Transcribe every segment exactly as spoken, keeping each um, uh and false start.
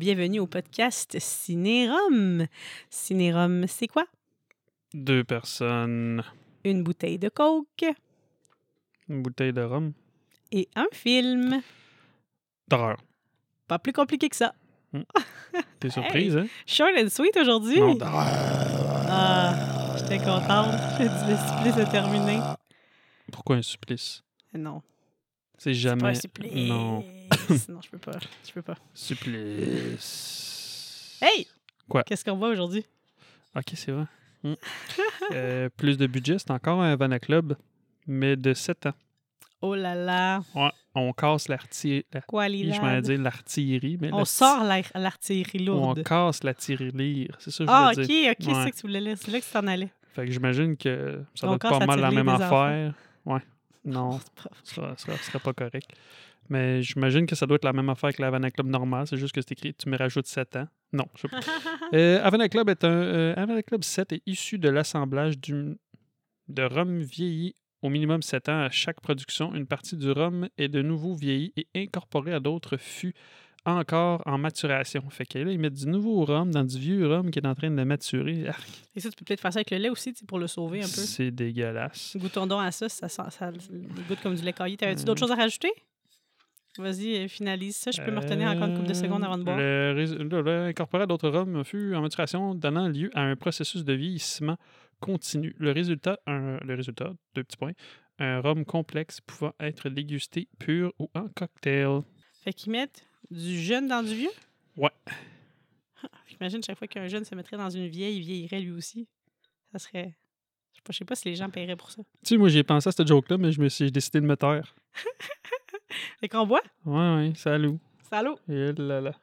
bienvenue au podcast Cinérum. Cinérum, c'est quoi? Deux personnes, Une bouteille de coke une bouteille de rhum, et un film. d'horreur. Pas plus compliqué que ça. T'es surprise, hein? Short and sweet aujourd'hui. Non, d'horreur. Ah, j'étais contente que le supplice est terminé. Pourquoi un supplice? Non, C'est c'est jamais... pas un supplice. Non. Non, je peux pas. Je peux pas. Supplice. Hey! Quoi? Qu'est-ce qu'on voit aujourd'hui? Ok, c'est vrai. Hmm. Euh, plus de budget, c'est encore un Havana Club, mais de sept ans. Oh là là! Ouais, on casse l'artillerie. Quoi, Je Lila? m'allais dire l'artillerie, mais On l'arti- sort l'air- l'artillerie On lourde. casse la tirelire. C'est ça que je Ah, voulais ok, dire. ok, c'est Ouais. ça que tu voulais dire. C'est là que tu t'en allais. Fait que j'imagine que ça On va être casse pas la mal la tirelire même des affaire. Ouais. Non, C'est pas- ce sera, sera, sera pas correct. Mais j'imagine que ça doit être la même affaire que la Havana Club normale. C'est juste que c'est écrit « Tu me rajoutes sept ans ». Non, je sais pas. euh, Havana Club est un... Euh, Havana Club sept est issu de l'assemblage du, de rhum vieilli au minimum sept ans à chaque production. Une partie du rhum est de nouveau vieilli et incorporée à d'autres fûts encore en maturation. Fait que là, ils mettent du nouveau rhum dans du vieux rhum qui est en train de maturer. Arc, Et ça, tu peux peut-être faire ça avec le lait aussi, tu sais, pour le sauver un peu. c'est dégueulasse. Goûtons donc à ça, ça, sent, ça il goûte comme du lait caillé. T'avais-tu Euh. d'autres choses à rajouter? Vas-y, euh, finalise ça. Je peux me retenir encore une couple de secondes avant de boire. Le, rés- le- le incorporé à d'autres rhums fut en maturation, donnant lieu à un processus de vieillissement continu. Le résultat, un, le résultat, deux petits points, un rhum complexe pouvant être dégusté pur ou en cocktail. Fait qu'ils mettent du jeune dans du vieux? Ouais. J'imagine chaque fois qu'un jeune se mettrait dans une vieille, il vieillirait lui aussi. Ça serait... Je sais pas, je sais pas si les gens paieraient pour ça. Tu sais, moi, j'ai pensé à cette joke-là, mais je me suis j'ai décidé de me taire. Fait qu'on boit? Ouais, ouais, salut. Salut! Et là là.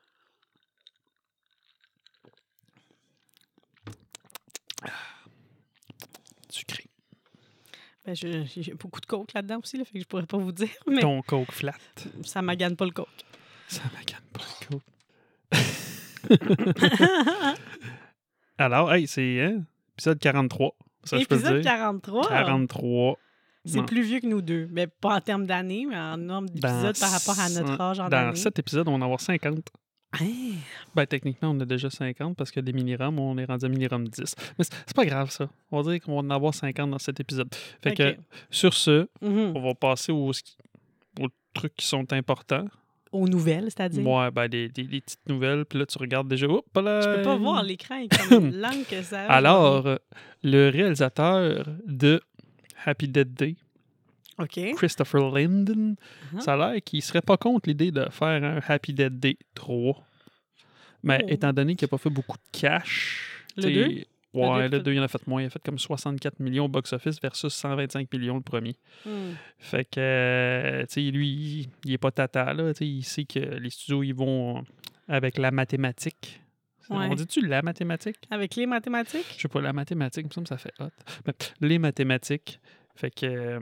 Sucré. Ben, je- j'ai beaucoup de coke là-dedans aussi, là, fait que je pourrais pas vous dire, mais Ton coke flat. ça magane pas le coke. Ça m'agane pas le coke. Alors, hey, c'est hein, épisode quarante-trois. Ça, je peux le Épisode dire. quarante-trois? quarante-trois. C'est Non. plus vieux que nous deux. Mais pas en termes d'années, mais en nombre d'épisodes par rapport à notre âge en Dans années. cet épisode, on va en avoir cinquante. Hein? Ben, techniquement, on a déjà cinquante parce que des mini-rams, on est rendu à mini-ram dix. Mais c'est c'est pas grave, ça. On va dire qu'on va en avoir cinquante dans cet épisode. Fait Ok. que, sur ce, Mhm. on va passer aux, aux trucs qui sont importants. Aux nouvelles, c'est-à-dire? Ouais, ben, des, des, des petites nouvelles. Puis là, tu regardes déjà. Hop là! Je peux pas voir l'écran, il est comme langue que ça. Alors, euh, le réalisateur de Happy Death Day, OK. Christopher Landon, Uh-huh. ça a l'air qu'il serait pas contre l'idée de faire un Happy Death Day trois. Mais Oh. étant donné qu'il n'a pas fait beaucoup de cash... Le t'sais, deux? Ouais, Le deux, le deux, il en a fait moins. Il a fait comme soixante-quatre millions au box-office versus cent vingt-cinq millions le premier. Hmm. Fait que, euh, tu sais, lui, il est pas tata, là. T'sais, il sait que les studios, ils vont avec la mathématique. Ouais. On dit-tu la mathématique? Avec les mathématiques? Je sais pas, la mathématique, il me semble que ça fait hot. Mais les mathématiques, fait que, euh,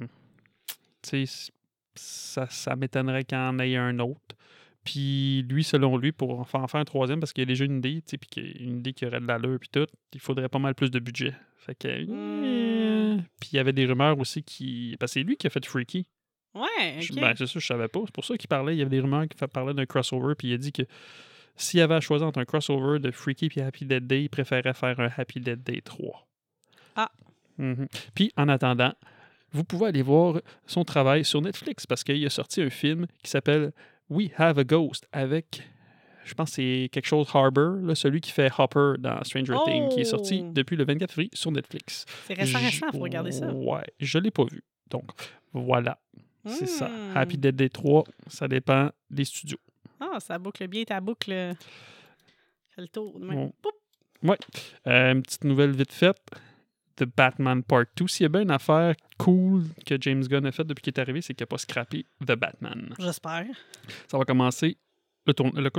tu sais, ça, ça m'étonnerait qu'il y en ait un autre. Puis lui, selon lui, pour en faire, en faire un troisième, parce qu'il y a déjà une idée, tu sais, puis qu'il y a une idée qui aurait de l'allure, puis tout, il faudrait pas mal plus de budget. Fait que... Mm. Puis il y avait des rumeurs aussi qui... Parce que c'est lui qui a fait Freaky. Ouais, Je- OK. Ben, c'est ça, je savais pas. C'est pour ça qu'il parlait. Il y avait des rumeurs qui fa- parlaient d'un crossover, puis il a dit que s'il avait à choisir entre un crossover de Freaky et Happy Death Day, il préférait faire un Happy Death Day trois. Ah. Mhm. Puis, en attendant, vous pouvez aller voir son travail sur Netflix parce qu'il a sorti un film qui s'appelle We Have a Ghost avec, je pense que c'est quelque chose Harbour, là, celui qui fait Hopper dans Stranger Things, qui est sorti Oh! depuis le vingt-quatre février sur Netflix. C'est récent, J- récent, faut regarder ça. Ouais, je l'ai pas vu. Donc, voilà. C'est ça. Hmm. Happy Death Day trois, ça dépend des studios. Ah, ça boucle bien ta boucle. Fait le tour. de même. Bon. Poup! Ouais. Euh, une petite nouvelle vite faite. The Batman Part deux. S'il y a bien une affaire cool que James Gunn a faite depuis qu'il est arrivé, c'est qu'il n'a pas scrappé The Batman. J'espère. Ça va commencer. Le, tourn- le...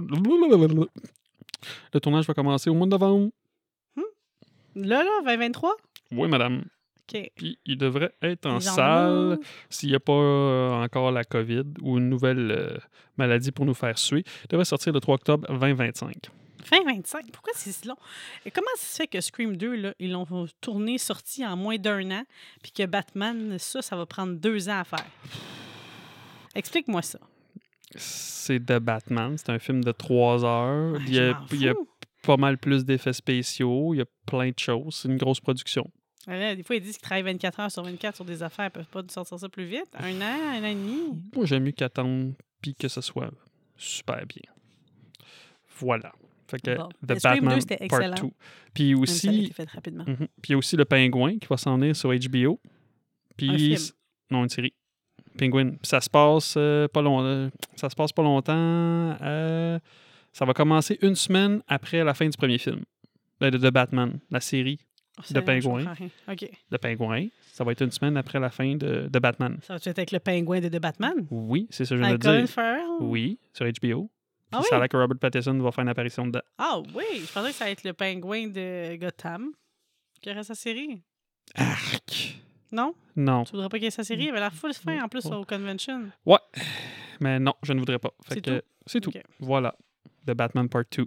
le tournage va commencer au mois de novembre. Là, là, vingt vingt-trois? Oui, madame. OK. Puis il devrait être en Les gens salle demandent. s'il n'y a pas euh, encore la COVID ou une nouvelle euh, maladie pour nous faire suer. Il devrait sortir le trois octobre vingt vingt-cinq. Fin vingt-cinq? Pourquoi c'est si long? Et comment ça se fait que Scream deux, là, ils l'ont tourné, sorti en moins d'un an, puis que Batman, ça, ça va prendre deux ans à faire? Explique-moi ça. C'est The Batman. C'est un film de trois heures. Ouais, il, y je a, m'en il y a fous. pas mal plus d'effets spéciaux. Il y a plein de choses. C'est une grosse production. Ouais, là, des fois, ils disent qu'ils travaillent vingt-quatre heures sur vingt-quatre sur des affaires. Ils peuvent pas sortir ça plus vite. Un an, un an et demi. Moi, j'aime mieux qu'attendre puis que ce soit super bien. Voilà. Fait que Bon. The Scream Batman deux, c'était Part excellent. deux. Puis Même ça a aussi, été fait rapidement. mhm. Puis il y a aussi Le Pingouin qui va s'en venir sur H B O. Puis Un film. non, une série. Penguin. Puis ça se passe euh, pas long, euh, ça se passe pas longtemps. euh, ça va commencer une semaine après la fin du premier film de, de Batman, la série Oh, de c'est- je Pingouin. comprends rien. OK. Le Pingouin. Ça va être une semaine après la fin de, de Batman. Ça va-tu être avec le pingouin de The Batman? Oui, c'est ça que je viens Avec de Colin dire. Farrell? Oui, sur H B O. Puis Ah ça a oui? l'air que Robert Pattinson va faire une apparition dedans. Ah oui! Je pensais que ça allait être le pingouin de Gotham qui aurait sa série. Arc! Non? Non. Tu voudrais pas qu'il y ait sa série? Il avait l'air full fin en plus Ouais. au convention. Ouais. Mais non, je ne voudrais pas. Fait C'est que tout? c'est tout. Ok. Voilà. The Batman Part deux.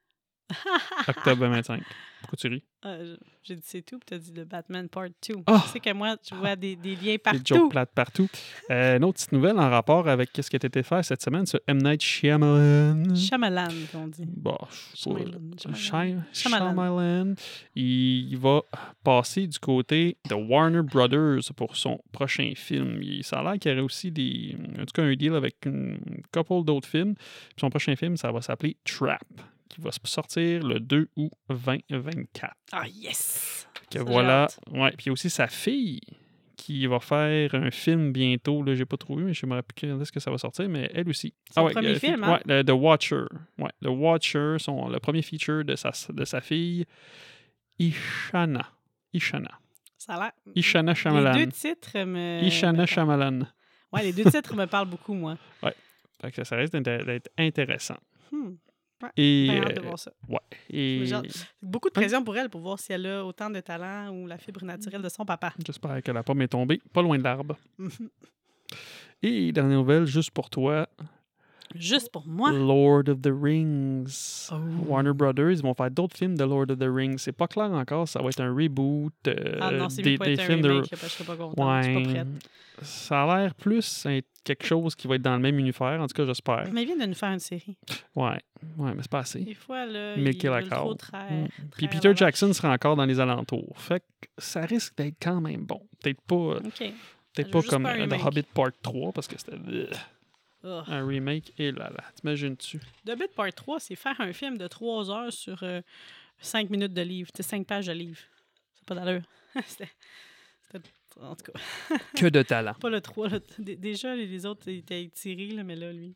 Octobre vingt-cinq. Pourquoi tu ris? Euh, je- J'ai dit c'est tout, puis t'as dit le Batman Part deux. Ah! Tu sais que moi, je vois des, des liens Des partout. jokes plates partout. Euh, une autre petite nouvelle en rapport avec ce qui a été fait cette semaine sur M. Night Shyamalan. Shyamalan, qu'on dit. Bon, je sais pas. Shyamalan. Shy- Shyamalan. Shyamalan. Il va passer du côté de Warner Brothers pour son prochain film. Il, ça a l'air qu'il y aurait aussi des, en tout cas un deal avec une couple d'autres films. Puis son prochain film, ça va s'appeler Trap, qui va sortir le deux août vingt vingt-quatre. Ah, yes! Que Ça, j'ai voilà. hâte. Ouais. Puis il y a aussi sa fille qui va faire un film bientôt. Là, j'ai pas trouvé, mais je me rappelle quand est-ce que ça va sortir, mais elle aussi. Son ouais, premier euh, film, fi- hein? Ouais, le, The Watcher. Ouais, The Watcher, son, le premier feature de sa, de sa fille, Ishana. Ishana. Ça a l'air... Ishana Shyamalan. Les deux titres me... Ishana me- Shyamalan. Ouais, les deux titres me parlent beaucoup, moi. Fait que ça risque d'être d'être intéressant. Hmm. Et, Bien hâte de euh, voir ça. ouais. Et Genre, beaucoup de pression pour elle pour voir si elle a autant de talent ou la fibre naturelle de son papa. j'espère que la pomme est tombée pas loin de l'arbre. Mhm. Et dernière nouvelle, juste pour toi, Juste pour moi. Lord of the Rings. Oh. Warner Brothers, ils vont faire d'autres films de Lord of the Rings. C'est pas clair encore, ça va être un reboot. euh, Ah non, c'est des, mieux pas des être un films remake, de. là, parce que je serais pas contente. Je suis pas Ouais. prête. Ça a l'air plus être quelque chose qui va être dans le même univers, en tout cas, j'espère. Mais ils viennent de nous faire une série. Ouais, ouais, mais c'est pas assez. Des fois, là, Milky ils la veulent trop corde. traire. Mm. traire Puis la Peter vache. Jackson sera encore dans les alentours. Fait que ça risque d'être quand même bon. Peut-être pas, OK. peut-être Je veux pas juste comme pas un euh, The remake. Hobbit Part trois parce que c'était euh, Oh. un remake. Et là là, t'imagines-tu? The Bit Part trois, c'est faire un film de trois heures sur euh, cinq minutes de livre. Tu sais, cinq pages de livre. C'est pas d'allure. C'était... c'était- En tout cas, Que de talent. pas le trois. Là. Dé- Déjà, les- les autres étaient étirés, là, mais là, lui...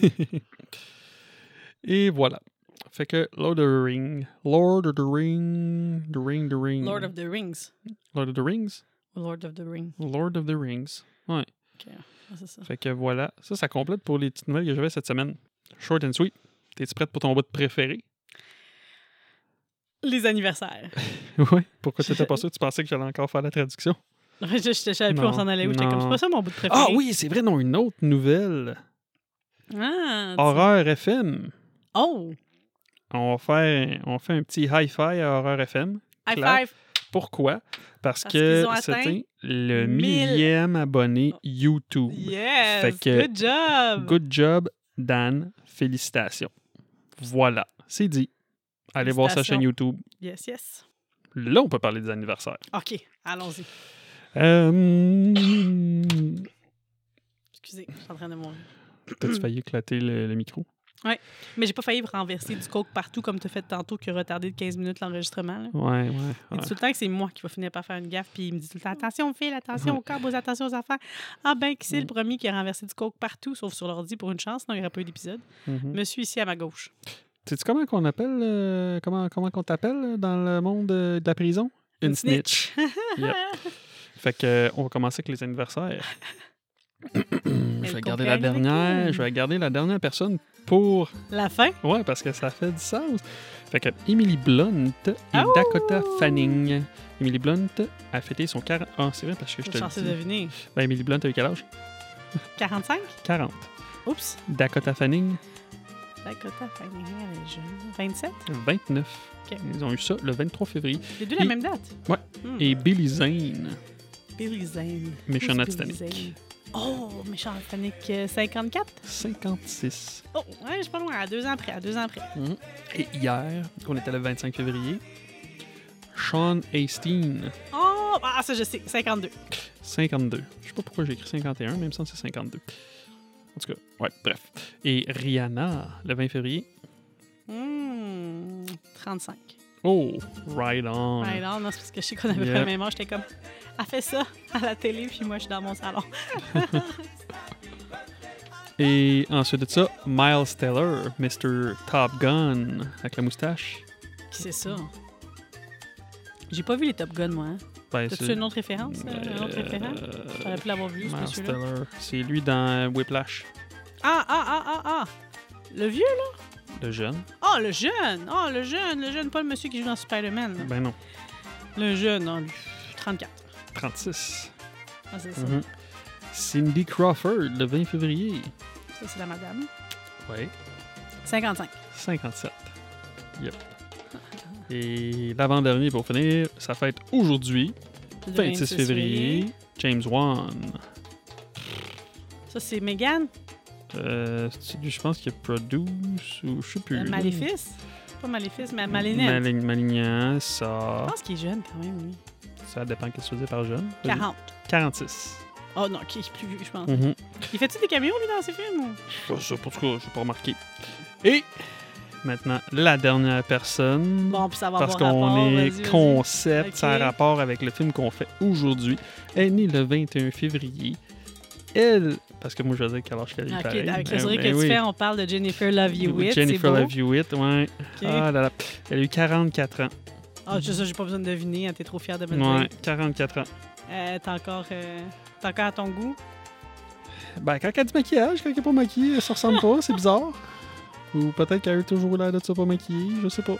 Et voilà. Fait que Lord of the Ring. Lord of the Ring. The Ring, the Ring. Lord of the Rings. Lord of the Rings? Lord of the Ring. Lord of the Rings. Ouais. OK. Ah, c'est ça. Fait que voilà. Ça, ça complète pour les petites nouvelles que j'avais cette semaine. Short and sweet. T'es-tu prête pour ton bout de préféré? Les anniversaires. Oui. Pourquoi t'étais pas sûr? Tu pensais que j'allais encore faire la traduction? je, je, je savais plus où on Non, s'en allait où. J'étais comme, c'est non. pas ça mon bout de préféré. Ah oui, c'est vrai, non, une autre nouvelle. Ah, tu- Horreur F M. Oh! On va faire, on fait un petit hi-fi à Horreur F M. High Clap. five! Pourquoi? Parce, Parce que qu'ils ont atteint c'était le mille. millième abonné YouTube. Yes! Fait que- Good job! Good job, Dan. Félicitations. Voilà, c'est dit. Allez voir sa chaîne Félicitations. YouTube. Yes, yes. Là, on peut parler des anniversaires. OK, allons-y. Euh... Excusez, je suis en train de mourir. T'as-tu failli éclater le, le micro? Mais j'ai pas failli renverser du coke partout comme tu as fait tantôt qui a retardé de quinze minutes l'enregistrement. là. Ouais, ouais. Il ouais. dit tout le temps que c'est moi qui va finir par faire une gaffe, puis il me dit tout le temps attention, Phil, attention au câble, attention aux affaires. Ah ben, qui c'est le premier qui a renversé du coke partout, sauf sur l'ordi pour une chance, sinon il n'y aurait pas eu d'épisode. Mhm. Monsieur ici à ma gauche. Sais-tu comment qu'on appelle, euh, comment, comment qu'on t'appelle euh, dans le monde euh, de la prison? Une, Une snitch. Yep. Fait que, euh, on va commencer avec les anniversaires. je vais garder la comprenne dernière. avec Je vais garder la dernière personne pour. La fin? Ouais, parce que ça fait du sens. Fait que Emily Blunt et Oh! Dakota Fanning. Emily Blunt a fêté son quarante. Ah, c'est vrai, parce que je Je te suis le censée dis. deviner. Ben, Emily Blunt a eu quel âge? quarante-cinq? quarante. Oups. Dakota Fanning, Dakota Fanning, elle est jeune. vingt-sept? vingt-neuf. OK. Ils ont eu ça le vingt-trois février. Les deux la Et- même date? Ouais. Hmm. Et Billy Zane, Billy Zane. méchant Who's à Billy Titanic. Zane? Oh, méchant Titanic, euh, cinquante-quatre? cinquante-six. Oh, ouais, je suis pas loin, à deux ans près, à deux ans près. Mm. Et hier, qu'on était le vingt-cinq février, Sean Astin, Oh, ah, ça, je sais, cinquante-deux. cinquante-deux. Je sais pas pourquoi j'ai écrit cinquante et un, même si c'est cinquante-deux. En tout cas, ouais, bref. Et Rihanna, le vingt février. Hmm, trente-cinq. Oh, right on. Ouais, non, non, c'est parce que je sais qu'on avait Yeah. pas le même âge. J'étais comme, elle fait ça à la télé, puis moi, je suis dans mon salon. Et ensuite de ça, Miles Teller, mister Top Gun, avec la moustache. Qui c'est ça? J'ai pas vu les Top Gun, moi. Hein? Ben, T'as-tu c'est- une autre référence? euh, un autre référent? Euh, J'aurais pu l'avoir vu, ce Miles monsieur-là. Teller. C'est lui dans Whiplash, Ah, ah, ah, ah, ah! Le vieux, là? le jeune. Oh, le jeune! Oh, le jeune, le jeune, pas le monsieur qui joue dans Spider-Man. là. Ben non, Le jeune, non, lui, trente-quatre. trente-six. Ah, c'est ça. Mhm. Cindy Crawford, le vingt février. Ça, c'est la madame. Oui. cinquante-cinq. cinquante-sept. Yep. Et l'avant-dernier pour finir, ça fête aujourd'hui, Le vingt-six février, James Wan. Ça, c'est Megan? Euh, c'est lui, je pense qu'il a produce ou je sais plus. Euh, là. Maléfice? Pas Maléfice, mais Malénette. Malign- Malignan, Je ça. pense qu'il est jeune quand même, lui. Ça dépend qu'est-ce que tu veux dire par jeune. Vas-y. quarante. quarante-six. Oh non, qui est plus vieux, je pense. Mhm. Il fait-tu des caméos, lui, dans ses films? Ou... Ça, ça, pour tout cas, je n'ai pas remarqué. Et maintenant, la dernière personne. Bon, puis ça va Parce avoir qu'on rapport. est vas-y, vas-y. concept, Ok. ça a rapport avec le film qu'on fait aujourd'hui. Elle est née le vingt et un février. Elle, parce que moi je veux dire quel âge qu'elle est Ok, pareil. avec le Ben- sourire ben que oui. tu fais, on parle de Jennifer Love Hewitt. Jennifer c'est beau. Love Hewitt, ouais. Ok. Ah là là. Elle a eu quarante-quatre ans. Ah, juste ça, j'ai pas besoin de deviner. hein, T'es trop fière de me le Ouais, dire. quarante-quatre ans. Euh, t'es encore, euh, t'es encore à ton goût. Ben, quand elle a du maquillage, quand elle n'est pas maquillée, elle se ressemble pas, c'est bizarre. Ou peut-être qu'elle a eu toujours l'air de ça pas maquillée, je sais pas.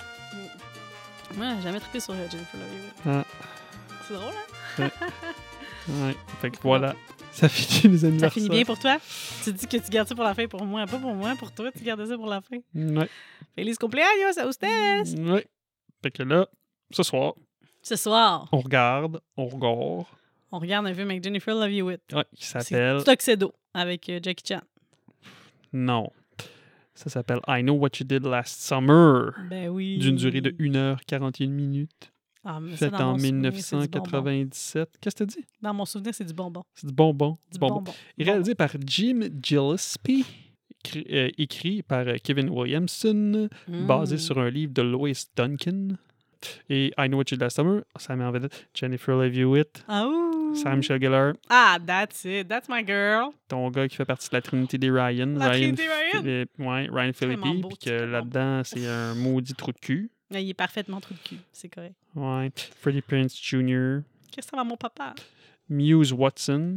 Moi, j'ai jamais trippé sur euh, Jennifer Love Hewitt. Ah. C'est drôle, hein? Ouais, fait que voilà. Ça finit les Ça anniversaires. finit bien pour toi? Tu dis que tu gardes ça pour la fin pour moi. Pas pour moi, pour toi, tu gardes ça pour la fin. Ouais. Feliz cumpleaños a ustedes! Ouais. Fait que là, ce soir, Ce soir, on regarde, on regarde. on regarde un film avec Jennifer Love Hewitt. Ouais, qui s'appelle. C'est Tuxedo avec euh, Jackie Chan. Non. Ça s'appelle I Know What You Did Last Summer. Ben oui. D'une durée de une heure quarante et une minutes. Ah, mais ça, Faite dans en mon souvenir, c'est du bonbon. mille neuf cent quatre-vingt-dix-sept. Qu'est-ce que t'as dit? Dans mon souvenir, c'est du bonbon. C'est du bonbon. Du bonbon. bonbon. Et réalisé par Jim Gillespie. Écrit, euh, écrit par euh, Kevin Williamson. Mm. Basé sur un livre de Lois Duncan. Et I Know What You Did Last Summer. Ça met en vedette Jennifer Love Hewitt. Ah, ouh. Sarah Michelle Gellar. Ah, that's it. That's my girl. Ton gars qui fait partie de la Trinité des Ryan. La Ryan Trinité Ryan? Philippe- ouais, Ryan Phillippe. beau, Puis c'est que tellement là-dedans, c'est un maudit trou de cul. Ah, il est parfaitement trou de cul. C'est correct. Ouais. Freddie Prinze Junior Qu'est-ce que ça va, mon papa? Muse Watson.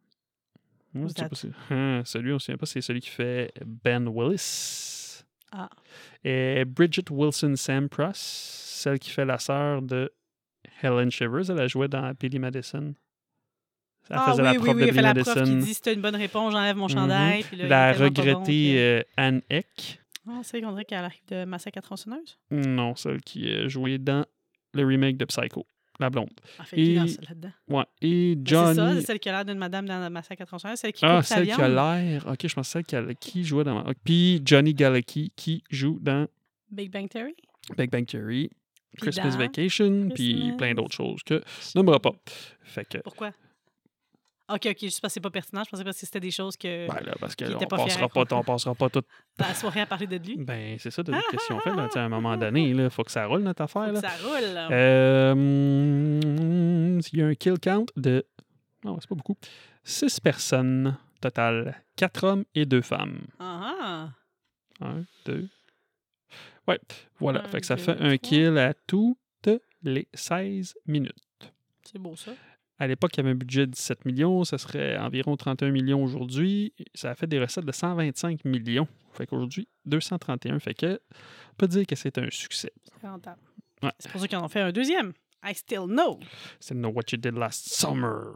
Moi, Who's je sais that? pas si- Hein, celui, on ne se souvient pas, c'est celui qui fait Ben Willis. Ah. Et Bridget Wilson Sampras, celle qui fait la sœur de Helen Shivers. Elle a joué dans Billy Madison. Elle Ah faisait oui, la oui, prof oui, de il Billy fait la prof Madison. qui dit si t'as une bonne réponse, j'enlève mon Mhm. chandail. Puis là, il La est tellement pas bon regrettée que- euh, Anne Eck. Ah, c'est qu'on dirait qu'elle arrive de Massacre à tronçonneuse. Non, celle qui a joué dans le remake de Psycho. La blonde. Elle fait qui dans Et ça, là-dedans? Ouais. Et Mais C'est ça, Johnny. c'est celle qui a l'air d'une madame dans Massacre à tronçonneuse, celle qui Ah, coupe sa celle qui a viande. l'air. Ok, je pense celle qui, a- qui jouait dans. ok. Puis Johnny Galecki qui joue dans Big Bang Theory. Big Bang Theory, Puis Christmas dans Vacation, puis Christmas. plein d'autres choses que je nommerai pas. Fait que. Pourquoi? Ok, ok, juste parce que c'est pas pertinent. Je pensais parce que c'était des choses que Ben là, parce Qui qu'on était pas fier passera à pas, comprendre. on passera pas tout. dans la soirée à parler de lui. Ben, c'est ça, de qu'est-ce qu'on fait, là. Tu sais, à un moment donné, il faut que ça roule, notre Faut affaire, que là. ça roule. là. Euh, hum, il y a un kill count de. Non, c'est pas beaucoup. Six personnes total. Quatre hommes et deux femmes. Ah ah. Un, deux. Ouais, voilà. Un, fait que ça deux, fait un trois. kill à toutes les seize minutes. C'est beau ça. À l'époque, il y avait un budget de dix-sept millions. Ça serait environ trente et un millions aujourd'hui. Ça a fait des recettes de cent vingt-cinq millions. Fait qu'aujourd'hui, deux cent trente et un. Fait que, on peut dire que c'est un succès. C'est rentable. Ouais. C'est pour ça qu'ils en ont fait un deuxième. I still know. C'est Know What You Did Last Summer.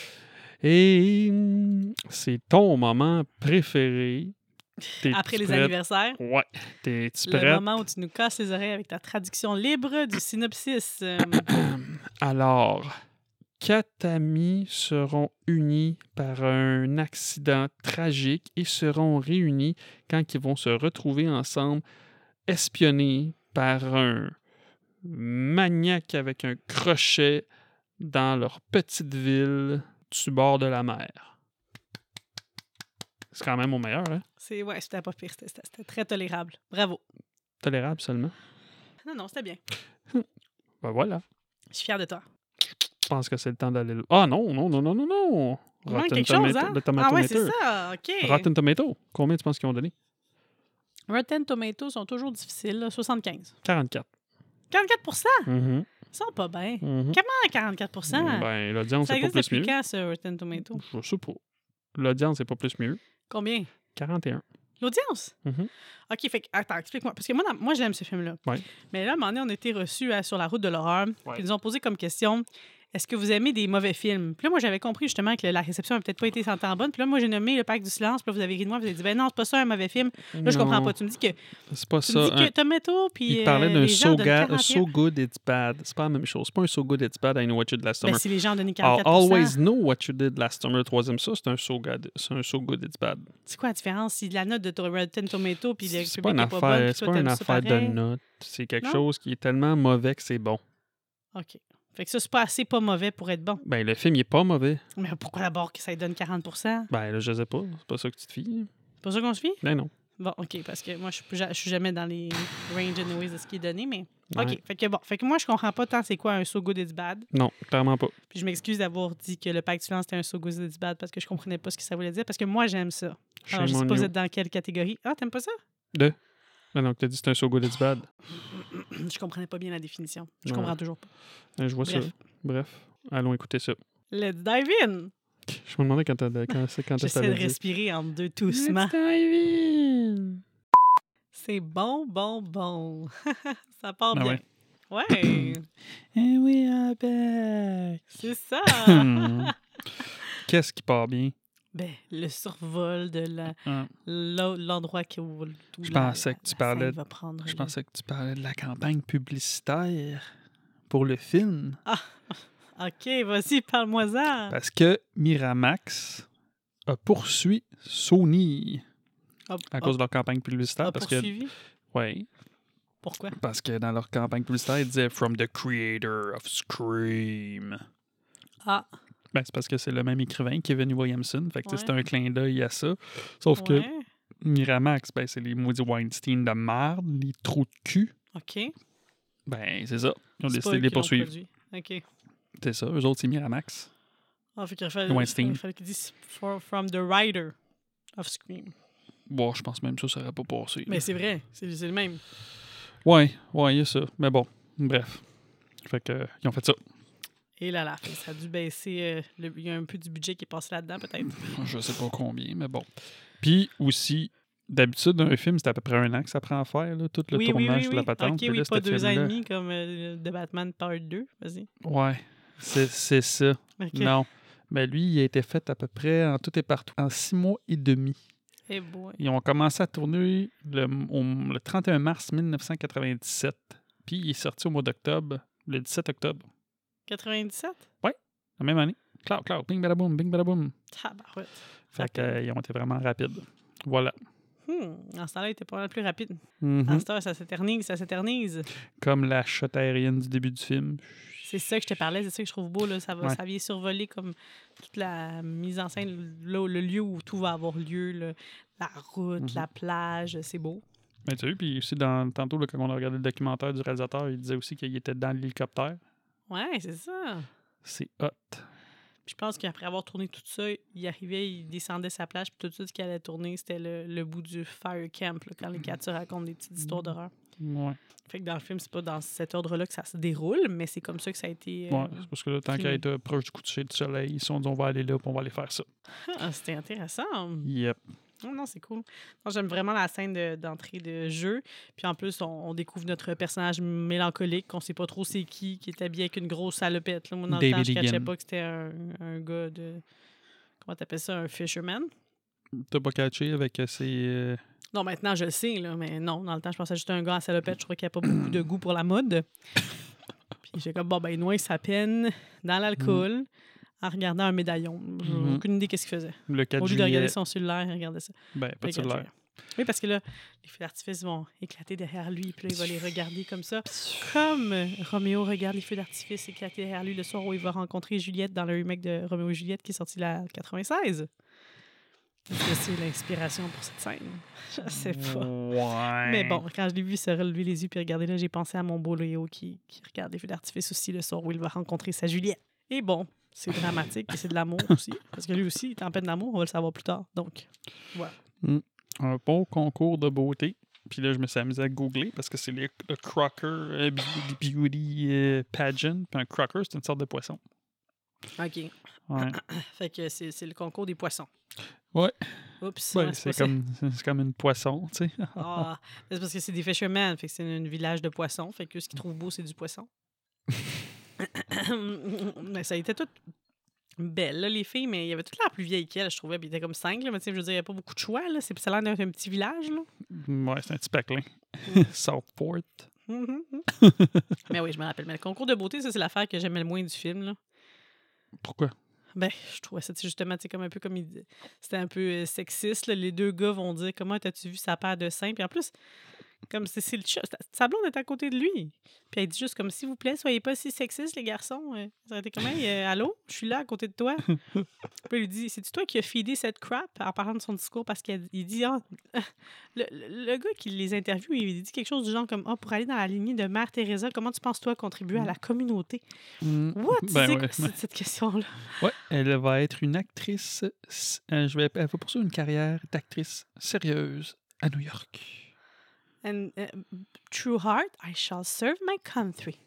Et hum, c'est ton moment préféré. T'es- Après tu les prête? anniversaires. Ouais. T'es-tu Le prête? moment où tu nous casses les oreilles avec ta traduction libre du synopsis. Euh, Alors, quatre amis seront unis par un accident tragique et seront réunis quand ils vont se retrouver ensemble, espionnés par un maniaque avec un crochet dans leur petite ville du bord de la mer. C'est quand même au meilleur, hein? C'est, ouais, c'était pas pire. C'était, c'était très tolérable. Bravo. Tolérable seulement. Non, non, c'était bien. Ben voilà. Je suis fière de toi. Je pense que c'est le temps d'aller... là. Ah non, non, non, non, non, non! Il manque Rotten quelque chose, Tomato- hein? le Tomato Ah ouais, c'est Meter. ça. OK. Rotten Tomato, combien tu penses qu'ils ont donné? Rotten Tomatoes sont toujours difficiles. Là. soixante-quinze. quarante-quatre. quarante-quatre pour cent? Mhm, Ils sont pas bien. mhm. Comment quarante-quatre pour cent? Ben, l'audience ça c'est pas existe plus depuis mieux. quand, ce Rotten Tomatoes? Je sais pas. L'audience c'est pas plus mieux. Combien? quarante et un. L'audience? Mhm. OK, fait que, attends, explique-moi. Parce que moi, dans- moi j'aime ce film-là. Ouais. Mais là, à un moment donné, on a été reçus à- sur la route de l'horreur. Ouais. Puis ils nous ont posé comme question, est-ce que vous aimez des mauvais films? Puis là, moi, j'avais compris justement que la réception n'a peut-être pas été cent ans bonne. Puis là, moi, j'ai nommé Le Pacte du silence. Puis là, vous avez ri de moi. Vous avez dit, ben non, c'est pas ça un mauvais film. Là, je comprends Non, pas. Tu me dis que, c'est pas tu ça. me dis que Un- Tomato, puis Il parlait euh, d'un les gens so, donnent ga- quarante so good it's bad. C'est pas la même chose. C'est pas un so good it's bad, I know what you did last Ben, summer. si les gens ont donné I'll quarante-quatre pour cent. always know what you did last summer. Le troisième, ça, c'est un so good, c'est un so good it's bad. C'est quoi la différence? Si la note de to- Rotten Tomato puis le C'est pas public une est pas bonne, affaire, puis c'est toi, pas une t'aimes ça affaire de pareil? notes. C'est quelque Non? chose qui est tellement mauvais que c'est bon. OK. Fait que ça, c'est pas assez pas mauvais pour être bon. Ben, le film, il est pas mauvais. Mais pourquoi d'abord que ça lui donne quarante pour cent? Ben, là, je sais pas. C'est pas ça que tu te fies. C'est pas ça qu'on se fie? Ben non. Bon, OK, parce que moi, je suis ja- je suis jamais dans les ranges anyways de ce qui est donné, mais... OK, Ouais. fait que bon, fait que moi, je comprends pas tant c'est quoi un So Good It's Bad. Non, clairement pas. Puis je m'excuse d'avoir dit que le Pacte du silence c'était un So Good It's Bad parce que je comprenais pas ce que ça voulait dire, parce que moi, j'aime ça. Alors, je Shame sais on pas vous you. êtes dans quelle catégorie. Ah, t'aimes pas ça? De? Ben non, t'as dit que c'est un so good it's bad. Je comprenais pas bien la définition. Je Ouais. comprends toujours pas. Ben, je vois Bref. ça. Bref, allons écouter ça. Let's dive in! Je me demandais quand t'as quand c'est quand est-ce que J'essaie de t'allais dire. respirer en deux doucement. Let's dive in. C'est bon, bon, bon. Ça part Ah bien. Ouais, And we are back. c'est ça. Hmm. Qu'est-ce qui part bien? Ben, le survol de la, Ah, l'au- l'endroit qui, où, où Je la- pensais que la tu parlais- scène va prendre Je le- pensais que tu parlais de la campagne publicitaire pour le film. OK, vas-y, parle-moi-en. Parce que Miramax a poursuivi Sony Hop, à hop, cause de leur campagne publicitaire. a Parce que, poursuivi. ouais, Pourquoi? parce que dans leur campagne publicitaire, ils disaient « From the creator of Scream ». Ah, Ben, c'est parce que c'est le même écrivain, Kevin Williamson. Fait que tu sais, Ouais. c'est un clin d'œil à ça. Sauf que ouais. Miramax, ben, c'est les maudits Weinstein de marde, les trous de cul. OK. Ben, c'est ça. Ils ont C'est décidé pas de eux les qui l'ont poursuivre. produit. OK. C'est ça. Eux autres, c'est Miramax. Ah, fait qu'il fallait, Weinstein. il fallait qu'ils disent for- from the writer of Scream. Bon, je pense même que ça, ça aurait pas passé. Mais c'est vrai, c'est c'est le même. Ouais, ouais, il y a ça. Mais bon, bref. Fait que, euh, ils ont fait ça. Et là, là, fait que ça a dû baisser. euh, le- il y a un peu du budget qui est passé là-dedans, peut-être. Je sais pas combien, mais bon. Puis aussi, d'habitude, un film, c'est à peu près un an que ça prend à faire, là, tout le oui, oui, tournage oui, de oui. la patente. OK, Puis oui, là, pas ce deux ans et film-là- demi comme euh, The Batman Part deux. Vas-y. Ouais, c'est c'est ça. OK. Non. Mais lui, il a été fait à peu près en tout et partout en six mois et demi. Eh boy. Ils ont commencé à tourner le, au- le trente et un mars mille neuf cent quatre-vingt-dix-sept. Puis il est sorti au mois d'octobre, le dix-sept octobre, quatre-vingt-dix-sept? la même année. Cloud, cloud, bing badaboum, bing badaboum. Tabarouette. Fait Rapide. qu'ils ont été vraiment rapides. Voilà. Hmm, en ce temps-là, il était pas mal plus rapide. Mhm. En ce temps, ça s'éternise, ça s'éternise. Comme la shot aérienne du début du film. C'est ça que je te parlais, c'est ça que je trouve beau. Là. Ça, va, Ouais. ça vient survoler comme toute la mise en scène, là, le lieu où tout va avoir lieu, là. La route, Mhm. la plage, c'est beau. Mais tu sais, puis aussi, dans, tantôt, là, quand on a regardé le documentaire du réalisateur, il disait aussi qu'il était dans l'hélicoptère. Ouais, c'est ça. C'est hot. Puis je pense qu'après avoir tourné tout ça, il arrivait, il descendait sa plage, puis tout de suite, ce qu'il allait tourner, c'était le, le bout du fire camp, là, quand les gars se racontent des petites histoires d'horreur. Ouais. Fait que dans le film, c'est pas dans cet ordre-là que ça se déroule, mais c'est comme ça que ça a été... euh, Ouais, c'est parce que là, tant filmé. qu'à être proche du coucher du soleil, ils se sont dit on va aller là puis on va aller faire ça. Ah, c'était intéressant. Yep. Oh non, c'est cool. Moi, j'aime vraiment la scène de- d'entrée de jeu. Puis en plus, on, on découvre notre personnage mélancolique, qu'on sait pas trop c'est qui, qui est habillé avec une grosse salopette. Là. Moi, dans le temps, David je cachais Egan. pas que c'était un, un gars de... Comment t'appelles ça? Un fisherman? T'as pas catché avec euh, ses. euh, Non, maintenant, je le sais, là, mais non, dans le temps, je pensais juste à un gars à salopette. Je trouvais qu'il n'y a pas beaucoup de goût pour la mode. Puis Puis j'ai comme, bon, ben, il noie sa peine dans l'alcool en regardant un médaillon. J'ai Mhm. aucune idée qu'est-ce qu'il faisait. Le quatre Au lieu de regarder juillet. son cellulaire, il regardait ça. Ben, pas de Fait que, cellulaire. oui, parce que là, les feux d'artifice vont éclater derrière lui, puis là, il va les regarder comme ça. Comme euh, Roméo regarde les feux d'artifice éclater derrière lui le soir où il va rencontrer Juliette dans le remake de Roméo et Juliette qui est sorti la quatre-vingt-seize. Est-ce que c'est l'inspiration pour cette scène? Je sais pas. Ouais. Mais bon, quand je l'ai vu se relever les yeux puis regarder là, j'ai pensé à mon beau Léo qui, qui regarde les feux d'artifice aussi le soir où il va rencontrer sa Juliette. Et bon, c'est dramatique et c'est de l'amour aussi. Parce que lui aussi, il est en peine d'amour, on va le savoir plus tard. Donc, voilà. Un beau concours de beauté. Puis là, je me suis amusé à googler parce que c'est le, le Crocker euh, Beauty, beauty euh, Pageant. Puis un Crocker, c'est une sorte de poisson. OK. Ouais. Fait que c'est c'est le concours des poissons. Ouais. Oups. Ouais, ouais, c'est pas ça. comme, c'est comme une poisson, tu sais. Ah, c'est parce que c'est des fishermen, fait que c'est un village de poissons. Fait que ce qu'ils trouvent beau, c'est du poisson. Mais ça était tout belle, là, les filles, mais il y avait toute l'air plus vieille qu'elle, je trouvais. Puis il était comme cinq, là, mais tu sais, je veux dire, il n'y a pas beaucoup de choix, là. C'est, ça a l'air d'un un petit village, là. Ouais, c'est un petit paclin. Southport. Mhm. Mais oui, je me rappelle. Mais le concours de beauté, ça, c'est l'affaire que j'aimais le moins du film, là. Pourquoi? Ben, je trouvais ça, tu sais, justement, tu sais, comme un peu comme il dit. C'était un peu euh, sexiste, là. Les deux gars vont dire comment t'as-tu vu sa paire de seins. Puis en plus, comme c'est, c'est le chat, sa blonde est à côté de lui. Puis elle dit juste comme, s'il vous plaît, soyez pas si sexistes, les garçons. Euh, ça aurait été comment? Euh, Allô? Je suis là à côté de toi. Puis il lui dit, c'est-tu toi qui as feedé cette crap en parlant de son discours? Parce qu'il dit, ah, le, le, le gars qui les interviewe, il dit quelque chose du genre comme, ah, pour aller dans la lignée de Mère Teresa, comment tu penses, toi, contribuer à la communauté? Mm. What? Ben c'est ouais, quoi mais- cette, cette question-là? Ouais, elle va être une actrice. euh, je vais, elle va poursuivre une carrière d'actrice sérieuse à New York. And uh, true heart, I shall serve my country.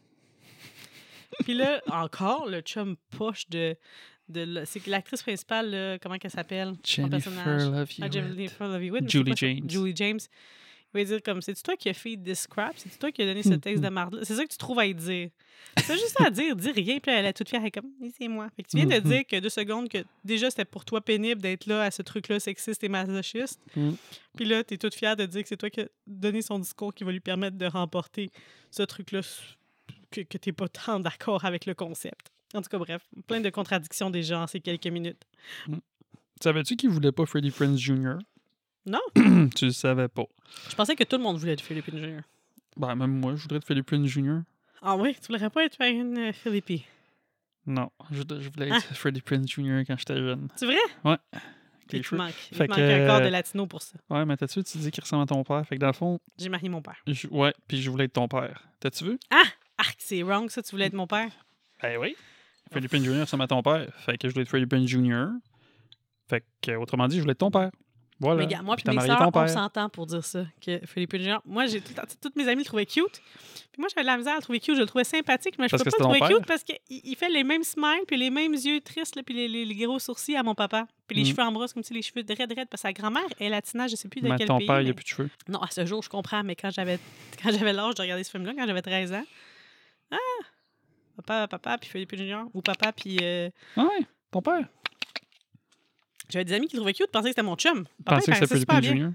Puis là, encore, le chum poche de... de le- c'est que l'actrice principale, là, comment qu'elle s'appelle? Son personnage. Jennifer Love Ah, Hewitt. Jennifer Love Hewitt, mais c'est Julie quoi ça? James. Julie James. Il va dire comme, c'est-tu toi qui as fait this crap? C'est-tu toi qui as donné ce texte de marde? C'est ça que tu trouves à y dire. C'est juste ça à dire, dis rien. Puis là, elle est toute fière, elle est comme, oui, c'est moi. Fait que tu viens de dire que deux secondes que déjà c'était pour toi pénible d'être là à ce truc-là sexiste et masochiste. Mm. Puis là, t'es toute fière de dire que c'est toi qui as donné son discours qui va lui permettre de remporter ce truc-là que, que t'es pas tant d'accord avec le concept. En tout cas, bref, plein de contradictions déjà en ces quelques minutes. Savais-tu qu'il voulait pas Freddie Prinze junior? Non? Tu le savais pas. Je pensais que tout le monde voulait être Philippine Junior Ben, même moi, je voudrais être Freddie Prinze junior. Ah oui? Tu voudrais pas être une euh, Philippi? Non, je, je voulais être Freddie Prinze junior quand j'étais jeune. C'est vrai? Avec Il les te cheveux. manque, il te Fait manque que, un corps de euh, latino pour ça. Ouais, mais t'as-tu, tu dis qu'il ressemble à ton père. Fait que dans le fond, J'ai marié mon père. je- ouais, puis je voulais être ton père. T'as-tu vu? Arc, c'est wrong ça, tu voulais être mon père? Ben oui. Freddie Prinze junior ressemble à ton père. Fait que je voulais être Freddie Prinze junior. Fait que, autrement dit, je voulais être ton père. Voilà. Mais gars, moi Puis puis t'as mes marié sœurs, ton on père. s'entend pour dire ça, que Philippe Junior Moi, j'ai tout, le temps- toutes mes amies le trouvaient cute. Puis moi, j'avais de la misère à le trouver cute. Je le trouvais sympathique, mais je Parce peux que pas le c'était trouver ton cute parce qu'il il fait les mêmes smiles, puis les mêmes yeux tristes, là, puis les, les, les gros sourcils à mon papa. Puis les Mm. cheveux en brosse, comme si les cheveux dread dread parce que sa grand-mère est latina, je sais plus de Mais quel ton pays. père, il mais- a plus de cheveux. Non, à ce jour, je comprends, mais quand j'avais quand j'avais l'âge de regarder ce film-là, quand j'avais treize ans, ah, papa, papa, puis Philippe Junior ou papa, puis euh, Ah ouais, ton père. j'avais des amis qui le trouvaient cute, pensaient que c'était mon chum. Papa, Pensais il que c'était paraissait Freddie super Prinze bien. junior.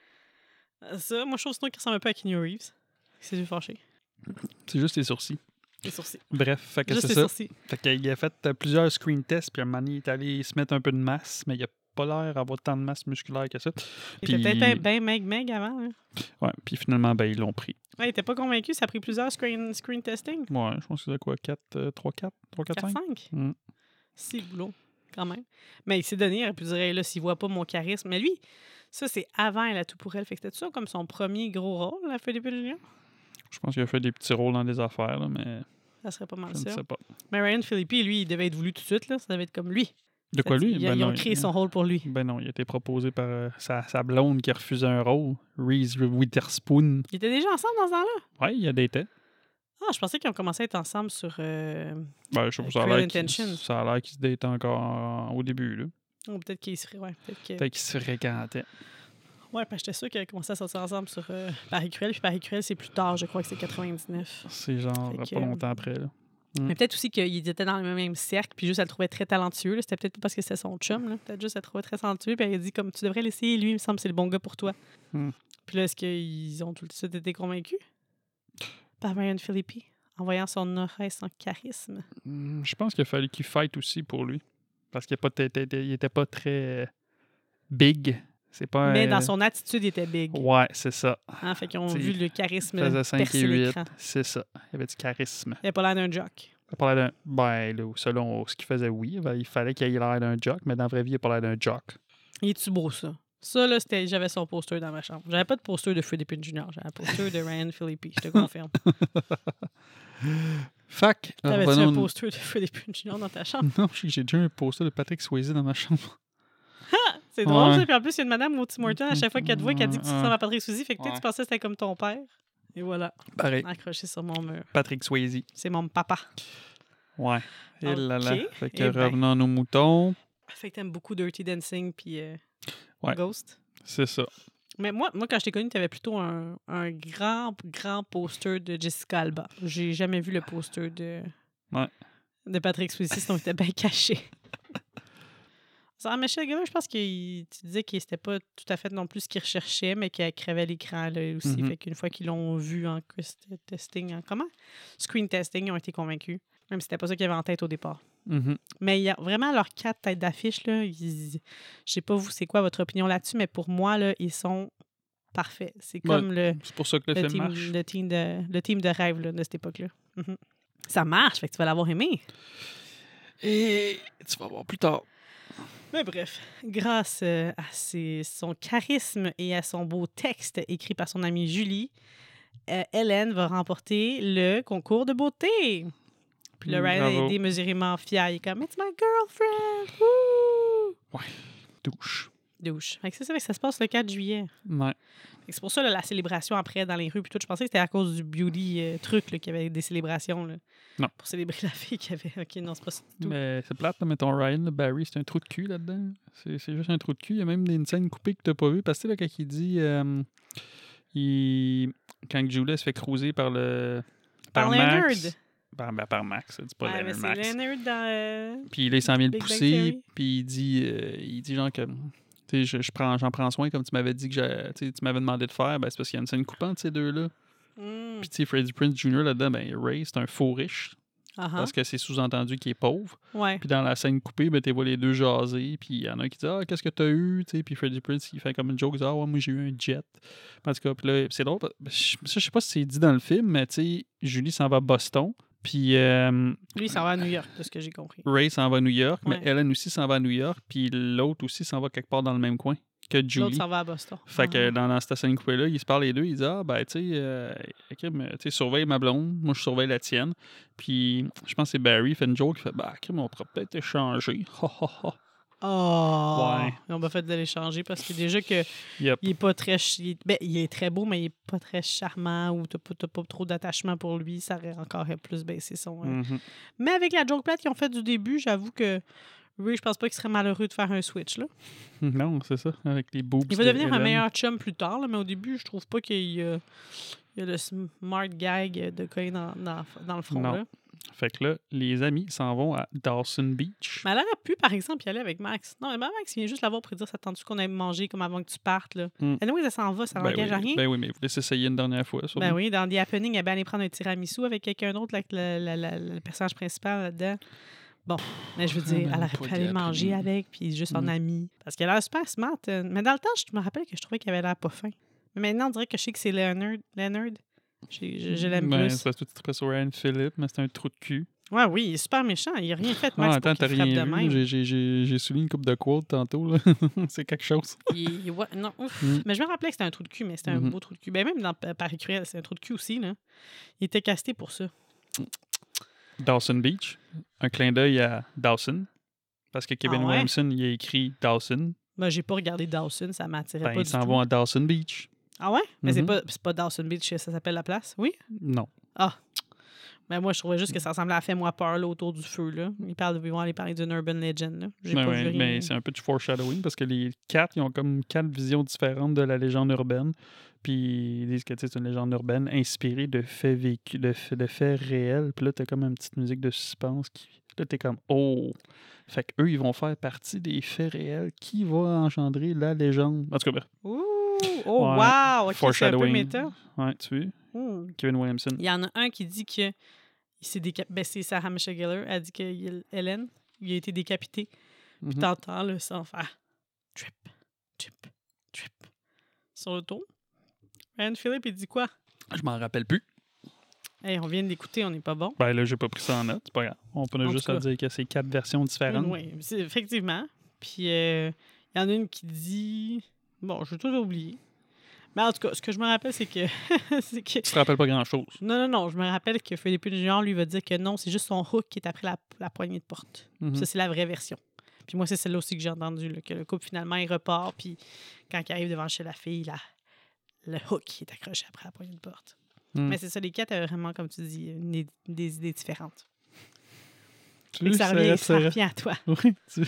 Euh, Ça, moi, je trouve sinon qu'il ressemble un peu à Keanu Reeves. C'est juste fâché. C'est juste tes sourcils. Les sourcils. Bref, fait que Juste c'est les ça. sourcils. Fait qu'il a fait euh, plusieurs screen tests, puis à un moment donné, il est allé se mettre un peu de masse, mais il a pas l'air d'avoir tant de masse musculaire que ça. Il était Puis- peut-être bien meg meg avant. Là. Ouais, puis finalement, ben, ils l'ont pris. Ouais, il était pas convaincu. Ça a pris plusieurs screen, screen testing. Ouais, je pense que c'est quoi, quatre, trois, quatre, trois, quatre, quatre cinq? cinq Mm. Si, boulot. Quand même. Mais il s'est donné, il aurait pu dire, hey, là, s'il voit pas mon charisme. Mais lui, ça, c'est avant Elle a tout pour elle. Fait que c'était ça comme son premier gros rôle, la Philippe Junior Je pense qu'il a fait des petits rôles dans des affaires, là, mais Ça serait pas mal je ne ça. sais pas. Mais Ryan Phillippe, lui, il devait être voulu tout de suite. Là. Ça devait être comme lui. De quoi, lui? Ils, Ben ils ont non, créé il- son rôle pour lui. Ben non, il a été proposé par euh, sa, sa blonde qui a refusé un rôle, Reese Witherspoon. Ils étaient déjà ensemble dans ce temps-là? Ouais, il y a des têtes. Ah, je pensais qu'ils ont commencé à être ensemble sur... euh, Ben, je sais pas, ça a Cruel l'air qu'il- Intentions. ça a l'air qu'ils se datent encore en- au début, là. Ou peut-être qu'ils seraient... Ouais, peut-être que... Peut-être qu'ils se fréquentaient. Ouais, parce que j'étais sûre qu'ils avaient commencé à sortir ensemble sur euh, Paris Cruel. Puis Paris Cruel, c'est plus tard, je crois que c'est quatre-vingt-dix-neuf. C'est genre Fait que, pas longtemps après, là. Mm. Mais peut-être aussi qu'ils étaient dans le même cercle, puis juste elle le trouvait très talentueux. là. C'était peut-être pas parce que c'était son chum, là. Peut-être juste elle le trouvait très talentueux, puis elle a dit comme tu devrais l'essayer, lui, il me semble que c'est le bon gars pour toi. Mm. Puis là, est-ce qu'ils ont tout de suite été convaincus? Par Ryan Phillippe? en voyant son aura et son charisme. Hmm, Je pense qu'il a fallu qu'il fight aussi pour lui. Parce qu'il n'était pas très euh, big. C'est pas. Mais euh, dans son attitude, il était big. Ouais, c'est ça. Hein, fait qu'ils ont T'sais, vu le charisme Il faisait cinq percer et huit. l'écran. C'est ça. Il y avait du charisme. Il avait pas l'air d'un jock. Il parlait d'un. Ben, là, selon ce qu'il faisait, oui. Ben, il fallait qu'il ait l'air d'un jock, mais dans la vraie vie, il a pas l'air d'un jock. Il est-tu beau, ça? Ça, là, c'était, j'avais son poster dans ma chambre. J'avais pas de poster de Freddie Prinze Junior J'avais un poster de Ryan Phillippe, je te confirme. Fac. T'avais-tu un poster de Freddie Prinze Junior dans ta chambre? Non, j'ai déjà un poster de Patrick Swayze dans ma chambre. C'est drôle, Ouais. ça. Puis en plus, il y a une madame au Tim Hortons, à chaque fois qu'elle te voit, qui a dit que tu Ouais. ressembles à Patrick Swayze. Fait que toi, Ouais. tu pensais que c'était comme ton père. Et voilà, Pareil. accroché sur mon mur. Patrick Swayze. C'est mon papa. Ouais. Et là là. Ok. Fait que Eh ben. revenons à nos moutons. Fait que t'aimes beaucoup Dirty Dancing puis euh, Ouais. Ghost. C'est ça. Mais moi, moi, quand je t'ai connu, t'avais plutôt un, un grand, grand poster de Jessica Alba. J'ai jamais vu le poster de, Ouais. de Patrick Swayze, sinon il était bien caché. Ça, Michel Gellar, je pense que tu disais qu'il n'était pas tout à fait non plus ce qu'il recherchait, mais qu'il crevait l'écran là aussi. Mhm. Fait qu'une fois qu'ils l'ont vu en quest- testing, en comment? Screen testing, ils ont été convaincus. Même si c'était pas ça qu'ils avaient en tête au départ. Mhm. Mais il y a vraiment leurs quatre têtes d'affiche, là. Ils... Je sais pas, vous, c'est quoi votre opinion là-dessus, mais pour moi, là, ils sont parfaits. C'est Ouais, comme le, C'est pour ça que le, le, film team, marche. le, team de, le team de rêve là, de cette époque-là. Mhm. Ça marche, fait que tu vas l'avoir aimé. Et tu vas voir plus tard. Mais bref, grâce euh, à ses- son charisme et à son beau texte écrit par son amie Julie, euh, Hélène va remporter le concours de beauté. Puis le Mm, Ryan bravo. est démesurément fier. Il est comme « It's my girlfriend! Woo! Douche. » Douche. Fait que c'est ça, fait que ça se passe le quatre juillet. Ouais. Fait que c'est pour ça là, la célébration après dans les rues. Puis tout, je pensais que c'était à cause du beauty euh, truc là, qu'il y avait des célébrations. Là, Non. pour célébrer la fille qui avait. Ok, non, c'est pas ça du tout. Mais c'est plate, là, mettons Ryan, là, Barry, c'est un trou de cul là-dedans. C'est c'est juste un trou de cul. Il y a même une scène coupée que t'as pas vue. Parce que là, quand il dit. euh, il... Quand Julia se fait cruiser par le. Par Max. Leonard. Par, ben, par Max, c'est pas Ouais, mais Leonard c'est Max. Leonard dans. euh, Puis là, il s'en vient le Big Bang pousser. Theory. Puis il dit, euh, il dit genre que. Tu sais, je, je prends, j'en prends soin comme tu m'avais dit que j'ai- tu sais, tu m'avais demandé de faire. Ben, c'est parce qu'il y a une scène coupante, ces deux-là. hmm. Puis tu sais, Freddie Prinze Junior là-dedans, ben, Ray, c'est un faux riche. Ah, ah. Parce que c'est sous-entendu qu'il est pauvre. Ouais. Puis dans la scène coupée, ben, tu vois les deux jaser. Puis il y en a un qui dit ah, qu'est-ce que t'as eu? Tu sais, puis Freddie Prinze, il fait comme une joke. Il dit ah, ouais, moi j'ai eu un jet. En tout cas, puis là, c'est drôle. parce- Je ça, je sais pas si c'est dit dans le film, mais tu sais, Julie s'en va à Boston. Puis euh, Lui, il s'en va à New York, de ce que j'ai compris. Ray s'en va à New York. Ouais. Mais Ellen aussi s'en va à New York. Puis l'autre aussi s'en va quelque part dans le même coin que L'autre Julie. s'en va à Boston. Fait que Ah. dans, dans cette scène coupée-là, ils se parlent les deux. Ils disent ah, ben, tu sais, euh, crime, tu sais, surveille ma blonde. Moi, je surveille la tienne. Puis je pense que c'est Barry, il fait une joke. Il fait bah, crime, on pourrait peut-être échanger. Ha, ha, ha. Oh! Ouais. Ils ont pas fait de l'échanger parce que déjà que Yep. il est pas très ch- il est, ben, il est très beau, mais il est pas très charmant ou t'as pas, t'as pas trop d'attachement pour lui, ça aurait encore plus baissé son. euh. Mhm. Mais avec la joke plate qu'ils ont fait du début, j'avoue que oui, je pense pas qu'il serait malheureux de faire un switch. Là. Non, c'est ça. Avec les boobs. Il va de devenir un Ellen. meilleur chum plus tard, là, mais au début, je trouve pas qu'il y a, il y a le smart gag de coller dans, dans, dans le front. Non. Là. Fait que là, les amis s'en vont à Dawson Beach. Mais elle aurait pu, par exemple, y aller avec Max. Non, mais Max, il vient juste l'avoir pour dire ça tente-tu qu'on aille manger comme avant que tu partes. Là. Mm. Anyway, ça s'en va, ça Ben n'engage oui, à rien. ben oui, mais vous laissez essayer une dernière fois. sûrement. Ben oui, dans The Happening, elle est bien allée prendre un tiramisu avec quelqu'un d'autre, là, avec le, le- le- le personnage principal là-dedans. Bon, mais je veux dire, Ah, elle ben, aurait pas pu The aller manger Happening. avec, puis juste en Mm. ami. Parce qu'elle a l'air super smart. euh, Mais dans le temps, je me rappelle que je trouvais qu'elle avait l'air pas fin. Mais maintenant, on dirait que je sais que c'est Leonard. Leonard. J'ai- Je, je l'aime Ben, plus. c'est parce que tu te sur Ryan Phillippe, mais c'est un trou de cul. Ouais, oui, il est super méchant. Il a rien fait, Ah, Max, attends, pour t'as qu'il frappe rien de vu. même. J'ai- J'ai j'ai- j'ai souligné une coupe de quotes tantôt. là. C'est quelque chose. Il- il- ouais, non, ouf. Mm. Mais je me rappelais que c'était un trou de cul, mais c'était un Mhm. beau trou de cul. Ben, même dans Pa- Paris Cruel, c'est un trou de cul aussi. Là. Il était casté pour ça. Dawson Beach. Un clin d'œil à Dawson. Parce que Kevin Ah ouais? Williamson, il a écrit Dawson. Ben, j'ai pas regardé Dawson, ça m'attirait Ben, pas ils du s'en tout. vont à Dawson Beach. Ah ouais? Mais c'est Mhm. pas, c'est pas Dawson Beach, ça s'appelle la place? Oui? Non. Mais moi, je trouvais juste que ça ressemblait à Fais-moi peur là, autour du feu. Là. Ils, parlent, ils vont aller parler d'une urban legend. Là. J'ai Ben pas ouais, vu rien. mais c'est un peu du foreshadowing parce que les quatre, ils ont comme quatre visions différentes de la légende urbaine. Puis ils disent que tu sais, c'est une légende urbaine inspirée de faits vécus, de, faits- de faits réels. Puis là, t'as comme une petite musique de suspense qui. Là, t'es comme oh! Fait qu'eux, ils vont faire partie des faits réels qui va engendrer la légende. En tout cas, bref. Ouh! Oh, Ouais. wow! OK, c'est un peu Foreshadowing. méta. Ouais, tu vois. Ouh. Kevin Williamson. Il y en a un qui dit que il s'est décapité. Ben, c'est Sarah Michelle Gellar. Elle dit que il- Hélène, il a été décapité. Puis Mhm. t'entends le sang faire trip, trip, trip sur le dos. Ryan Philippe, il dit quoi? Je m'en rappelle plus. Hey, on vient d'écouter, on n'est pas bon. Ben là, j'ai pas pris ça en note. C'est pas grave. On peut En juste tout à cas. dire que c'est quatre versions différentes. Oui, c'est- effectivement. Puis il euh, y en a une qui dit... Bon, je vais tout oublier. Mais en tout cas, ce que je me rappelle, c'est que... c'est que... Tu te rappelles pas grand-chose. Non, non, non. Je me rappelle que Philippe Junior lui va dire que non, c'est juste son hook qui est après la, la poignée de porte. Mhm. Ça, c'est la vraie version. Puis moi, c'est celle-là aussi que j'ai entendue, là, que le couple, finalement, il repart. Puis quand il arrive devant chez la fille, là, le hook qui est accroché après la poignée de porte. Mm. Mais c'est ça, les quatre avaient vraiment, comme tu dis, une- des, des idées différentes. Tu Fait que sais, ça, ça revient, reste- ça ça revient à toi. Oui, tu...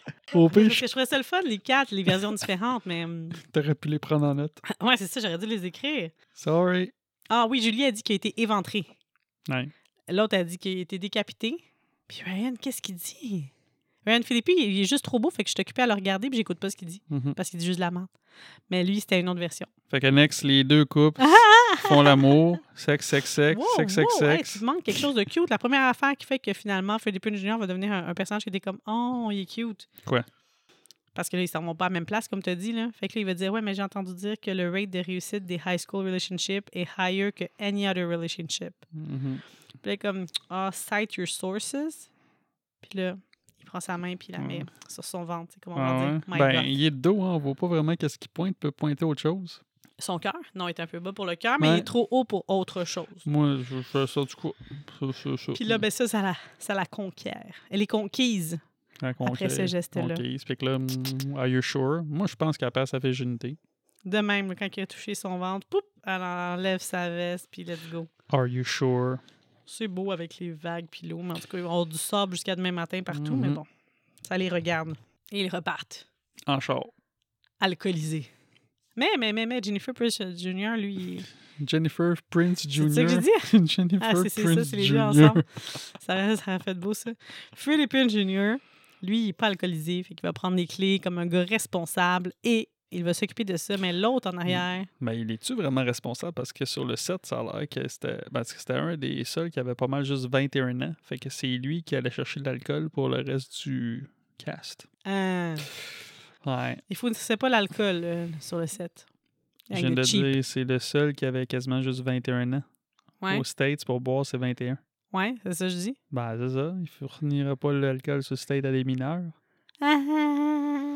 Au pire, Parce que je trouvais ça le fun, les quatre, les versions différentes, mais... hum, t'aurais pu les prendre en note. Ouais, c'est ça, j'aurais dû les écrire. Sorry. Ah oui, Julie a dit qu'il a été éventré. Ouais. L'autre a dit qu'il a été décapité. Puis Ryan, qu'est-ce qu'il dit? Ryan Philippi, il est juste trop beau, fait que je suis occupée à le regarder puis j'écoute pas ce qu'il dit. Mhm. Parce qu'il dit juste de la merde. Mais lui, c'était une autre version. Fait que next, les deux couples font l'amour. Sexe, sexe, sexe, Wow, sexe, sexe, wow, hey, sexe. tu te manques quelque chose de cute. La première affaire qui fait que finalement, Philippe Junior va devenir un, un personnage qui était comme « Oh, il est cute. » Quoi? Parce que là, ils s'en vont pas à la même place, comme tu as dit. Là. Fait que là, il va dire « Ouais, mais j'ai entendu dire que le rate de réussite des high school relationships est higher que any other relationship. » Mhm. Puis là, comme « Ah, cite your sources. » Puis là, il prend sa main puis il la met Ouais. sur son ventre. C'est comme on Ah va ouais? dire. My Ben, God. il est de dos, hein, on voit pas vraiment qu'est-ce qu'il pointe. Il peut pointer autre chose. Son cœur? Non, il est un peu bas pour le cœur, mais Ouais. il est trop haut pour autre chose. Moi, je fais ça du coup. Ça, ça, ça. Puis là, ben ça, ça la, ça la conquiert. Elle est conquise. Quand on après ce crée- geste-là. OK. Fait que là, mm, are you sure? Moi, je pense qu'elle perd sa virginité. De même, là, quand il a touché son ventre, poup, elle enlève sa veste, puis let's go. Are you sure? C'est beau avec les vagues puis l'eau, mais en tout cas, ils vont avoir du sable jusqu'à demain matin partout, Mhm. mais bon, ça les regarde. Et ils repartent, En char. alcoolisés. Mais, mais, mais, mais, Jennifer Prince Junior, lui... Jennifer Prince C'est Junior ça que j'ai dit? Jennifer Ah, c'est c'est ça, Prince c'est les deux Junior ensemble. Ça, ça a fait beau, ça. Philippe Junior, lui, il n'est pas alcoolisé, fait qu'il va prendre les clés comme un gars responsable et il va s'occuper de ça, mais l'autre en arrière... Ben, il est-tu vraiment responsable? Parce que sur le set, ça a l'air que c'était ben, parce que c'était un des seuls qui avait pas mal juste vingt et un ans. Fait que c'est lui qui allait chercher de l'alcool pour le reste du cast. Ah, Ouais. il faut c'est pas l'alcool euh, sur le set. Je Avec viens le de cheap. dire, c'est le seul qui avait quasiment juste vingt et un ans. Ouais, Aux States, pour boire, c'est vingt et un. ouais, c'est ça que je dis. Ben, c'est ça. Il fournira pas l'alcool sur State à des mineurs. Ah, ah.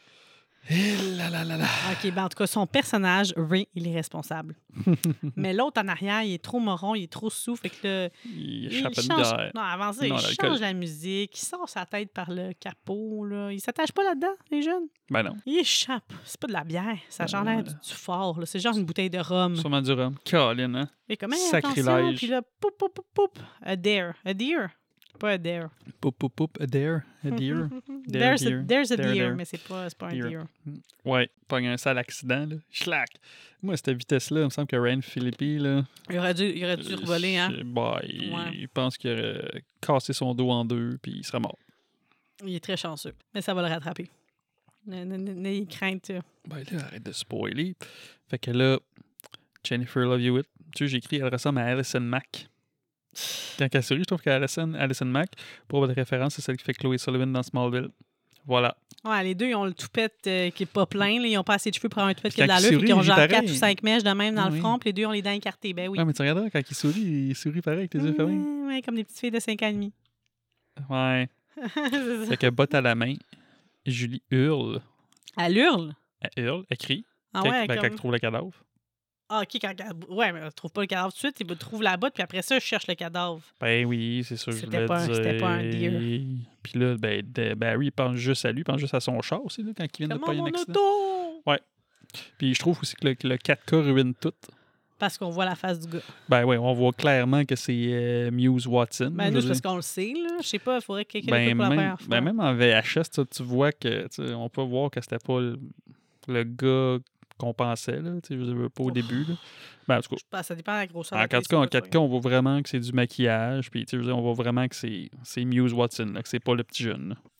Eh là là là là. OK, ben en tout cas, son personnage, Ray, il est responsable. Mais l'autre en arrière, il est trop moron, il est trop sous, fait que là, Il il échappe une change... bière. Non, avant ça, Non, il l'alcool. change la musique, il sort sa tête par le capot, là. Il s'attache pas là-dedans, les jeunes. Ben non. Il échappe. C'est pas de la bière, ça a genre Ben, l'air du, du fort, là. C'est genre une bouteille de rhum. Sûrement du rhum. Colin, hein? Et comme, hey, Sacrilège. attention, puis là, poup, poup, poup, poup, a dare, a deer. Pas a dare. Poup, poup, poup, a deer. A deer. There's a, deer. there's a There, deer, there. mais c'est pas, c'est pas un Deer. deer. Ouais, pogne un sale accident, là. Schlack. Moi, cette vitesse-là, il me semble que Ryan Philippi, là. Il aurait dû, il aurait dû revoler, hein? je- Bah, il, Ouais. il pense qu'il aurait cassé son dos en deux, puis il serait mort. Il est très chanceux. Mais ça va le rattraper. N- n- n- N'ayez crainte. euh. Ben là, arrête de spoiler. Fait que là, Jennifer Love Hewitt, tu sais, j'ai écrit, elle ressemble à Alison Mack. Quand elle sourit, je trouve qu'Alison Alison Mack, pour votre référence, c'est celle qui fait Chloé Sullivan dans Smallville. Voilà. Ouais, les deux, ils ont le toupette euh, qui est pas plein. Là. Ils ont pas assez de cheveux pour avoir un toupette qui Puis a de quand l'allure. il Puis ils ont sourit, il genre est quatre pareil. ou cinq mèches de même dans Ah le oui. front. Puis les deux ont les dents écartées. Ben oui. Ouais, mais tu regarderas, quand il sourit, il sourit pareil avec les yeux fermés. Ouais, ouais, comme des petites filles de cinq ans et demi. Ouais. C'est ça. Fait que botte à la main, Julie hurle. Elle hurle. Elle hurle, elle crie. Ah quand, ouais, ben, quand comme... elle trouve le cadavre. Ah, OK, quand elle... Ouais, mais elle trouve pas le cadavre tout de suite. Il trouve la botte, puis après ça, je cherche le cadavre. Ben oui, c'est sûr que je C'était voulais pas un- dire. c'était pas un deer. Puis là, ben, de- Barry il pense juste à lui, il pense juste à son char aussi, là, quand il vient de Comment pas un mon accident. auto? Puis je trouve aussi que le, que le quatre K ruine tout. Parce qu'on voit la face du gars. Ben oui, on voit clairement que c'est euh, Muse Watson. Ben je nous, veux c'est parce dire. qu'on le sait, là. Je sais pas, il faudrait que quelqu'un ben, l'écoute pour la même, première fois. ben, même en V H S, tu, tu vois que tu sais, on peut voir que c'était pas le, le gars qu'on pensait, là, tu sais, je veux pas au Ouf. début. Là. Ben, en tout cas, Ben, ça dépend de la grosseur. en de la quatre K, en télé, quatre K, on voit vraiment que c'est du maquillage. Puis, tu sais, je veux dire, on voit vraiment que c'est, c'est Muse Watson, là, que c'est pas le petit jeune. là.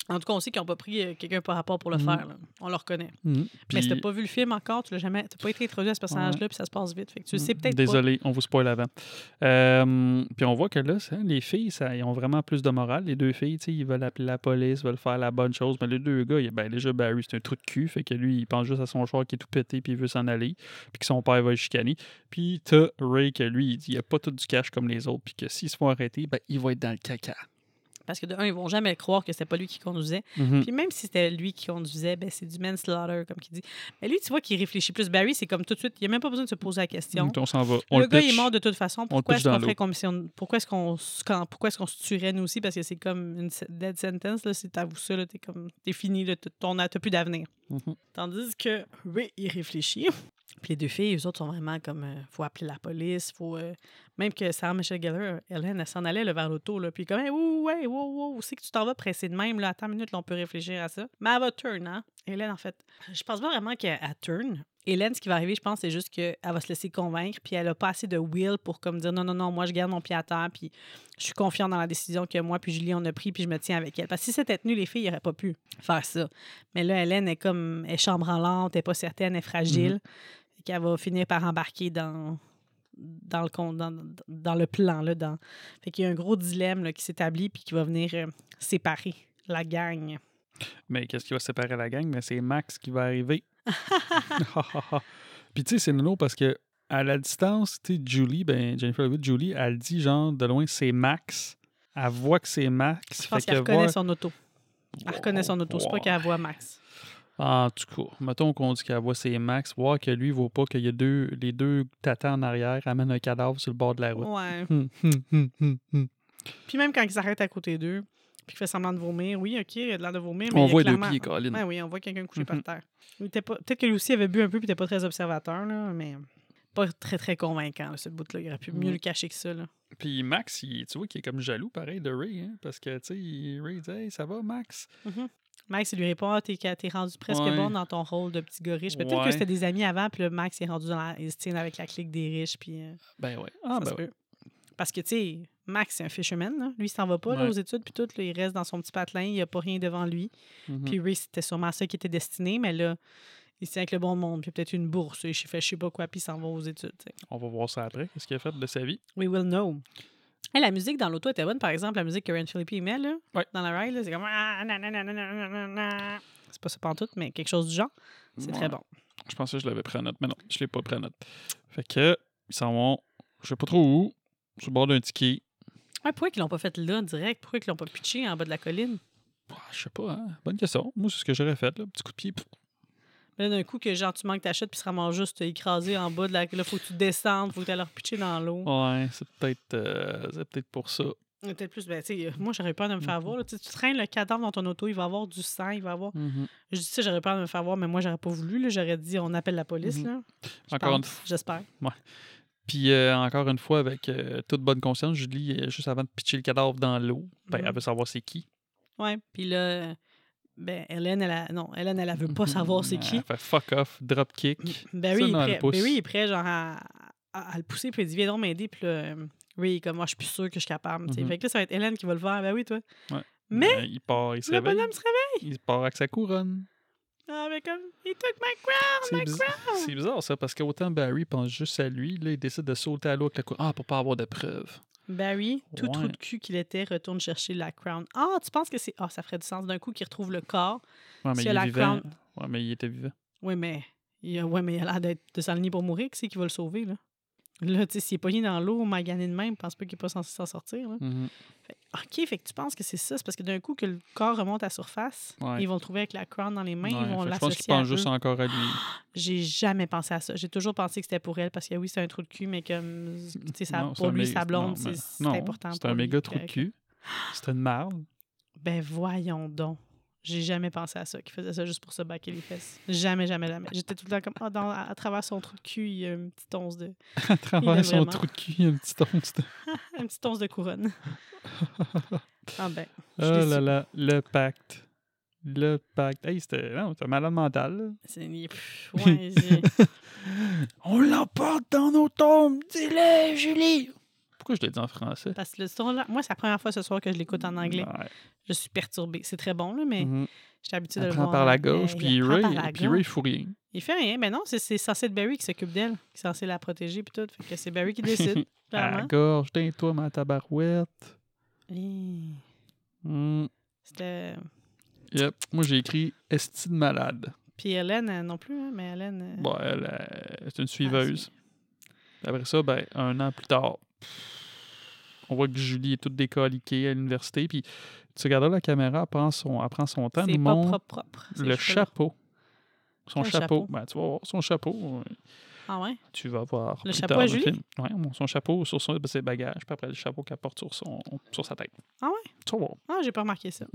En tout cas, on sait qu'ils n'ont pas pris euh, quelqu'un par rapport pour le Mhm. faire. Là. On le reconnaît. Mhm. Mais Puis- si t'as pas vu le film encore, tu l'as jamais, t'as pas été introduit à ce personnage-là, puis ça se passe vite. Fait que tu le sais peut-être pas. Désolé, on vous spoil avant. Euh, puis on voit que là, ça, les filles, ça, ils ont vraiment plus de morale. Les deux filles, tu sais, ils veulent appeler la police, veulent faire la bonne chose. Mais les deux gars, il- ben, déjà, Barry, c'est un trou de cul. Fait que lui, il pense juste à son char qui est tout pété, puis il veut s'en aller. Puis que son père va le chicaner. Puis t'as Ray, que lui, il dit il a pas tout du cash comme les autres. Puis que s'ils se font arrêter, ben, il va être dans le caca. Parce que de un, ils vont jamais croire que c'était pas lui qui conduisait. Mhm. Puis même si c'était lui qui conduisait, ben c'est du manslaughter, comme qu'il dit. Mais lui, tu vois qu'il réfléchit plus. Barry, c'est comme tout de suite, il a même pas besoin de se poser la question. On s'en va. On le le gars, pitch. il est mort de toute façon. On le Pourquoi pitch est-ce qu'on dans ferait l'eau. comme si on... Pourquoi est-ce qu'on s- quand- pourquoi est-ce qu'on se tuerait nous aussi? Parce que c'est comme une se- dead sentence. Là. Si t'avoues ça, là, t'es comme t'es fini, là, t'as- ton- t'as plus d'avenir. Mhm. Tandis que Ray, il réfléchit. Puis les deux filles, eux autres sont vraiment comme euh, faut appeler la police, faut euh, même que Sarah Michelle Gellar, Hélène, elle s'en allait là, vers l'auto là, puis comme hey, ouais ouais wow wow, où c'est que tu t'en vas presser de même là, attends une minute, là, on peut réfléchir à ça. Mais elle va turn hein. Hélène en fait, je pense pas vraiment qu'elle elle turn. Hélène, ce qui va arriver, je pense, c'est juste qu'elle va se laisser convaincre, puis elle a pas assez de will pour comme dire non non non, moi je garde mon pied à terre, puis je suis confiante dans la décision que moi puis Julie on a pris, puis je me tiens avec elle. Parce que si c'était tenu, les filles n'auraient pas pu faire ça. Mais là, Hélène est comme elle est chambranlante, elle est pas certaine, elle est fragile. Qu'elle va finir par embarquer dans, dans, le, con- dans, dans le plan. Là, dans... Fait qu'il y a un gros dilemme là, qui s'établit puis qui va venir euh, séparer la gang. Mais qu'est-ce qui va séparer la gang? Mais c'est Max qui va arriver. Puis tu sais, c'est nono parce que à la distance, tu sais, Julie, ben Jennifer Love Hewitt, Julie, elle dit genre de loin c'est Max. Elle voit que c'est Max. Je pense fait qu'elle que reconnaît voir- son auto. Elle reconnaît son auto. C'est pas qu'elle voit Max. En tout cas, mettons qu'on dit qu'elle voit c'est Max, voir que lui vaut pas qu'il y a deux, les deux tatans en arrière amènent un cadavre sur le bord de la route. Ouais. Hum, hum, hum, hum, hum. Puis même quand il s'arrête à côté d'eux, puis qu'il fait semblant de vomir, oui, OK, il a de l'air de vomir, mais On il y a voit les deux clairement... pieds, Colin. Ouais, oui, on voit quelqu'un couché par Mhm. terre. Il était pas... Peut-être que lui aussi avait bu un peu puis il était pas très observateur, là, mais pas très, très convaincant, là, ce bout-là. Il aurait pu mieux Mhm. le cacher que ça, là. Puis Max, il- tu vois qu'il est comme jaloux, pareil, de Ray, hein, parce que, tu sais, il- Ray dit « Hey, ça va, Max? Mhm. Max, il lui répond ah, t'es, t'es rendu presque Ouais. bon dans ton rôle de petit gars riche. Mais peut-être Ouais. que c'était des amis avant, puis là, Max il est rendu dans la... il se tient avec la clique des riches. Puis, euh, » Ben ouais. Ah, ça ben se ouais. peut. Parce que, tu sais, Max, c'est un fisherman. Là. Lui, il s'en va pas là, Ouais. aux études, puis tout. Là, il reste dans son petit patelin, il n'y a pas rien devant lui. Mhm. Puis Ray, c'était sûrement ça qui était destiné, mais là, il se tient avec le bon monde, puis peut-être une bourse, il fait je sais pas quoi, puis il s'en va aux études. tu sais. On va voir ça après. Qu'est-ce qu'il a fait de sa vie? We will know. Hey, la musique dans l'auto était bonne, par exemple, la musique que Ren Phillippe met là, Ouais. dans la ride, là, c'est comme. Ah, na, na, na, na, na, na, na. C'est pas ça pantoute, mais quelque chose du genre. C'est Ouais. très bon. Je pensais que je l'avais pris en note, mais non, je l'ai pas pris en note. Fait que, ils s'en vont, je sais pas trop où, sur le bord d'un ticket. Ouais, pourquoi ils l'ont pas fait là, direct? Pourquoi ils l'ont pas pitché en bas de la colline? Ah, je sais pas, hein? Bonne question. Moi, c'est ce que j'aurais fait, là. Petit coup de pied. pff. Là, d'un coup, que genre, tu manques ta chute puis se ramasse juste écrasé en bas de la. Là, faut que tu descendes, faut que tu ailles leur pitcher dans l'eau. Ouais, c'est peut-être euh, c'est peut-être pour ça. Peut-être plus, ben, tu sais, moi, j'aurais peur de me faire voir. Là. Tu sais, tu traînes le cadavre dans ton auto, il va avoir du sang, il va avoir. Mhm. Je dis ça, j'aurais peur de me faire voir, mais moi, j'aurais pas voulu. Là. J'aurais dit, on appelle la police. Mhm. Là. Je Encore une pense, J'espère. Puis euh, encore une fois, avec euh, toute bonne conscience, Julie, euh, juste avant de pitcher le cadavre dans l'eau, ben, Mhm. elle veut savoir c'est qui. Ouais. Puis là, ben, Hélène, elle a... non, Hélène, elle, elle veut pas savoir c'est qui. Elle fait fuck off, drop kick. Barry, Ça il est dans le prêt, pouce. Barry est prêt, genre, à, à- à le pousser, puis il dit, viens donc m'aider. Puis là, euh, Ray, il est comme, moi, je suis plus sûr que je suis capable. tu sais. Mhm. Fait que là, ça va être Hélène qui va le faire. Ben oui, toi. Ouais. Mais Euh, il part, il se le réveille. bonhomme se réveille. Il part avec sa couronne. Ah, mais comme, he took my crown, C'est my bizarre, crown. c'est bizarre ça, parce qu'autant Barry pense juste à lui, là, il décide de sauter à l'eau avec la couronne. Ah, pour pas avoir de preuves. Barry, tout Ouais. trou de cul qu'il était, retourne chercher la crown. Ah, tu penses que c'est... Ah, ça ferait du sens d'un coup qu'il retrouve le corps. Ouais, mais S'il il y a est la vivant. crown- Ouais, mais il était vivant. Oui, mais il a, ouais, mais il a l'air d'être de s'aligner pour mourir. Qui c'est qui va le sauver, là? Là, tu sais, s'il est pogné dans l'eau, magané de même, je pense pas qu'il est pas censé s'en sortir, là. Mhm. Fait- OK, fait que tu penses que c'est ça. C'est parce que d'un coup que le corps remonte à surface, Ouais. ils vont le trouver avec la crown dans les mains, Ouais, ils vont fait que je pense qu'il l'associer à pense juste eux. encore à lui. J'ai jamais pensé à ça. J'ai toujours pensé que c'était pour elle parce que oui, c'est un trou de cul, mais comme, tu sais, ça- Non, c'est pour un lui, mé- sa blonde, non, c'est mais- c'est non, important. C'est pour un lui. méga trou de Fait que- cul. C'est une marde. Ben voyons donc. J'ai jamais pensé à ça, qu'il faisait ça juste pour se baquer les fesses. Jamais, jamais, jamais. J'étais tout le temps comme, ah, dans- à, à travers son trou de cul, il y a une petite once de, À Il travers l'aime son vraiment. trou de cul, il y a un petit once de... une petite once de couronne. Ah ben, je Oh suis là déçue. là, le pacte. Le pacte. Hey, c'était... Non, t'es un malade mental, là. C'est- pff, ouais, j'ai- On l'emporte dans nos tombes. Dis-le, Julie. Pourquoi je l'ai dit en français? Parce que le son-là, moi, c'est la première fois ce soir que je l'écoute en anglais. Ouais. Je suis perturbée. C'est très bon, là, mais Mhm. j'étais habituée Elle de le prend voir par en la anglais. gauche, Il puis apprend Ray, par la puis Ray, gorge. il fout rien. Il fait rien. Mais non, c'est, c'est censé être Barry qui s'occupe d'elle, qui est censé la protéger, puis tout. Fait que c'est Barry qui décide, À la clairement. gorge, tain-toi, ma tabarouette. Hi. Mm. C'était... Yep. Moi, j'ai écrit Esti de malade. Puis Hélène, euh, non plus, hein, mais Hélène... euh, Bon, elle, euh, c'est une ah, suiveuse. Après ça, ben, un an plus tard, on voit que Julie est toute décaliquée à l'université. Puis tu regardes la caméra, elle prend son, elle prend son temps, c'est nous pas montre propre, propre. ces le cheveux-là. chapeau. Son Quel chapeau. chapeau? Ben, tu vas voir son chapeau. Ah ouais? Tu vas voir. Le plus chapeau tard à dans le Julie? film. Ouais, son chapeau sur son, ses bagages, puis après le chapeau qu'elle porte sur, son, sur sa tête. Ah ouais? Tu vas voir. Ah, j'ai pas remarqué ça.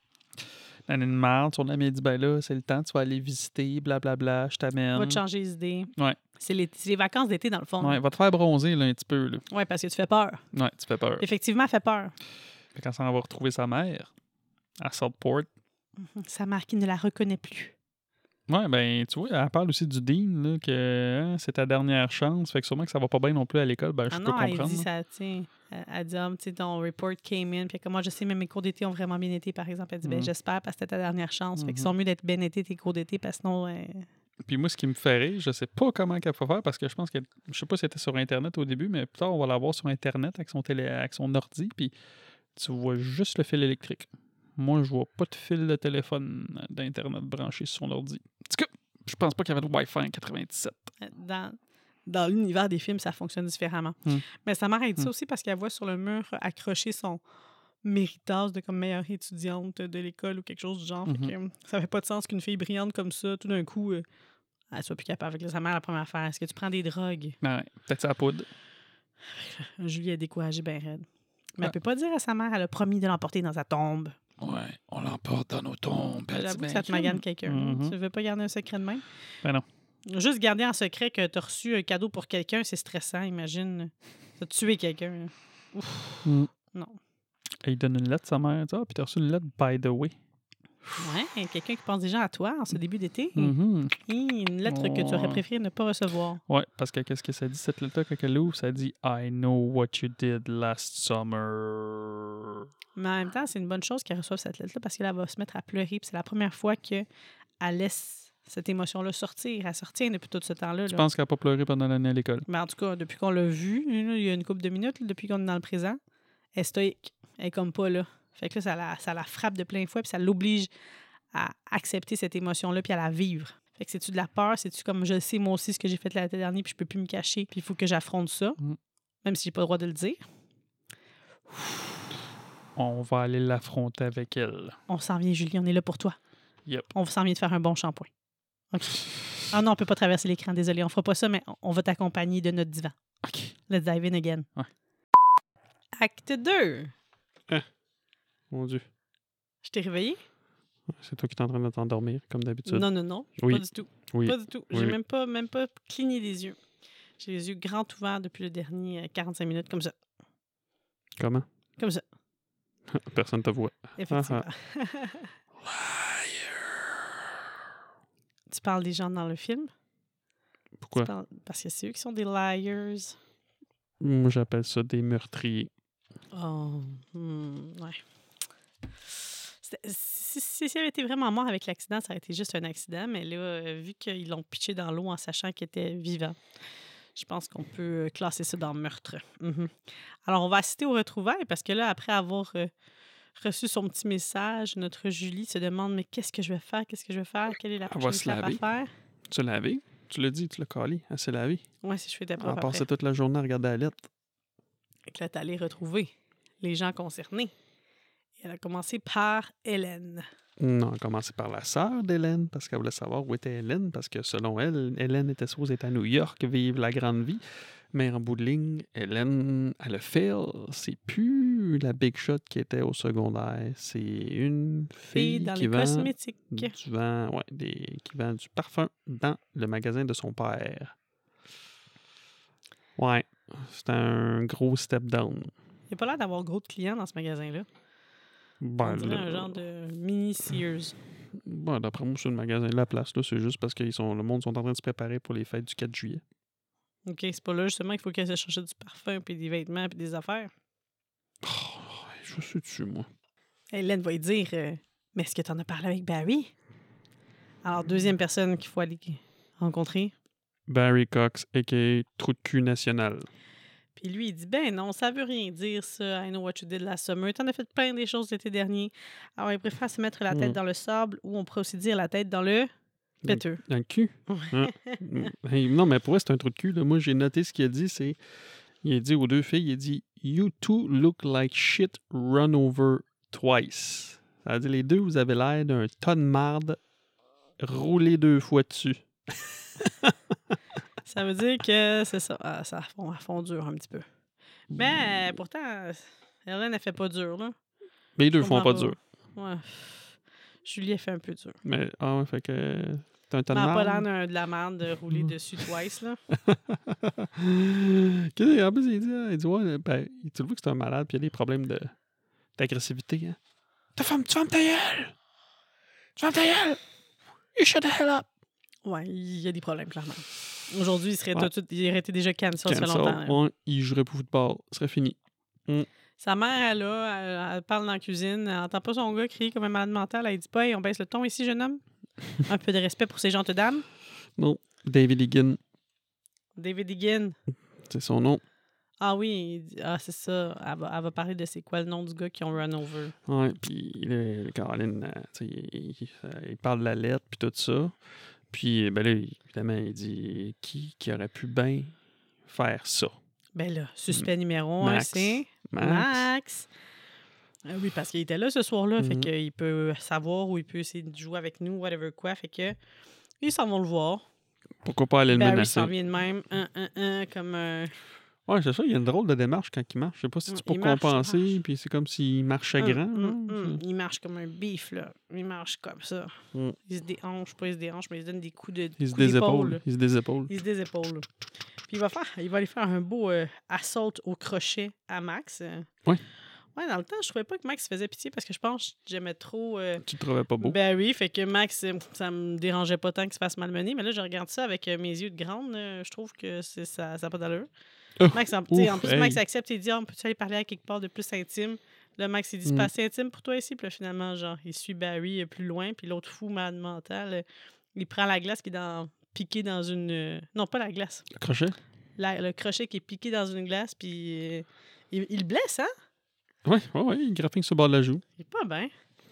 Elle a une marde, son ami a dit ben là, c'est le temps, tu vas aller visiter, blablabla, je t'amène. Va te changer les idées. Ouais. C'est les, c'est les vacances d'été, dans le fond. Ouais, va te faire bronzer là, un petit peu. Là. Ouais, parce que tu fais peur. Ouais, tu fais peur. Effectivement, elle fait peur. Fait quand ça va retrouver sa mère à Southport. Sa mère qui ne la reconnaît plus. Ouais, ben, tu vois, elle parle aussi du Dean, là, que hein, c'est ta dernière chance. Fait que sûrement que ça va pas bien non plus à l'école. Ben, je Ah peux non, elle comprendre. dit là. ça, tu sais. Elle, elle dit, ah, tu sais, ton report came in. Puis comme moi, je sais, même mes cours d'été ont vraiment bien été, par exemple. Elle dit, ben, Mhm. j'espère, parce que c'était ta dernière chance. Fait qu'ils Mhm. sont mieux d'être bien été tes cours d'été, parce que sinon, euh, Puis moi, ce qui me fait rire, je sais pas comment qu'elle peut faire parce que je pense que, je sais pas si c'était sur Internet au début, mais plus tard, on va la voir sur Internet avec son, télé, avec son ordi. Puis tu vois juste le fil électrique. Moi, je vois pas de fil de téléphone d'Internet branché sur son ordi. En tout cas, je pense pas qu'il y avait de Wi-Fi en quatre-vingt-dix-sept. dans, dans l'univers des films, ça fonctionne différemment. Mm. Mais sa mère, elle dit Mm. ça aussi parce qu'elle voit sur le mur accroché son méritage de comme meilleure étudiante de l'école ou quelque chose du genre. Fait Mhm. que, euh, ça fait pas de sens qu'une fille brillante comme ça, tout d'un coup, euh, elle soit plus capable. Avec sa mère, la première affaire, est-ce que tu prends des drogues? Ouais, peut-être ça à poudre. Julie est découragée bien raide. Mais Ah. elle peut pas dire à sa mère, elle a promis de l'emporter dans sa tombe. Ouais, on l'emporte dans nos tombes. Elle dit, J'avoue que ben, ça te magane quelqu'un. Mhm. Tu veux pas garder un secret de même? Ben non. Juste garder en secret que tu as reçu un cadeau pour quelqu'un, c'est stressant, imagine. Tu as tué quelqu'un. Ouf. Mm. Non. Et il donne une lettre, sa mère. Elle dit, ah, puis t'as reçu une lettre, by the way. Ouais, quelqu'un qui pense déjà à toi en ce début d'été. Mhm. Hi, une lettre que tu aurais Oh. préféré ne pas recevoir. Ouais, parce que qu'est-ce que ça dit, cette lettre-là, quand elle l'ouvre? Ça dit « I know what you did last summer. Mais en même temps, c'est une bonne chose qu'elle reçoive cette lettre-là parce qu'elle va se mettre à pleurer. Puis c'est la première fois qu'elle laisse cette émotion-là sortir. Elle sortit depuis tout ce temps-là. » Tu là. penses qu'elle n'a pas pleuré pendant l'année à l'école? Mais en tout cas, depuis qu'on l'a vue, là, il y a une couple de minutes, là, depuis qu'on est dans le présent, elle est stoïque. Elle est comme pas là. Fait que là, ça la, ça la frappe de plein fouet puis ça l'oblige à accepter cette émotion-là puis à la vivre. Fait que c'est-tu de la peur? C'est-tu comme je sais moi aussi ce que j'ai fait l'été dernier puis je peux plus me cacher puis il faut que j'affronte ça, Mm. même si j'ai pas le droit de le dire. On va aller l'affronter avec elle. On s'en vient, Julie, on est là pour toi. Yep. On s'en vient de faire un bon shampoing. OK. Ah non, on peut pas traverser l'écran, désolé. On fera pas ça, mais on va t'accompagner de notre divan. OK. Let's dive in again. Ouais. Acte deux. Mon Dieu. Je t'ai réveillé? C'est toi qui es en train de t'endormir, comme d'habitude. Non, non, non. Oui. Pas du tout. Oui. Pas du tout. J'ai Oui. même pas, même pas cligné des yeux. J'ai les yeux grands ouverts depuis le dernier euh, quarante-cinq minutes, comme ça. Comment? Comme ça, Personne ne te voit. effectivement. Ah, Tu parles des gens dans le film? Pourquoi? Tu parles- Parce que c'est eux qui sont des liars. Moi, j'appelle ça des meurtriers. Oh, hmm, ouais. C'était- Si, si, si elle avait été vraiment mort avec l'accident, ça aurait été juste un accident, mais là, euh, vu qu'ils l'ont pitché dans l'eau en sachant qu'il était vivant, je pense qu'on peut euh, classer ça dans meurtre. Mhm. Alors, on va assister aux retrouvailles parce que là, après avoir euh, reçu son petit message, notre Julie se demande mais qu'est-ce que je vais faire? Qu'est-ce que je vais faire? Quelle est la Elle va prochaine se étape à laver. faire? Tu l'as lavé? Tu l'as dit, tu l'as collé. Elle s'est lavée. Ouais, si je fais des Elle a propres passé après. toute la journée à regarder la lettre. Fait que là, t'es allée retrouver les gens concernés. Et elle a commencé par Hélène. Non, on a commencé par la sœur d'Hélène, parce qu'elle voulait savoir où était Hélène, parce que selon elle, Hélène était supposée être à New York, vivre la grande vie. Mais en bout de ligne, Hélène, elle a fail. C'est plus la big shot qui était au secondaire. C'est une Fille fille dans qui les vend, cosmétiques. du vend, ouais, des, qui vend du parfum dans le magasin de son père. Ouais, c'est un gros step down. Il n'y a pas l'air d'avoir gros de clients dans ce magasin-là. Ben, On dirait là, un genre de mini Sears. ben, d'après moi, c'est le magasin La Place. Là, c'est juste parce que ils sont, le monde sont en train de se préparer pour les fêtes du quatre juillet. OK, c'est pas là justement qu'il faut qu'elle se cherche du parfum, puis des vêtements, puis des affaires. Oh, je suis dessus, moi. Hélène va lui dire euh, mais est-ce que t'en as parlé avec Barry? Alors, deuxième personne qu'il faut aller rencontrer. Barry Cox, a k a. Trou de cul national. Puis lui, il dit ben non, ça veut rien dire, ça. I know what you did last summer. T'en as fait plein des choses l'été dernier. Alors, il préfère se mettre la tête Mm. dans le sable ou on pourrait aussi dire la tête dans le péteux. Dans le cul? Ah. Hey, non, mais pour vrai, c'est un trou de cul. Là. Moi, j'ai noté ce qu'il a dit. C'est. Il a dit aux deux filles, il a dit You two look like shit run over twice. Ça veut dire les deux, vous avez l'air d'un tas de marde roulé deux fois dessus. Ça veut dire que c'est ça. Ah, ça fond, à fond dur un petit peu. Mais euh, pourtant, Hélène, elle fait pas dur, là. Mais les deux Je font comprends pas dur. Ouais. Julie, elle fait un peu dur. Mais, ah ouais, fait que. T'as un tas de Elle n'a pas marde. l'air d'un- de la merde de rouler dessus twice, là. Qu'est-ce en plus, il dit, il dit ouais, ben, tu le vois que c'est un malade, puis il y a des problèmes de, d'agressivité. Hein. Ta femme, tu fermes ta gueule! Tu fermes ta gueule! You shut the hell up! Ouais, il y a des problèmes, clairement. Aujourd'hui, il serait Ouais. tout, il aurait été déjà cancel, ça fait Cancel, longtemps. là. ouais, il jouerait pour football. Ce serait fini. Sa mère, elle, là, elle, elle parle dans la cuisine, elle entend pas son gars crier comme un malade mental, elle dit pas hey, on baisse le ton ici, jeune homme. Un peu de respect pour ces gentes dames. Non. David Egan, David Egan. c'est son nom. Ah oui, il dit- ah, c'est ça. Elle va, elle va parler de c'est quoi le nom du gars qui ont run over. Ouais, puis là, Caroline, euh, tu sais, il, il- il parle de la lettre, puis tout ça. Puis, ben là, évidemment, il dit qui, qui aurait pu bien faire ça? Ben là, suspect numéro un, Max. c'est Max. Max. Ah oui, parce qu'il était là ce soir-là, fait Mhm. qu'il peut savoir ou il peut essayer de jouer avec nous, whatever quoi. Fait que ils s'en vont le voir. Pourquoi pas aller le Barry menacer? s'en vient de même, un, un, un, comme un... Ouais, c'est ça, il y a une drôle de démarche quand il marche. Je sais pas si Mm, c'est pour il marche, il compenser, marche. puis c'est comme s'il marchait Hum, grand. hum, là. hum. Il marche comme un beef, là. Il marche comme ça. Mm. Il se déhanche, pas il se déhanche, mais il se donne des coups de Il se coups d'épaule, désépaules. là. Il se désépaules. Il se désépaule. Puis il va faire, il va aller faire un beau euh, assault au crochet à Max. euh. Ouais. Ouais, dans le temps, je trouvais pas que Max faisait pitié parce que je pense que j'aimais trop euh, Tu le trouvais pas beau? Barry. Fait que Max, euh, ça me dérangeait pas tant qu'il se fasse malmener. Mais là, je regarde ça avec euh, mes yeux de grande. euh, je trouve que c'est, ça n'a pas d'allure. Oh, Max, en, tu sais, en ouf, plus, hey. Max accepte et dit ah, on peut aller parler à quelque part de plus intime. Là, Max, il dit c'est Mm. pas assez intime pour toi ici. Puis là, finalement, genre, il suit Barry euh, plus loin. Puis l'autre fou, malade mental, euh, il prend la glace qui est dans, piquée dans une. euh, non, pas la glace. Le crochet? La- le crochet qui est piqué dans une glace. Puis euh, il, il le blesse, hein? Ouais, ouais, ouais, il grappine sur le bord de la joue. Il est pas bien.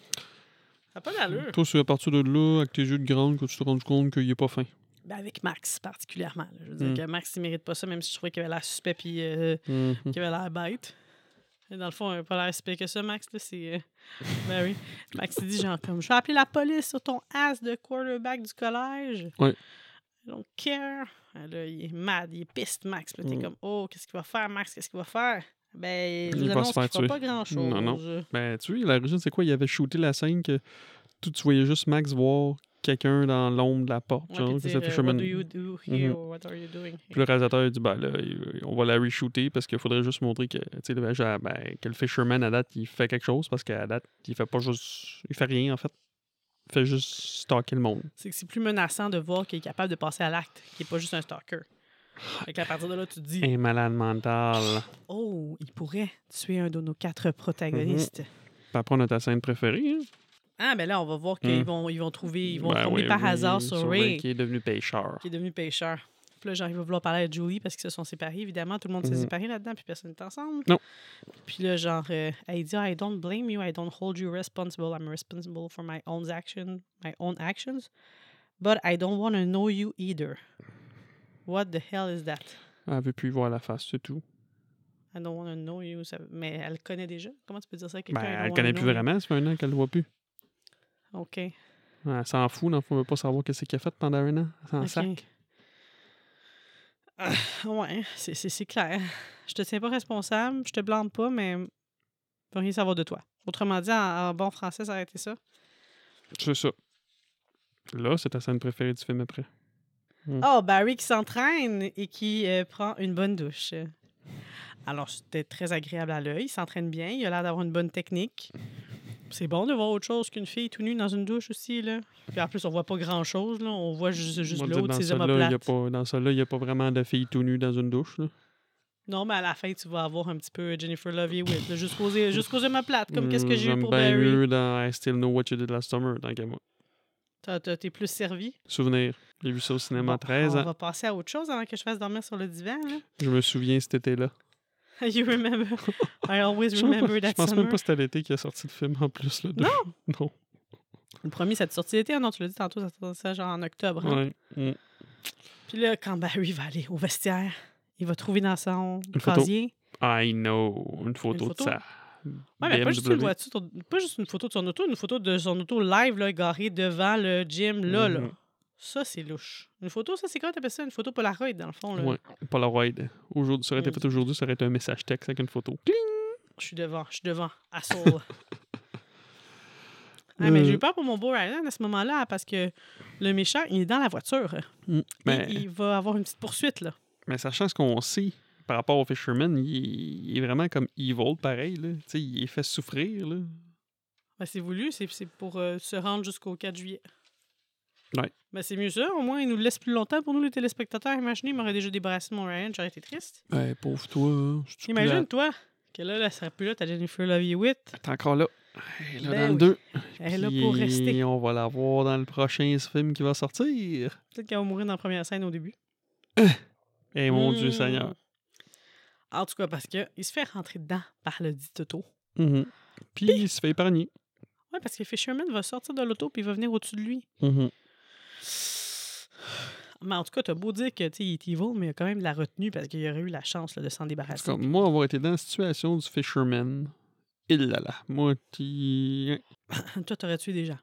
Ça n'a pas d'allure. Toi, c'est à partir de là, avec tes yeux de grande, que tu te rends compte qu'il est pas fin. Ben, avec Max, particulièrement. là. Je veux dire Mm. que Max, il mérite pas ça, même si je trouvais qu'il avait l'air suspect puis euh, Mhm. qu'il avait l'air bête. Et dans le fond, il n'a pas l'air suspect que ça, Max. Là, c'est... euh, Ben oui. Max, il dit genre comme, je vais appeler la police sur ton ass de quarterback du collège. Ouais. I don't care. Ah, là, il est mad, il est piste, Max. Puis là, t'es Mm. comme, oh, qu'est-ce qu'il va faire, Max? Qu'est-ce qu'il va faire? Ben, je Il vous va annonce se qu'il faire fera tuer. pas grand-chose. Non, non. Ben, tu vois, l'origine, c'est quoi? Il avait shooté la scène que tu, tu voyais juste Max voir quelqu'un dans l'ombre de la porte. Ouais, genre, puis que dire, c'est euh, Fisherman. what do you do here? Mhm. Or what are you doing Puis here? le réalisateur il dit ben là, il- on va la re-shooter parce qu'il faudrait juste montrer que, tu sais, le- genre, ben, que le Fisherman à date, il fait quelque chose parce qu'à date, il fait pas juste. Il fait rien en fait. Il fait juste stalker le monde. C'est que c'est plus menaçant de voir qu'il est capable de passer à l'acte, qu'il n'est pas juste un stalker. Fait qu'à partir de là, tu te dis, Un malade mental. oh, il pourrait tuer un de nos quatre protagonistes. Puis après, on a ta scène préférée. Hein? Ah, ben là, on va voir qu'ils Mm. vont, ils vont trouver, ils vont Ben tomber oui, par oui, hasard sur Ray, qui est devenu pêcheur. qui est devenu pêcheur. Puis là, genre, il va vouloir parler à Julie parce qu'ils se sont séparés, évidemment. Tout le monde s'est Mhm. séparé là-dedans, puis personne n'est ensemble. Non. Puis là, genre, euh, elle dit, I don't blame you, I don't hold you responsible. I'm responsible for my own action, my own actions. But I don't want to know you either. What the hell is that? Elle veut plus y voir la face, c'est tout. I don't want to know you. Ça- Mais elle le connaît déjà. Comment tu peux dire ça à quelqu'un? I Ben, don't elle wanna connaît know plus you? vraiment, ça fait un an qu'elle le voit plus. OK. Elle s'en fout, dans le fond, elle veut pas savoir qu'est-ce qu'elle a fait pendant un an. Elle s'en OK. sac. Ah, ouais, c'est, c'est, c'est clair. Je te tiens pas responsable, je te blâme pas, mais je veux rien savoir de toi. Autrement dit, en, en bon français, ça aurait été ça. C'est ça. Là, c'est ta scène préférée du film après. Oh, Barry qui s'entraîne et qui euh, prend une bonne douche. Alors, c'était très agréable à l'œil. Il s'entraîne bien. Il a l'air d'avoir une bonne technique. C'est bon de voir autre chose qu'une fille tout nue dans une douche aussi, là. Puis en plus, on voit pas grand-chose, là. On voit juste, juste On va dire, l'autre, dans ses celle-là, il y a omoplates. pas- Dans celle-là, il n'y a pas vraiment de filles tout nues dans une douche. Là. Non, mais à la fin, tu vas avoir un petit peu Jennifer Love Hewitt, là, jusqu'aux jusqu'aux omoplates, comme qu'est-ce que Hmm, j'ai eu j'aime pour bien Barry. mieux dans I Still Know What You Did Last Summer, tant qu'à moi. T'as- t'as- T'es plus servi. Souvenir. J'ai vu ça au cinéma à Bon, treize on ans. va passer à autre chose avant que je fasse dormir sur le divan, là. Je me souviens cet été-là. You remember. I always Je sais même pas- remember je that pense même summer. pas que c'était l'été qui a sorti le film en plus. Là, de- Non? non. Le premier, ça te sorti l'été? Ah non, tu l'as dit tantôt, ça sorti ça genre en octobre. Hein? Ouais. Mm. Puis là, quand Barry va aller au vestiaire, il va trouver dans son Une photo. casier. I know. Une photo, Une photo? de ça. Ouais, mais pas juste, une voiture, pas juste une photo de son auto, une photo de son auto live, là, garée devant le gym, là, là. Mhm. Ça, c'est louche. Une photo, ça, c'est quoi t'appelles ça? Une photo Polaroid, dans le fond, là. Ouais. Polaroid. Aujourd'hui, ça aurait été Mm. fait aujourd'hui, ça aurait été un message texte avec une photo. Je suis devant, je suis devant. À Soul. Ah, mais j'ai eu peur pour mon beau Ryan à ce moment-là, parce que le méchant, il est dans la voiture. Mm. Mais, Et il va avoir une petite poursuite, là. mais sachant ce qu'on sait par rapport au Fisherman, il, il est vraiment comme evil, pareil. Là. Tu sais, il est fait souffrir. Là. Ben, c'est voulu, c'est c'est pour euh, se rendre jusqu'au quatre juillet. Ouais. Ben, c'est mieux ça, au moins, il nous le laisse plus longtemps pour nous, les téléspectateurs. Imaginez, il m'aurait déjà débarrassé de mon Ryan, j'aurais été triste. Ouais, pauvre toi. c'est-tu Imagine, toi, que là, elle serait plus là, t'as Jennifer Love Hewitt. plate? T'es encore là. Elle est là Ben dans le oui. deux. Elle est là Puis pour rester. on va la voir dans le prochain film qui va sortir. Peut-être qu'elle va mourir dans la première scène au début. Eh mon Hmm. Dieu Seigneur. En tout cas, parce qu'il se fait rentrer dedans par le dit Toto. Mhm. Puis il se fait épargner. Ouais, parce que Fisherman va sortir de l'auto puis il va venir au-dessus de lui. Mhm. Mais en tout cas, t'as beau dire que tu sais, il est evil, mais il y a quand même de la retenue parce qu'il aurait eu la chance là, de s'en débarrasser. Comme moi, avoir été dans la situation du Fisherman, il là là. Moi, qui. Toi, t'aurais tué des gens.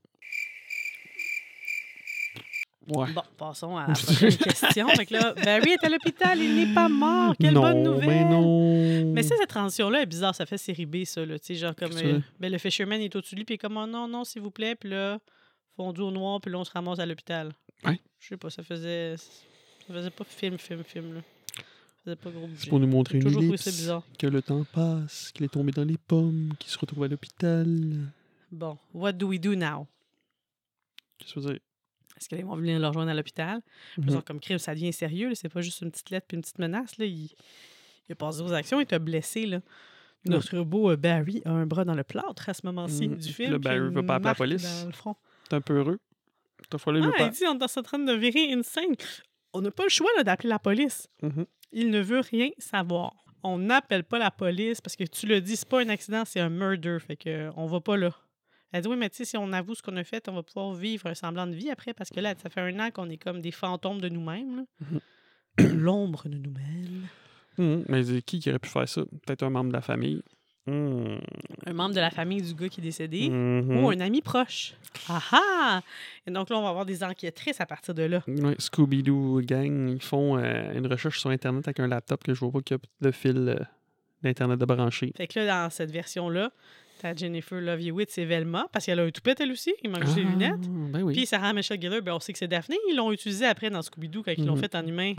Ouais. Bon, passons à la prochaine question. Fait que là, Barry est à l'hôpital, il n'est pas mort. Quelle non, bonne nouvelle! Mais non. Mais ça, cette transition-là est bizarre. Ça fait série B, ça. Là. Tu sais, genre comme Qu'est-ce que euh, tu veux? ben, le Fisherman est au-dessus de lui, puis il est comme oh, non, non, s'il vous plaît. Puis là, fondu au noir, puis là, on se ramasse à l'hôpital. Ouais. Je sais pas, ça faisait. Ça faisait pas film, film, film. Là. Ça faisait pas gros budget. C'est pour nous montrer J'ai une toujours trouvé ça ellipse, bizarre. que le temps passe, qu'il est tombé dans les pommes, qu'il se retrouve à l'hôpital. Bon, what do we do now? Qu'est-ce que ça veut dire? Est-ce qu'ils vont venir le rejoindre à l'hôpital? Puis Mhm. ils ont comme crime, ça devient sérieux. là. C'est pas juste une petite lettre puis une petite menace. Là. Il, il a passé aux actions, il t'a blessé. Là. Notre beau euh, Barry a un bras dans le plâtre à ce moment-ci Mhm. du Puis film. là, puis Barry une veut pas appeler la marque police. Dans le front. T'es un peu heureux. T'as fallu le Ah, il pas. dit on est en train de virer insane. On n'a pas le choix là, d'appeler la police. Mhm. Il ne veut rien savoir. On n'appelle pas la police parce que tu le dis, c'est pas un accident, c'est un murder. Fait que euh, on va pas là. Elle dit oui, mais tu sais, si on avoue ce qu'on a fait, on va pouvoir vivre un semblant de vie après parce que là, ça fait un an qu'on est comme des fantômes de nous-mêmes. là. Mhm. L'ombre de nous-mêmes. Mhm. Mais c'est qui qui aurait pu faire ça? Peut-être un membre de la famille. Mhm. Un membre de la famille du gars qui est décédé. Mhm. Ou un ami proche. Ah ah! Et donc là, on va avoir des enquêtrices à partir de là. Ouais, Scooby-Doo Gang, ils font euh, une recherche sur Internet avec un laptop que je vois pas qu'il y a le fil euh, d'Internet de branché. Fait que là, dans cette version-là, t'as Jennifer Love Hewitt, c'est Velma, parce qu'elle a un toupette elle aussi, il manque juste des Ah, lunettes. Ben oui. Puis Sarah Michelle Gellar, ben on sait que c'est Daphné. Ils l'ont utilisé après dans Scooby-Doo quand ils l'ont Mhm. fait en humain.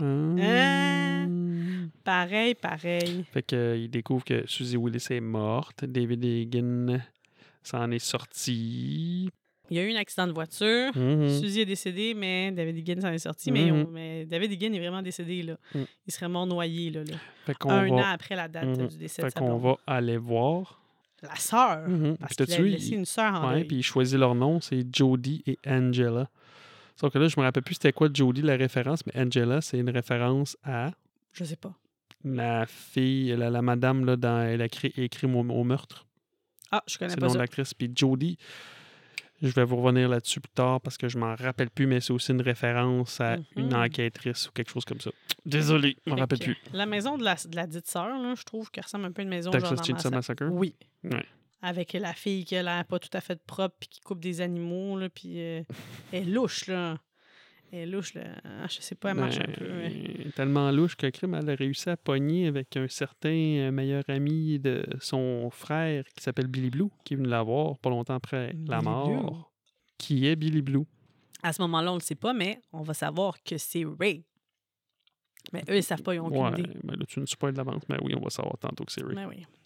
Ah. Pareil, pareil. Fait qu'il découvre que Suzy Willis est morte. David Egan s'en est sorti. Il y a eu un accident de voiture. Mhm. Suzy est décédée, mais David Egan s'en est sorti. Mais, Mhm. on- mais David Egan est vraiment décédé. Là. Mhm. Il serait mort noyé là, là. Fait qu'on un va, an après la date Mhm. du décès de fait sa qu'on blonde. va aller voir. La sœur. Mhm. Parce Puis qu'il t'as-tu a vu, laissé il- une sœur en Ouais, deuil. puis il choisit leur nom, c'est Jodie et Angela. Sauf que là, je me rappelle plus c'était quoi Jodie la référence, mais Angela, c'est une référence à Je sais pas. la fille, la, la madame là, dans Elle a écrit, écrit au, au meurtre. Ah, je connais C'est le pas nom de ça. l'actrice. Puis Jodie, je vais vous revenir là-dessus plus tard parce que je m'en rappelle plus, mais c'est aussi une référence à Mhm. une enquêtrice ou quelque chose comme ça. Désolé, je m'en Fait rappelle que plus. La maison de la, de la dite sœur, là, je trouve qu'elle ressemble un peu à une maison genre Texas dans Chainsaw Massacre. Massacre? Oui. Ouais. Avec la fille qui a l'air pas tout à fait propre puis qui coupe des animaux, là, puis euh, elle est louche, là. Elle est louche, là. Ah, je sais pas, elle marche un Ben, peu. ouais. Tellement louche que Crime, elle a réussi à pogner avec un certain euh, meilleur ami de son frère qui s'appelle Billy Blue, qui est venu la voir pas longtemps après la Billy mort. Blue? Qui est Billy Blue? À ce moment-là, on le sait pas, mais on va savoir que c'est Ray. Mais eux, ils savent pas, ils ont aucune Ouais, idée. ben là, tu ne spoil d'avance, mais oui, on va savoir tantôt que c'est Rick. Mais oui.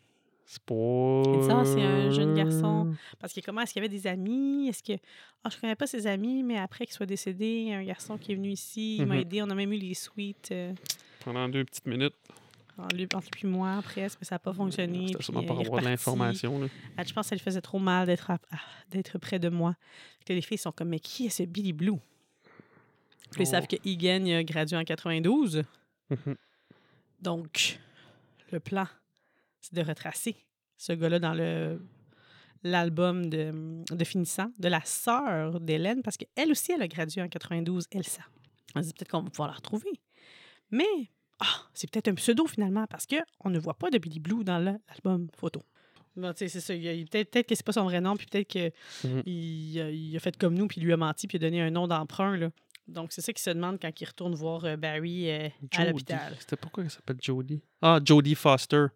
C'est pas... Il dit, ah, c'est un jeune garçon. Parce que comment, est-ce qu'il y avait des amis? Est-ce que... Ah, je connais pas ses amis, mais après qu'il soit décédé, il y a un garçon qui est venu ici, il m'a Mhm. aidé. On a même eu les suites euh, Pendant deux petites minutes. entre lui entre lui et moi, presque, mais ça n'a pas fonctionné. C'était puis, sûrement euh, pour il est avoir de reparti. l'information. Là. Ah, je pense que ça lui faisait trop mal d'être à- ah, d'être près de moi. Fait que les filles sont comme, mais qui est ce Billy Blue? Puis ils Oh. savent que Egan il a gradué en quatre-vingt-douze. Mhm. Donc, le plan, c'est de retracer ce gars-là dans le l'album de, de finissant de la sœur d'Hélène, parce qu'elle aussi, elle a gradué en quatre-vingt-douze, Elsa. On se dit peut-être qu'on va pouvoir la retrouver. Mais, ah, c'est peut-être un pseudo finalement, parce qu'on ne voit pas de Billy Blue dans le- l'album photo. Bon, tu sais, c'est ça. Il, il- peut-être, peut-être que c'est pas son vrai nom, puis peut-être qu'il Mhm. a, il a fait comme nous, puis il lui a menti, puis il a donné un nom d'emprunt, là. Donc, c'est ça qu'il se demande quand il retourne voir euh, Barry euh, à Jodie. l'hôpital. C'était pourquoi elle s'appelle Jodie? Ah, Jodie Foster.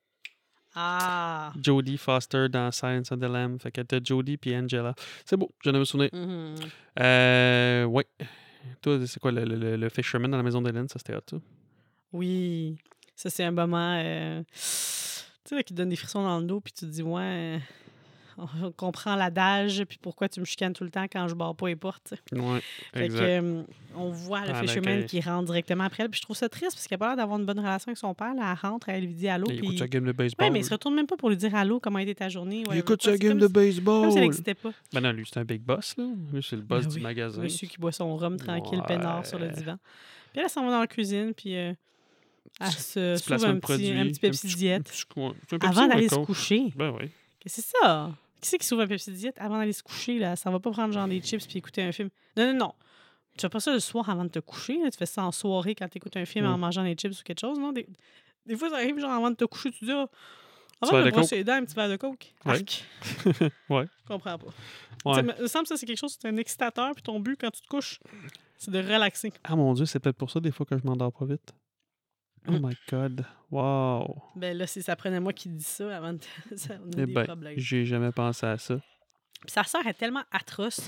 Ah! Jodie Foster dans Silence of the Lamb. Fait que t'as Jodie puis Angela. C'est beau, je viens de me souvenir. Mhm. Euh, ouais. Toi, c'est quoi le, le, le- le Fisherman dans la maison d'Hélène? Ça, c'était hot, ça? Oui, ça c'est un moment, euh, tu sais, là, qui te donne des frissons dans le dos, puis tu te dis, ouais, euh, on comprend l'adage, puis pourquoi tu me chicanes tout le temps quand je barre pas les portes. tu sais. Ouais, Fait exact. que, euh, on voit le Pendant fisherman que- qui rentre directement après elle, puis je trouve ça triste, parce qu'elle a pas l'air d'avoir une bonne relation avec son père, là, elle rentre, elle lui dit allô, Il écoute puis... sa game de baseball. Ouais, mais il se retourne même pas pour lui dire allô, comment a été ta journée. Il whatever écoute quoi. sa C'est game comme de si- Comme si elle baseball. n'existait pas. Ben non, lui, c'est un big boss, là. Lui, c'est le boss Ben du oui, magasin. Monsieur qui boit son rhum tranquille, Ouais. peinard sur le divan. Puis elle, elle s'en va dans la cuisine, puis euh, elle se Petit sauve placement un de petit, produit. un petit Pepsi petit- Diet. un petit- ouais, c'est un Pepsi Avant ou un d'aller se Coke? coucher. Ben oui. Qu'est-ce que c'est ça? Qui c'est qui s'ouvre un Pepsi Diet avant d'aller se coucher? Là? Ça va pas prendre genre des chips puis écouter un film. Non, non, non. Tu fais pas ça le soir avant de te coucher. Là. Tu fais ça en soirée quand tu écoutes un film Mm. en mangeant des chips ou quelque chose. Non? Des, des fois, ça arrive genre avant de te coucher, tu dis ah, verre avant de de me brosser les dents, un petit verre de coke. Ouais. Arc. Ouais. Je comprends pas. Ouais. Tu sais, Il me semble que ça, c'est quelque chose, c'est un excitateur. Puis ton but quand tu te couches, c'est de relaxer. Ah mon Dieu, c'est peut-être pour ça des fois que je m'endors pas vite. Oh Mm. my God. Wow. Ben là, si ça prenait moi qui dis ça avant de. ça, on a Eh des ben, problèmes. j'ai jamais pensé à ça. Puis sa sœur est tellement atroce.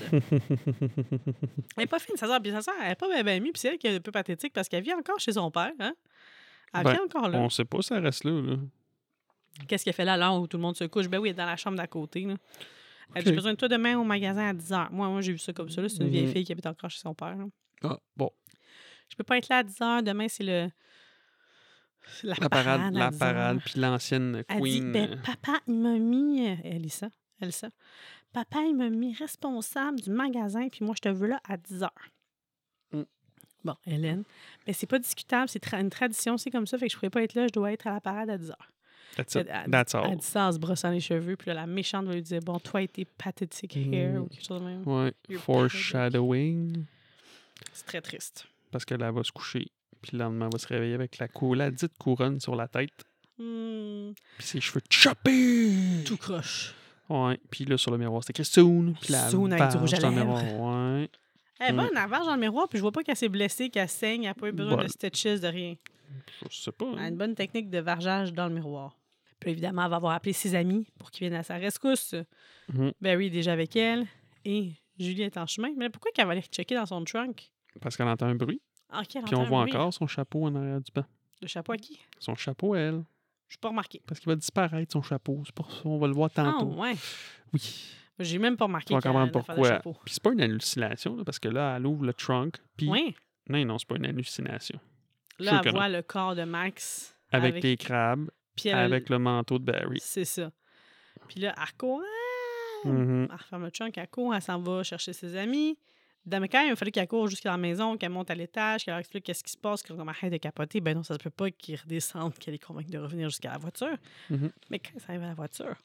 Elle est pas fine, sa sœur. Puis sa sœur, elle est pas bien ben amie. Puis c'est elle qui est un peu pathétique parce qu'elle vit encore chez son père. Hein? Elle Ben, vit encore là. On sait pas si ça reste là. là. Qu'est-ce qu'elle fait là, là où tout le monde se couche? Ben oui, elle est dans la chambre d'à côté. Là. Elle dit, Ok. j'ai besoin de toi demain au magasin à dix heures. Moi, moi j'ai vu ça comme ça. là. C'est une vieille Mhm. fille qui habite encore chez son père. là. Ah, bon. Je peux pas être là à dix heures. Demain, c'est le. La, La parade, parade. à la dix parade, heures. puis l'ancienne Elle dit, queen. ben, euh, papa, il m'a mis. euh, Elle est ça. Elle ça. Papa, il m'a mis responsable du magasin, puis moi, je te veux là à dix heures. Mm. Bon, Hélène. Ben, c'est pas discutable, c'est tra- une tradition, c'est comme ça, fait que je pourrais pas être là, je dois être à la parade à dix heures. That's it. Elle, That's elle all. dit ça en se brossant les cheveux, puis là, la méchante va lui dire, bon, toi et tes pathétiques hair, Mm. ou quelque chose de même. Ouais. You're Foreshadowing. C'est très triste. Parce que là, elle va se coucher. Puis le lendemain, elle va se réveiller avec la, cou la dite couronne sur la tête. Hmm, Puis ses cheveux choppés. tout croche. Ouais. Puis là, sur le miroir, c'était écrit Soon. Puis la Soon avec du varge rouge à dans le lèvres. miroir. Ouais. Elle est Mm. bonne, elle varge dans le miroir, puis je vois pas qu'elle s'est blessée, qu'elle saigne, elle n'a pas eu besoin Ouais. de stitches, de rien. Je sais pas. Elle a hein. une bonne technique de vargeage dans le miroir. Puis évidemment, elle va avoir appelé ses amis pour qu'ils viennent à sa rescousse. Mhm. Barry est déjà avec elle et Julie est en chemin. Mais pourquoi qu'elle va aller checker dans son trunk? Parce qu'elle entend un bruit. Ah, ok, elle Puis on entend un voit bruit. encore son chapeau en arrière du banc. Le chapeau à qui? Son chapeau, elle. Je n'ai pas remarqué. Parce qu'il va disparaître, son chapeau. C'est pour ça on va le voir Ah, tantôt. ouais. Oui. J'ai même pas remarqué Tu vas qu'elle a comprendre une affaire de pourquoi. chapeau. Puis c'est pas une hallucination, là, parce que là, elle ouvre le trunk. Puis. Oui. Non, non, c'est pas une hallucination. Là, Sûr elle que non. voit le corps de Max. Avec, les crabes, Puis elle- avec le manteau de Barry. C'est ça. Puis là, elle court. Ah! Mhm. Elle referme le trunk, elle court, elle s'en va chercher ses amis. Dans mais quand même, il fallait qu'elle court jusqu'à la maison, qu'elle monte à l'étage, qu'elle leur explique qu'est-ce qui se passe, qu'elle arrête de capoter. Ben non, ça se peut pas qu'ils redescendent, qu'elle les convainque de revenir jusqu'à la voiture. Mhm. Mais quand ça arrive à la voiture,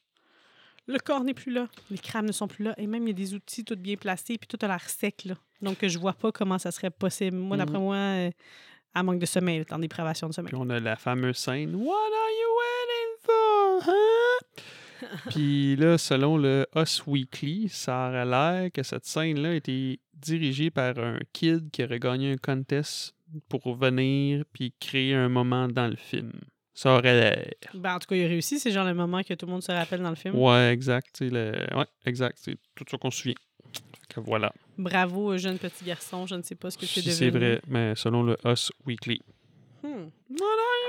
le corps n'est plus là, les crabes ne sont plus là, et même il y a des outils tout bien placés, puis tout a l'air sec, là. Donc je vois pas comment ça serait possible. Moi, d'après Mhm. moi, euh, elle manque de sommeil, elle est en dépravation de sommeil. Puis on a la fameuse scène What are you waiting for? Huh? Puis là, selon le Us Weekly, ça aurait l'air que cette scène-là a été dirigée par un kid qui aurait gagné un contest pour venir puis créer un moment dans le film. Ça aurait l'air. Ben, en tout cas, il a réussi, c'est genre le moment que tout le monde se rappelle dans le film. Ouais, exact. C'est le... Ouais, exact. C'est tout ça qu'on se souvient. Fait que voilà. Bravo, jeune petit garçon, je ne sais pas ce que c'est Si devenu. c'est vrai, mais selon le Us Weekly. Hmm. What are you waiting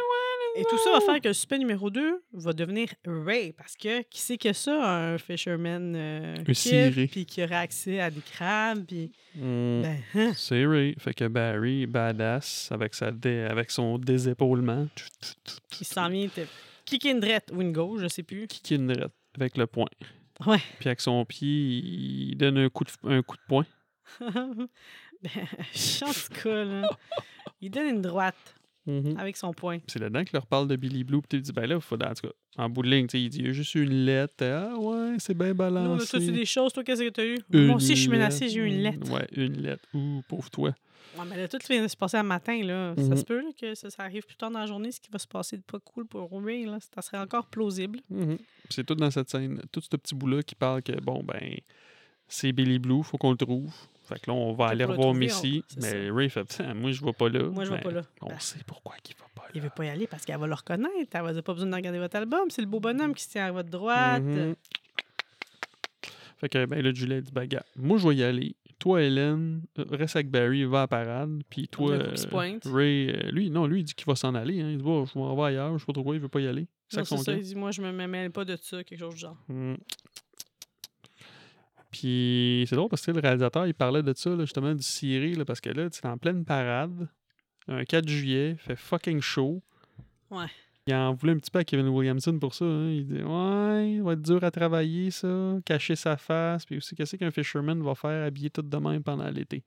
Et tout ça va faire que le suspect numéro deux va devenir Ray. Parce que qui c'est que ça, un fisherman euh, Un kid, ciré. puis qui aurait accès à des crabes, puis... Mm, Ben, hein? C'est Ray. Fait que Barry, badass, avec, sa dé- avec son désépaulement, Il s'en vient te kicker une drette ou une gauche, je sais plus. kick une drette avec le poing. Ouais. Puis avec son pied, il donne un coup de, un coup de poing. ben, en tout cas, là, il donne une droite Mhm. avec son poing. C'est là-dedans qu'il leur parle de Billy Blue. Puis tu dis, ben là, il faut, en tout cas, en bout de ligne, tu sais, il dit, il y a juste une lettre. Ah ouais, c'est bien Non, balancé. là, toi, c'est des choses, toi, qu'est-ce que t'as eu? Une Moi aussi, je suis menacée, lettre. j'ai eu une lettre. Ouais, une lettre. Ouh, pauvre toi. Ouais, mais là, tout vient de se passer un matin, là. Ça Mhm. se peut là, que ça, ça arrive plus tard dans la journée, ce qui va se passer de pas cool pour Ray, là. Ça serait encore plausible. Mhm. Puis c'est tout dans cette scène, tout ce petit bout-là qui parle que, bon, ben, c'est Billy Blue, faut qu'on le trouve. Fait que là, on va Fait aller pour le revoir trouver, Missy. on- c'est Mais ça. Ray fait, Tiens, moi, je vais pas là. Moi, je vais Mais pas là. On Ben, sait pourquoi il va pas là. il veut pas y aller parce qu'elle va le reconnaître. Elle va dire pas besoin de regarder votre album. C'est le beau bonhomme qui se tient à votre droite. Mhm. Fait que, ben là, Julie dit, ben, gars, moi, je vais y aller. Toi, Hélène, euh, reste avec Barry, va à la parade. Puis toi, Un coup qui se euh, pointe. Ray, euh, lui, non, lui, il dit qu'il va s'en aller. Hein. Il dit, bon, je m'en vais ailleurs, je sais pas trop quoi, il veut pas y aller. Non, Sac c'est son ça. camp. Il dit, moi, je me mêle pas de ça, quelque chose du genre. Mm. Puis c'est drôle parce que le réalisateur, il parlait de ça, là, justement, du ciré, là, parce que là, c'est en pleine parade, un quatre juillet, fait fucking chaud. Ouais. Il en voulait un petit peu à Kevin Williamson pour ça. Hein. Il dit, ouais, il va être dur à travailler, ça, cacher sa face, puis aussi, qu'est-ce qu'un fisherman va faire, habillé tout de même pendant l'été.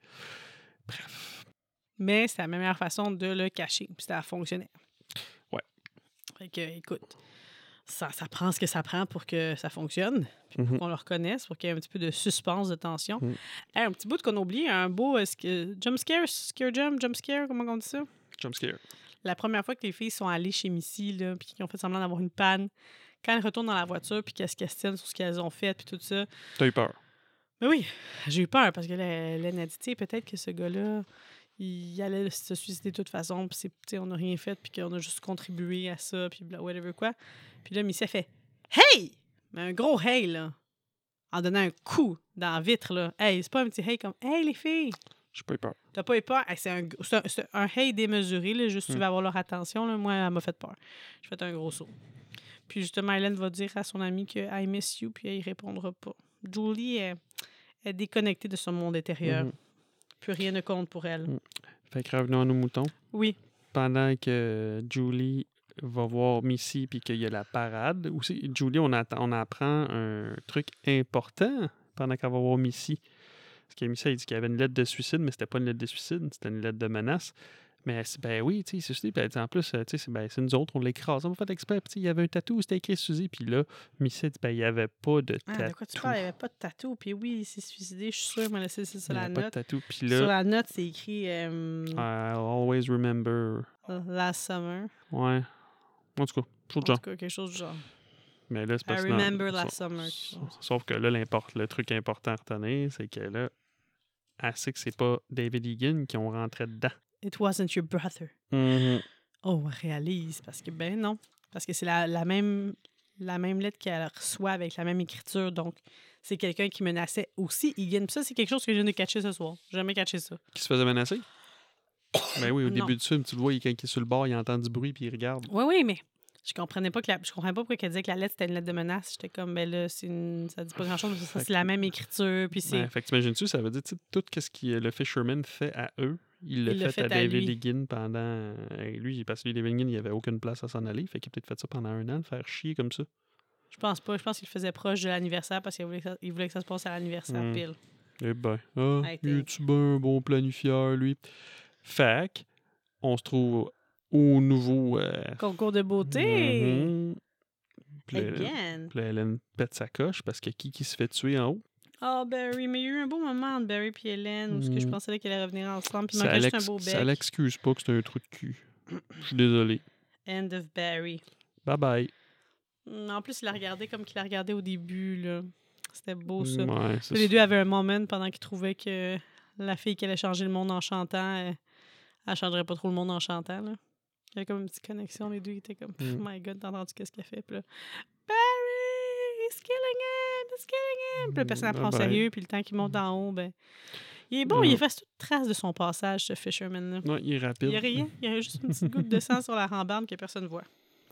Bref. Mais c'est la meilleure façon de le cacher. Puis ça a fonctionné. Ouais. Fait que, écoute, ça, ça prend ce que ça prend pour que ça fonctionne. Puis pour Mhm. qu'on le reconnaisse, pour qu'il y ait un petit peu de suspense, de tension. Mhm. Hey, un petit bout qu'on a oublié, un beau euh, sc- jump scare, scare jump, jump scare, comment on dit ça? Jump scare. La première fois que les filles sont allées chez Missy, là, puis qu'ils ont fait semblant d'avoir une panne, quand elles retournent dans la voiture, puis qu'elles se questionnent sur ce qu'elles ont fait, puis tout ça. T'as eu peur. Mais oui, j'ai eu peur parce que là, Hélène a dit, tu sais, peut-être que ce gars-là, il allait se suicider de toute façon, puis c'est, tu sais, on n'a rien fait, puis qu'on a juste contribué à ça, puis bla- whatever quoi. Puis là, Missy a fait Hey! Mais un gros hey, là, en donnant un coup dans la vitre, là. Hey, c'est pas un petit hey comme Hey, les filles! J'ai pas eu peur. T'as pas eu peur? Hey, c'est, un, c'est, un, c'est un hey démesuré, là, juste si tu Mm. veux avoir leur attention. Là. Moi, elle m'a fait peur. J'ai fait un gros saut. Puis justement, Hélène va dire à son amie que I miss you, puis elle y répondra pas. Julie est, est déconnectée de son monde intérieur. Mhm. Plus rien ne compte pour elle. Mm. Fait que revenons à nos moutons. Oui. Pendant que Julie va voir Missy puis qu'il y a la parade. Aussi, Julie, on, attend, on apprend un truc important pendant qu'elle va voir Missy. Parce que Missy, elle dit qu'il y avait une lettre de suicide, mais c'était pas une lettre de suicide, c'était une lettre de menace. Mais elle dit, ben oui, tu sais, c'est Suzy. Puis elle dit, en plus, tu sais, c'est, ben, c'est nous autres, on l'écrase. On va faire exprès. Puis il y avait un tatou, c'était écrit Suzy. Puis là, Missy dit, ben il n'y avait pas de tatou. Ah, de quoi tu parles? Il n'y avait pas de tatou. Puis oui, il s'est suicidé, je suis sûre. Mais c'est ça, Il sur n'y la avait pas de note. tatou. Puis Sur là, la note, c'est écrit euh, I'll always remember. Last Summer. Ouais. En tout cas, chose En de genre. tout cas, quelque chose du genre. Mais là, c'est I parce que remember non, last sauf, summer. sauf- sauf que là, l'importe, le truc important à retenir, c'est que là, elle sait que c'est pas David Egan qui ont rentré dedans. It wasn't your brother. Mhm. Oh, réalise, parce que ben non. Parce que c'est la, la, même, la même lettre qu'elle reçoit avec la même écriture. Donc, c'est quelqu'un qui menaçait aussi Egan. Puis ça, c'est quelque chose que je viens de catcher ce soir. J'ai jamais catché ça. Qui se faisait menacer? Ben oui, au Non. début du film, tu le vois, il, quand il est sur le bord, il entend du bruit puis il regarde. Oui, oui, mais je comprenais pas que la, je comprenais pas pourquoi elle disait que la lettre c'était une lettre de menace. J'étais comme, ben là, c'est une, ça dit pas grand chose, parce que ça, Fait c'est la même écriture. Puis c'est. Ouais, fait que t'imagines-tu, ça veut dire, tu sais, tout ce que le Fisherman fait à eux, il l'a Il fait, l'a fait à à David lui. Egan pendant. euh, lui, parce que lui, David Egan, il avait aucune place à s'en aller. Fait qu'il a peut-être fait ça pendant un an, le faire chier comme ça. Je pense pas. Je pense qu'il le faisait proche de l'anniversaire parce qu'il voulait que ça, il voulait que ça se passe à l'anniversaire Mm. pile. Eh ben, ah, I il think. est-tu ben un bon planifieur, lui? Fait que, on se trouve au nouveau. euh, Concours de beauté! mhm. Puis là, Again! puis là, Hélène pète sa coche parce que qui qui se fait tuer en haut? Oh, Barry, mais il y a eu un beau moment entre Barry et Hélène où ce que je Mm. pensais qu'elle allait revenir ensemble. Puis il Ça manquait juste l'ex- un beau ça bec. l'excuse pas que c'est un trou de cul. Je suis désolé. End of Barry. Bye bye. Mm, En plus, il a regardé comme qu'il a regardé au début. Là. C'était beau, ça. Ouais, c'est Les ça. deux avaient un moment pendant qu'ils trouvaient que la fille qui allait changer le monde en chantant, elle, elle changerait pas trop le monde en chantant. Là. Il y avait comme une petite connexion, les deux. Ils étaient comme, Mm. my God, t'as entendu qu'est-ce qu'elle fait? Puis là, Barry, he's killing him, he's killing him. Puis la personne Bye apprend au bye. sérieux, puis le temps qu'il monte en haut, ben, Il est bon, il Mm. efface toute trace de son passage, ce Fisherman-là. Ouais, il est rapide. Il n'y a rien. Il y a juste une petite goutte de sang sur la rambarde que personne ne voit.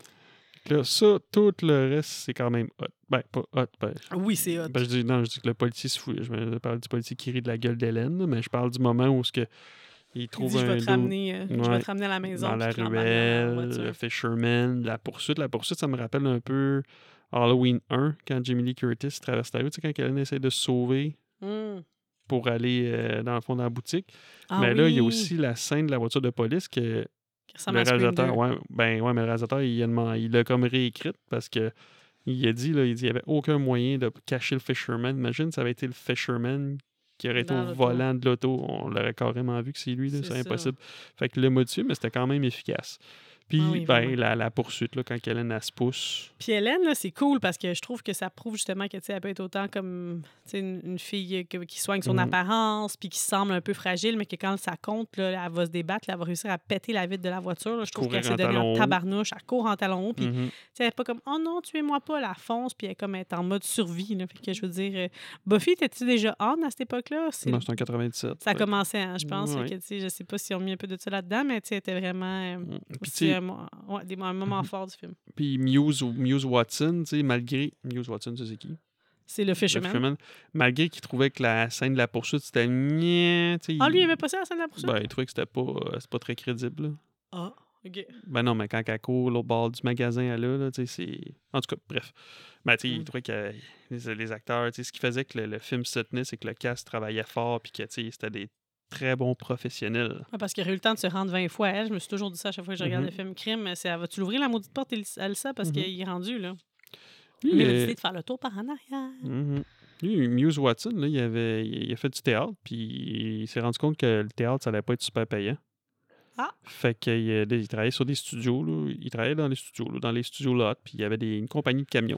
Là, ça, tout le reste, c'est quand même hot. Ben, pas hot. Ben, Oui, c'est hot. ben, je dis, non, je dis que le policier se fout. Je me parle du policier qui rit de la gueule d'Hélène, là, mais je parle du moment où ce que il Il trouve dit, je un vais te dos ramener, euh, je vais ouais, te ramener à la maison. dans la puis te l'embarque dans la ruelle, voiture. le Fisherman, la poursuite. La poursuite, ça me rappelle un peu Halloween un, quand Jamie Lee Curtis traverse la rue, tu sais, quand Hélène essaie de se sauver Mm. pour aller, euh, dans le fond, dans la boutique. Ah mais là, il y a oui, aussi la scène de la voiture de police que qui ressemble le à Scream réalisateur, deux. ouais, ben, ouais, mais le réalisateur, il a, demandé- il l'a comme réécrite parce que il a dit, là, il dit, il n'y avait aucun moyen de cacher le Fisherman. Imagine, ça avait été le Fisherman qui aurait été Dans au l'auto. volant de l'auto. On l'aurait carrément vu que c'est lui, là, C'est c'est ça. impossible. Fait qu'il l'a modifié, mais c'était quand même efficace. Puis, Ah oui, ben, vraiment. la, la poursuite, là, quand Hélène, elle se pousse. Puis Hélène, là, c'est cool parce que je trouve que ça prouve justement que, tu sais, elle peut être autant comme, tu sais, une, une fille que- qui soigne son Mhm. apparence puis qui semble un peu fragile, mais que quand ça compte, là, elle va se débattre, là, elle va réussir à péter la vitre de la voiture. là. Je trouve Courir qu'elle s'est en donnée talons en hauts. tabarnouche, elle court en talons hauts, puis Mhm. tu sais, elle est pas comme « Oh non, tuez-moi pas », elle fonce, puis elle est comme elle est en mode survie. Là. Fait que je veux dire, euh, Buffy, étais-tu déjà on à cette époque-là? C'est- Non, c'est en quatre-vingt-dix-sept. Ça fait que- commençait, hein, je pense. Ouais. Fait que, tu sais, je sais pas si on a mis un peu de ça là-dedans, mais tu sais, elle était vraiment euh, Mm. Puis, tu aussi sais, un, mo- ouais, des, un moment fort du film. puis Muse, Muse Watson, tu sais, malgré. Muse Watson, tu sais, c'est qui? C'est le Le Fisherman. Fisherman. Malgré qu'il trouvait que la scène de la poursuite, c'était mien. Ah, lui, il avait pas ça à la scène de la poursuite? Ben, il trouvait que c'était pas, euh, c'est pas très crédible. là. Ah, OK. Ben non, mais quand elle court l'autre bord du magasin, elle a, là, tu sais, c'est. En tout cas, bref. Ben, tu sais, il Mm. trouvait que les, les acteurs, tu sais, ce qui faisait que le, le film se tenait, c'est que le cast travaillait fort, puis que, tu sais, c'était des très bons professionnels. Ouais, parce qu'il aurait eu le temps de se rendre vingt fois à elle. Je me suis toujours dit ça à chaque fois que je regarde Mhm. le film Crime. C'est, elle va-tu l'ouvrir la maudite porte? Elle, elle le sait parce Mhm. qu'il est rendu, là. Lui, Lui, il a euh, décidé de faire le tour par en arrière. mhm. Lui, Muse Watson, là, il, avait, il a fait du théâtre, puis il s'est rendu compte que le théâtre, ça allait pas être super payant. Ah! Fait qu'il euh, il travaillait sur des studios, là. Il travaillait dans les studios, là, dans les studios lot, puis il y avait des, une compagnie de camions.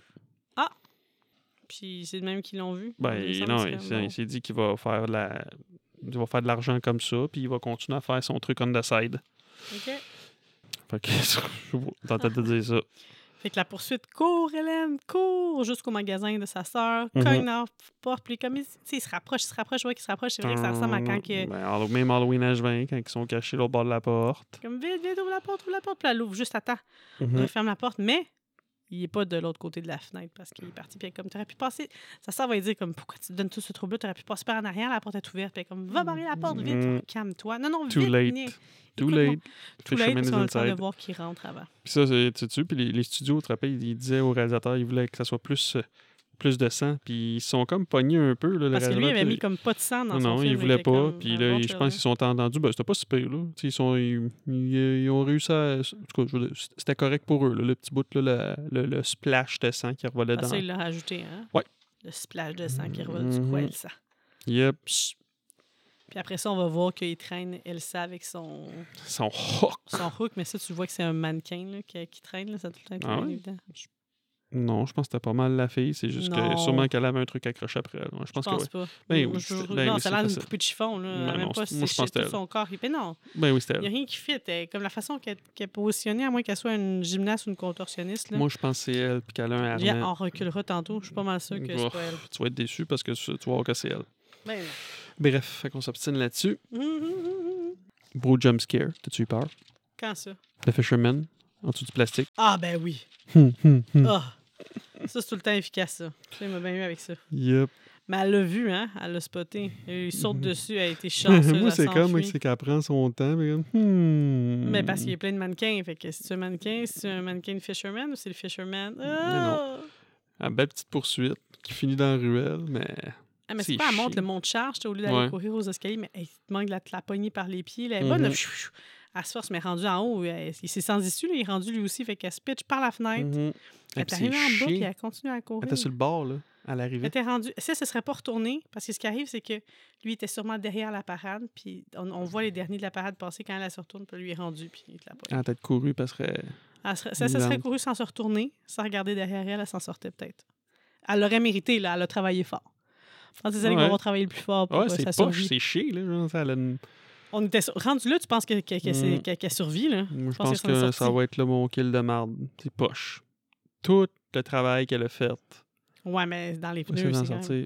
Puis c'est le même qu'ils l'ont vu. Ben, Il me semble non, que il c'est s'est bon. il s'est dit qu'il va faire de la... il va faire de l'argent comme ça, puis il va continuer à faire son truc on the side. OK. Fait que, je tentais de dire ça. Fait que la poursuite court, Hélène, court jusqu'au magasin de sa sœur, Mhm. cogne dans la porte, puis comme, il, tu sais, il se rapproche, il se rapproche, ouais, qu'il se rapproche. C'est vrai que ça ressemble à quand que... Ben, Hallow- même Halloween H vingt, quand ils sont cachés au bord de la porte. Comme, vite, vite, ouvre la porte, ouvre la porte. Puis elle l'ouvre juste à temps. Mhm. Referme la porte, mais il n'est pas de l'autre côté de la fenêtre parce qu'il est parti. Puis elle est comme, t'aurais pu passer. Sa sœur va lui dire, comme, pourquoi tu te donnes tout ce trouble-là? T'aurais pu passer par en arrière, la porte est ouverte. Puis elle est comme, va barrer la porte, vite, Mm. calme-toi. Non, non, Too vite, late. Nick. Too Écoute-moi. late. Too late, Fisherman parce is qu'on a le temps de inside. voir qu'il rentre avant. Puis ça, c'est tu sais, puis les, les studios, tu te rappelles, ils disaient au réalisateur, ils voulaient que ça soit plus, euh, plus de sang, puis ils se sont comme pognés un peu. Là, le Parce que lui, il réalisateur, avait tu mis sais, comme pas de sang dans non, son non, film. ils voulaient était pas. comme Puis un là, bon ils- je children. pense qu'ils sont entendus. Ben, c'était pas si pire, là. Tu sais, Ils, sont, ils, ils- ils ont réussi à. En tout cas, je veux dire, c'était correct pour eux, là, le petit bout, là, le, le, le splash de sang qui revolait Ah, dans. ça, il l'a rajouté, hein? Ouais. Le splash de sang qui revole du Mhm. coup, Elsa. Yep. Psh. Puis après ça, on va voir qu'il traîne Elsa avec son, Son hook. son hook, mais ça, tu vois que c'est un mannequin là, qui, qui traîne. Là, ça a tout le temps été Ah bien ouais? évident. Non, je pense que c'était pas mal la fille. C'est juste Non. que sûrement qu'elle avait un truc accroché après elle. Ouais, je Je pense pense que oui. pas. Ben Moi, oui, je- c'était- je- ben non, oui, ça a c'est l'air d'une facile. poupée de chiffon. Là. Ben Elle a même non, pas c'est- moi, je pense séché que tout c'était son corps. Mais non, Ben oui, c'était il n'y a elle. rien qui fit. Elle- Comme la façon qu'elle qu'elle est positionnée, à moins qu'elle soit une gymnaste ou une contorsionniste. Là. Moi, je pense que c'est elle, puis qu'elle a un J'ai- harnais. on reculera tantôt. Je suis pas mal sûre que c'est Ouf, pas elle. Tu vas être déçu parce que tu tu vas voir que c'est elle. Ben Bref, fait qu'on s'obstine là-dessus. non. Hum, hum, hum, hum. Beau jump scare. T'as-tu eu peur? Quand ça? The Fisherman, en dessous du plastique. Ah, ben oui. Hum, hum, hum. Ah! Ça, c'est tout le temps efficace, ça. Ça, il m'a bien eu avec ça. Yep. Mais elle l'a vu, hein? Elle l'a spoté. Il saute Mhm. dessus, elle a été chanceuse. Moi, elle c'est comme s'enfuit. c'est qu'elle prend son temps. Mais, comme, hmm. Mais parce qu'il y a plein de mannequins. Fait que c'est un mannequin, c'est un mannequin fisherman ou c'est le fisherman? Ah! Une belle petite poursuite qui finit dans la ruelle, mais. Ah, mais c'est C'est pas, elle monte chiant. le mont de charge, t'sais, au lieu d'aller Ouais. courir aux escaliers, mais elle te manque de la, de la poignée par les pieds. Là, elle est bonne, là, Mhm. chou, chou, elle se force, mais rendue en haut, elle- il s'est sans issue, là, il est rendu lui aussi, fait qu'elle se pitch par la fenêtre. Mhm. Elle Et est puis arrivée en c'est bas, puis chiant. elle continue à courir. Elle était sur le bord, là, à Elle l'arrivée. était rendue. Ça, ce serait pas retourné, parce que ce qui arrive, c'est que lui était sûrement derrière la parade, puis on, on voit les derniers de la parade passer quand elle se retourne, puis lui est rendu, puis il te la pogne. Elle a peut-être couru parce que. Elle serait- ça, ça serait Vivante. couru sans se retourner, sans regarder derrière elle, elle s'en sortait peut-être. Elle l'aurait mérité, là, elle a travaillé fort. Je pense que c'est elle qui Ouais. va avoir travaillé le plus fort pour Ouais, euh, c'est sa poche, survie. c'est chier, là. genre, ça, elle a une- On était sur- rendu là, tu penses que- que- qu'elle s'est- Mm. qu'elle qu'elle survit, là? Moi, je pense pense qu'elle s'en est que ça sortie. va être là mon kill de marde. C'est poche. Tout le travail qu'elle a fait Ouais, mais dans les pour pneus, essayer d'en c'est quand même... sortir.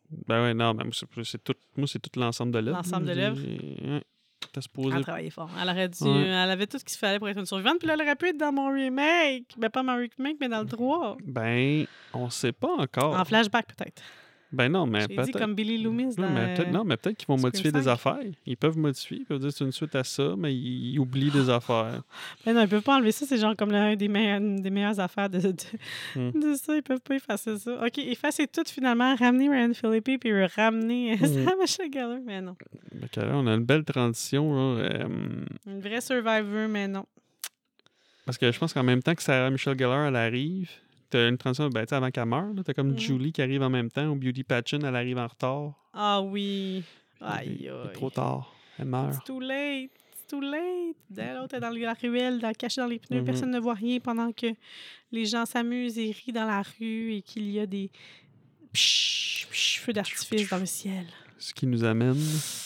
Ben ouais, non, mais moi, c'est, c'est tout, moi, c'est tout l'ensemble de l'œuvre. L'ensemble de J'ai- l'œuvre. Ouais, t'as supposé. Elle a travaillé fort. Elle aurait dû. Ouais. Elle avait tout ce qu'il fallait pour être une survivante, puis là, elle aurait pu être dans mon remake. Ben, pas mon remake, mais dans le trois. Ben, on sait pas encore. En flashback, peut-être. Ben non, mais J'ai dit peut-être. comme Billy Loomis Oui, dans. mais peut-être, euh, non, mais peut-être qu'ils vont Scream modifier des cinq. affaires. Ils peuvent modifier, ils peuvent dire que c'est une suite à ça, mais ils, ils oublient des affaires. Mais non, ils peuvent pas enlever ça. C'est genre comme l'un des, meilleurs, une des meilleures affaires de, de, Hmm. de ça. Ils peuvent pas effacer ça. OK, effacer tout finalement. Ramener Ryan Phillippe puis ramener Mhm. Sarah Michelle Gellar. Mais non. Fait que là, on a une belle transition. Là, euh, Une vraie Survivor, mais non. parce que je pense qu'en même temps que Sarah Michelle Gellar, elle arrive, t'as une transition, ben, tu sais, avant qu'elle meure, là, t'as comme Mhm. Julie qui arrive en même temps, ou Beauty Patchen, elle arrive en retard. Ah oui. Il Aïe, est- il est aïe. trop tard. Elle meurt. It's too late. It's too late. Dès l'autre est dans la ruelle, dans, caché dans les pneus. Mhm. Personne ne voit rien pendant que les gens s'amusent et rient dans la rue et qu'il y a des psh, psh, feux d'artifice dans le ciel. Ce qui nous amène.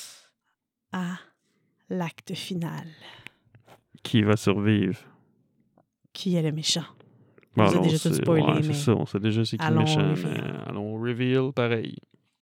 À l'acte final. Qui va survivre? Qui est le méchant? Bon, vous a là, on déjà tout sait- spoilé, ouais, mais c'est ça, on sait déjà c'est qui le allons méchant, reveal. mais allons reveal pareil.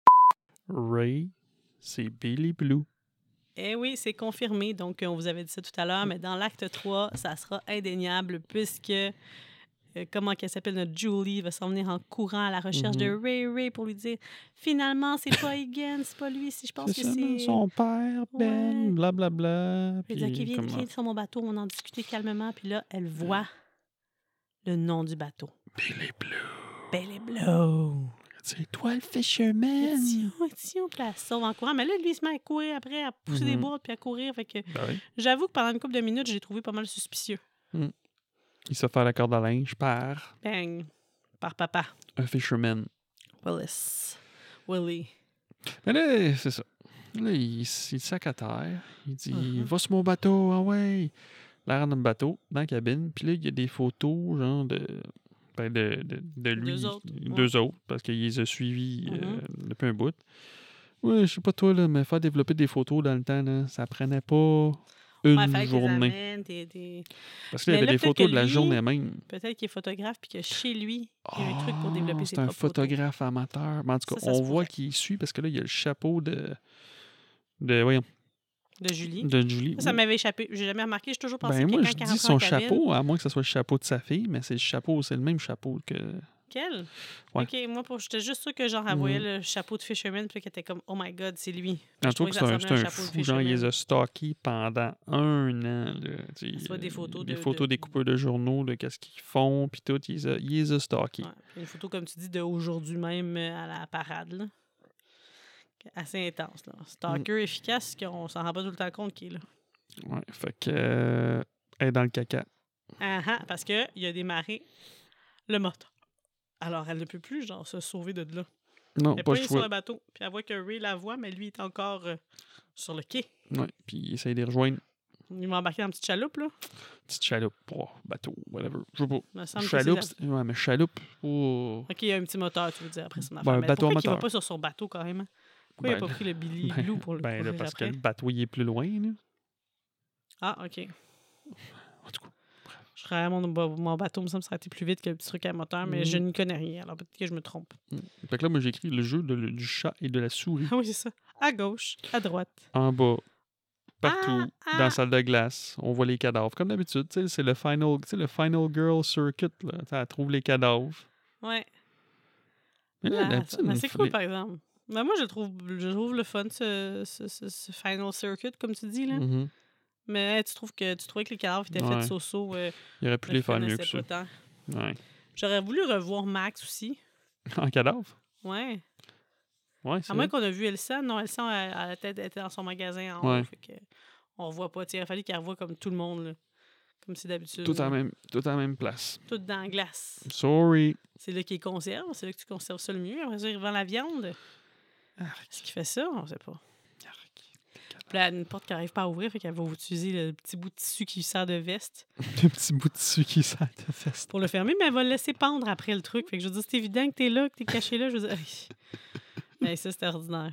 Ray, c'est Billy Blue. Eh oui, c'est confirmé. Donc, on vous avait dit ça tout à l'heure, mais dans l'acte trois, ça sera indéniable puisque, euh, comment qu'elle s'appelle, notre Julie va s'en venir en courant à la recherche Mhm. de Ray Ray pour lui dire finalement, c'est pas Egan, c'est pas lui. Si je pense C'est que ça, c'est. son père, Ben, Ouais. blablabla. Elle dit, OK, puis viens, comment- viens sur mon bateau, on en discutait calmement. Puis là, elle voit le nom du bateau. Billy Blue. Billy Blue. C'est toi le fisherman. Attention, attention, puis elle se sauve en courant. Mais là, lui, il se met à courir après, à pousser des Mhm. boîtes puis à courir. Fait que Ben oui. j'avoue que pendant une couple de minutes, j'ai trouvé pas mal suspicieux. Il se fait la corde à linge par Bang. Par papa. un fisherman. Willis. Willie. Mais là, c'est ça. Là, il, s- il sac à terre. Il dit Mhm. Va sur mon bateau, ah ouais. Là, il rentre dans le bateau, dans la cabine. Puis là, il y a des photos, genre, de. Ben, de, de, de lui. Deux autres, Deux autres, parce qu'il les a suivis euh, Mhm. depuis un bout. Ouais, je sais pas toi, là, mais faire développer des photos dans le temps, là, ça prenait pas une Ouais, fallait que t'es journée. amènes, t'es- t'es- Parce qu'il y Mais avait là, des peut-être photos que de la lui- journée même. Peut-être qu'il est photographe puis que chez lui, il y a un truc pour Ah, développer ses c'est un propres photos. photographe amateur. Mais en tout cas, Ça, ça se on voit pourrait. qu'il suit parce que là, il y a le chapeau de. De, voyons, De Julie. de Julie. Ça, ça Oui. m'avait échappé. J'ai jamais remarqué. J'ai toujours pensé Ben que moi, quand je il dis rentrait son en cabine- chapeau, à moins que ce soit le chapeau de sa fille, mais c'est le chapeau, c'est le même chapeau que. Quel? Ouais. OK, moi, pour... j'étais juste sûre que genre, elle voyait Mhm. le chapeau de Fisherman puis qu'elle était comme « Oh my God, c'est lui ». En Je tout trouvais cas, que c'est ça un, ressemblait à c'est un chapeau de fou, genre, il les Fisherman. a stockés pendant un an. Là, tu sais, Ça soit des euh, photos Des de- photos de- des coupeurs de journaux, de qu'est-ce qu'ils font, puis tout, il les a, il les a stockés. Ouais, puis une photo, comme tu dis, d'aujourd'hui même euh, à la parade. Là. Assez intense. Là. Stalker Mm. efficace, qu'on s'en rend pas tout le temps compte qu'il est là. Ouais, fait que. euh, elle est dans le caca. Ah ah, parce qu'il a démarré le moteur. Alors, elle ne peut plus, genre, se sauver de là. Non, Elle est pas pas le sur choix. le bateau. Puis elle voit que Ray la voit, mais lui est encore euh, sur le quai. Ouais, puis il essaye de les rejoindre. Il m'a embarqué dans une petite chaloupe, là. Petite chaloupe, oh, bateau, whatever. Je sais pas. Il me semble que Chaloupe, c'est c'est- ouais, mais chaloupe, oh. OK, il y a un petit moteur, tu veux dire, après son affaire. Ben, un Mais bateau à pourquoi il va moteur. pas sur son bateau, carrément? Pourquoi il Ben, a pas pris le Billy ben, Blue pour le Ben là, courir parce après? que le bateau, il est plus loin, là. Ah, OK. En tout cas, Je serais mon, mon bateau, me semble que ça aurait été plus vite que le petit truc à moteur, mais Mhm. je n'y connais rien, alors peut-être que je me trompe. mm. Fait que là, moi, j'ai écrit le jeu de- du chat et de la souris. Ah oui, c'est ça. À gauche, à droite. En bas, partout, Ah, ah. dans la salle de glace, on voit les cadavres. Comme d'habitude, tu sais, c'est le final, tu sais, le final girl circuit, là. Tu sais, elle trouve les cadavres. Ouais. Mais là, Là, la ça- petite, mais une c'est f- cool, les- par exemple. Mais moi, je trouve, je trouve le fun, ce, ce, ce, ce final circuit, comme tu dis, là. Mhm. Mais hey, tu trouves que tu trouvais que les cadavres étaient Ouais. faits de so-so. Euh, Il aurait pu je les faire mieux connaissais que ça. pas tant. Ouais. J'aurais voulu revoir Max aussi. En cadavre? Ouais. Ouais, c'est À moins vrai. qu'on a vu Elsa. Non, Elsa, elle, elle était, elle était dans son magasin en haut. Ouais. Fait que on revoit pas. Tu sais, il a fallu qu'elle revoie comme tout le monde, là. Comme c'est d'habitude. Tout à, là. la même, tout à la même place. Tout dans la glace. Sorry. C'est là qu'il conserve. C'est là que tu conserves ça le mieux. Après ça, il revend la viande. Est-ce qu'il fait ça? On sait pas. Puis là, elle a une porte qui n'arrive pas à ouvrir, fait qu'elle va utiliser le petit bout de tissu qui sert de veste Le petit bout de tissu qui sert de fesse. pour le fermer, mais elle va le laisser pendre après le truc. Fait que je veux dire, c'est évident que t'es là, que t'es caché là. Je veux dire, mais ça, c'est ordinaire.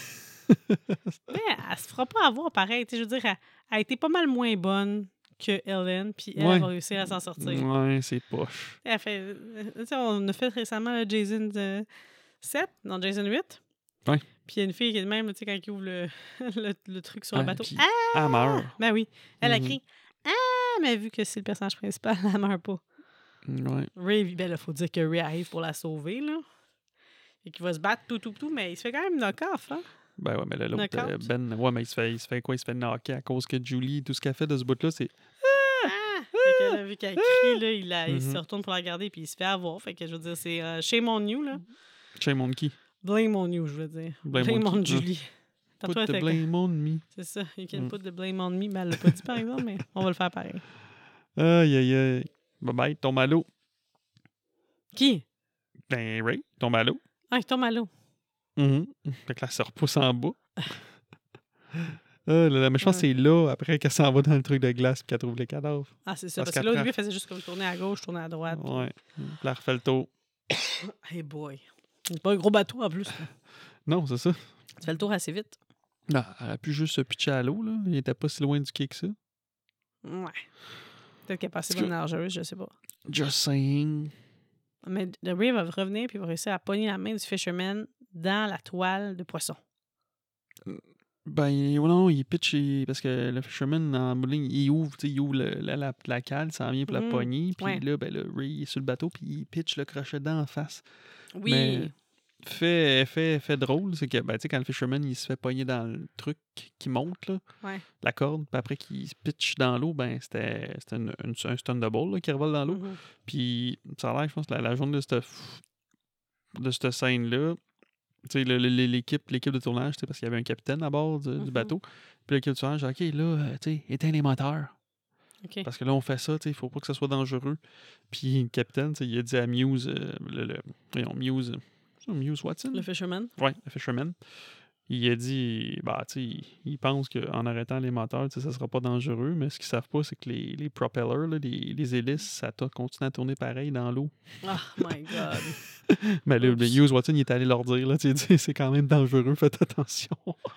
Mais elle se fera pas avoir pareil. Tu sais, je veux dire, elle, elle a été pas mal moins bonne que Ellen, puis elle Ouais. va réussir à s'en sortir. Ouais, c'est poche. Elle fait, euh, tu sais, on a fait récemment le Jason euh, sept, non, Jason huit. Ouais. Puis il y a une fille qui est de même, tu sais, quand il ouvre le, le, le truc sur Ouais, le bateau. puis Ah! elle meurt. Ben oui. Elle a Mhm. crié Ah! Mais vu que c'est le personnage principal, elle meurt pas. Ouais. Ray, ben là, faut dire que Ray arrive pour la sauver, là. Et qu'il va se battre tout, tout, tout, mais il se fait quand même knock-off, hein? Ben ouais, mais là, l'autre, euh, Knockout. Ben, ouais, mais il se fait, il se fait quoi? Il se fait knocker à cause que Julie, tout ce qu'elle fait de ce bout-là, c'est. Ah! Fait que là, vu qu'elle crie, là, il, la- il se Mhm. retourne pour la regarder, puis il se fait avoir. Fait que je veux dire, c'est euh, shame on you, là. Shame on qui? Blame on you, je veux dire. Blame Blame, on on, qui? Ah. Julie. Put Tantôt, elle the était- blame on me. C'est ça. You can Mm. put the blame on me. Mais elle l'a pas dit, par exemple, mais on va le faire pareil. Aïe, aïe, aïe. Bye bye, tombe à l'eau. Qui? Ben, Ray, tombe à l'eau. Ah, il tombe à l'eau. Mhm. Fait que là, elle se repousse en bas. Ah là là, mais je pense que Ouais. c'est là, après qu'elle s'en va dans le truc de glace et qu'elle trouve les cadavres. Ah, c'est ça. Parce Parce, que là, au qu'après- début, elle faisait juste comme tourner à gauche, tourner à droite. Ouais. Puis là, elle refait le tour. Hey boy. C'est pas un gros bateau en plus. là. Non, c'est ça. Tu fais le tour assez vite. Non, elle aurait pu juste se pitcher à l'eau, là. Il était pas si loin du quai que ça. Ouais. Peut-être qu'elle est pas assez Parce bonne nageuse, je sais pas. Just saying. Mais The Ray va revenir puis il va réussir à pogner la main du fisherman dans la toile de poisson. Ben, il- non, il pitch, il- parce que le fisherman, en bout de ligne, il ouvre, tu sais, il ouvre le- la, la, la cale, ça en vient pour la Mhm. poignée, puis Ouais. là, ben là, Ray il est sur le bateau, puis il pitch le crochet dedans en face. Oui. Mais fait, fait, fait drôle, c'est que, ben, tu sais, quand le fisherman, il se fait pogner dans le truc qui monte, là, Ouais. la corde, puis après qu'il se pitch dans l'eau, ben, c'était c'était une, une- un stun double, là, qui revole dans l'eau. Mhm. Puis ça a l'air, je pense, la, la journée de cette, de cette scène-là, tu sais, le- le- l'équipe, l'équipe de tournage, tu sais, parce qu'il y avait un capitaine à bord du, du Mhm. bateau. Puis l'équipe de tournage, OK, là, euh, tu sais, éteins les moteurs. OK. Parce que là, on fait ça, tu sais, il faut pas que ça soit dangereux. Puis le capitaine, tu sais, il a dit à Muse, euh, le, le, voyons, Muse, c'est ça, Muse Watson? Le fisherman. Ouais, le fisherman. Il a dit, bah, tu sais, il pense qu'en arrêtant les moteurs, tu sais, ça sera pas dangereux, mais ce qu'ils savent pas, c'est que les, les propellers, là, les, les hélices, ça to- continue à tourner pareil dans l'eau. Oh my God. Mais là, Oups. le Hughes Watson, il est allé leur dire, là, tu sais, c'est quand même dangereux, faites attention.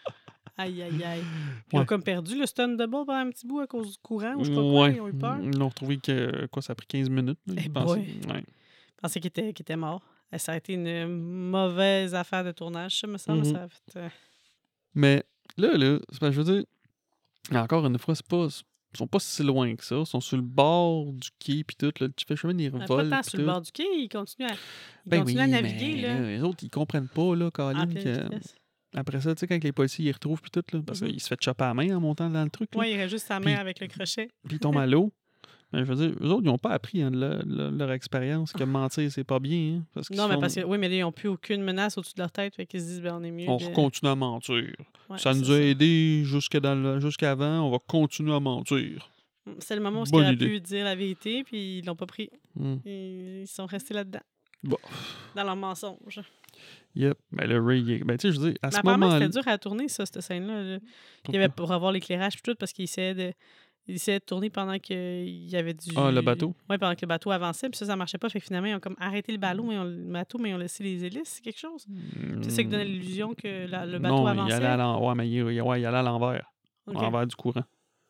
Aïe, aïe, aïe. Puis Ils ont Ouais. comme perdu le stun double pendant un petit bout à cause du courant ou je sais pas quoi. Ouais. Ils ont eu peur. Ils l'ont retrouvé que, quoi, ça a pris quinze minutes. là, Eh je pense. boy. Ouais. Je pensais qu'il était, qu'il était mort. Eh, Ça a été une mauvaise affaire de tournage, ça me semble. Mhm. Ça a fait, euh, Mais là, là, c'est parce que je veux dire, encore une fois, c'est pas, ils sont pas si loin que ça. Ils sont sur le bord du quai, puis tout. Là, le fisherman, il Pas revole. tant puis sur le tout. bord du quai, il continue à, il Ben continue oui, à naviguer. mais Là, là, les autres, ils comprennent pas, là, en Colin, pleine que vitesse. après ça, tu sais, quand les policiers ils retrouvent, puis tout, là, parce Mhm. qu'il se fait chopper à la main en montant dans le truc, là, Oui, il reste juste sa main Puis- avec le crochet. puis il tombe à l'eau. Mais je veux dire, eux autres, ils n'ont pas appris hein, de leur, leur- leur expérience que mentir, c'est pas bien. Hein, parce qu'ils Non, se mais font- parce que oui, mais là, ils n'ont plus aucune menace au-dessus de leur tête. Fait qu'ils se disent, ben, on est mieux. On de... continue à mentir. Ouais, ça c'est nous a aidés jusqu'à dans le- jusqu'avant, on va continuer à mentir. C'est le moment où ils Bonne auraient idée. pu dire la vérité, puis ils l'ont pas pris. Hmm. Ils ils sont restés là-dedans. Bon. Dans leur mensonge. Yep. Ben le Ray, il est- ben tu sais, je veux dire, à Mais ce apparemment, moment-là. c'était dur à tourner, ça, cette scène-là. là. Il y avait pour avoir l'éclairage puis tout, parce qu'il essayait de... Il essayait de tourner pendant qu'il y avait du... Ah, le bateau? Oui, pendant que le bateau avançait, puis ça, ça marchait pas. Fait que finalement, ils ont comme arrêté le bateau, mais ils ont, le bateau, mais ils ont laissé les hélices, c'est quelque chose. C'est ça qui donnait l'illusion que la- le bateau non, avançait. il allait à l'envers. Ouais, mais il, il- ouais, il allait à l'envers. Ok. À l'envers du courant.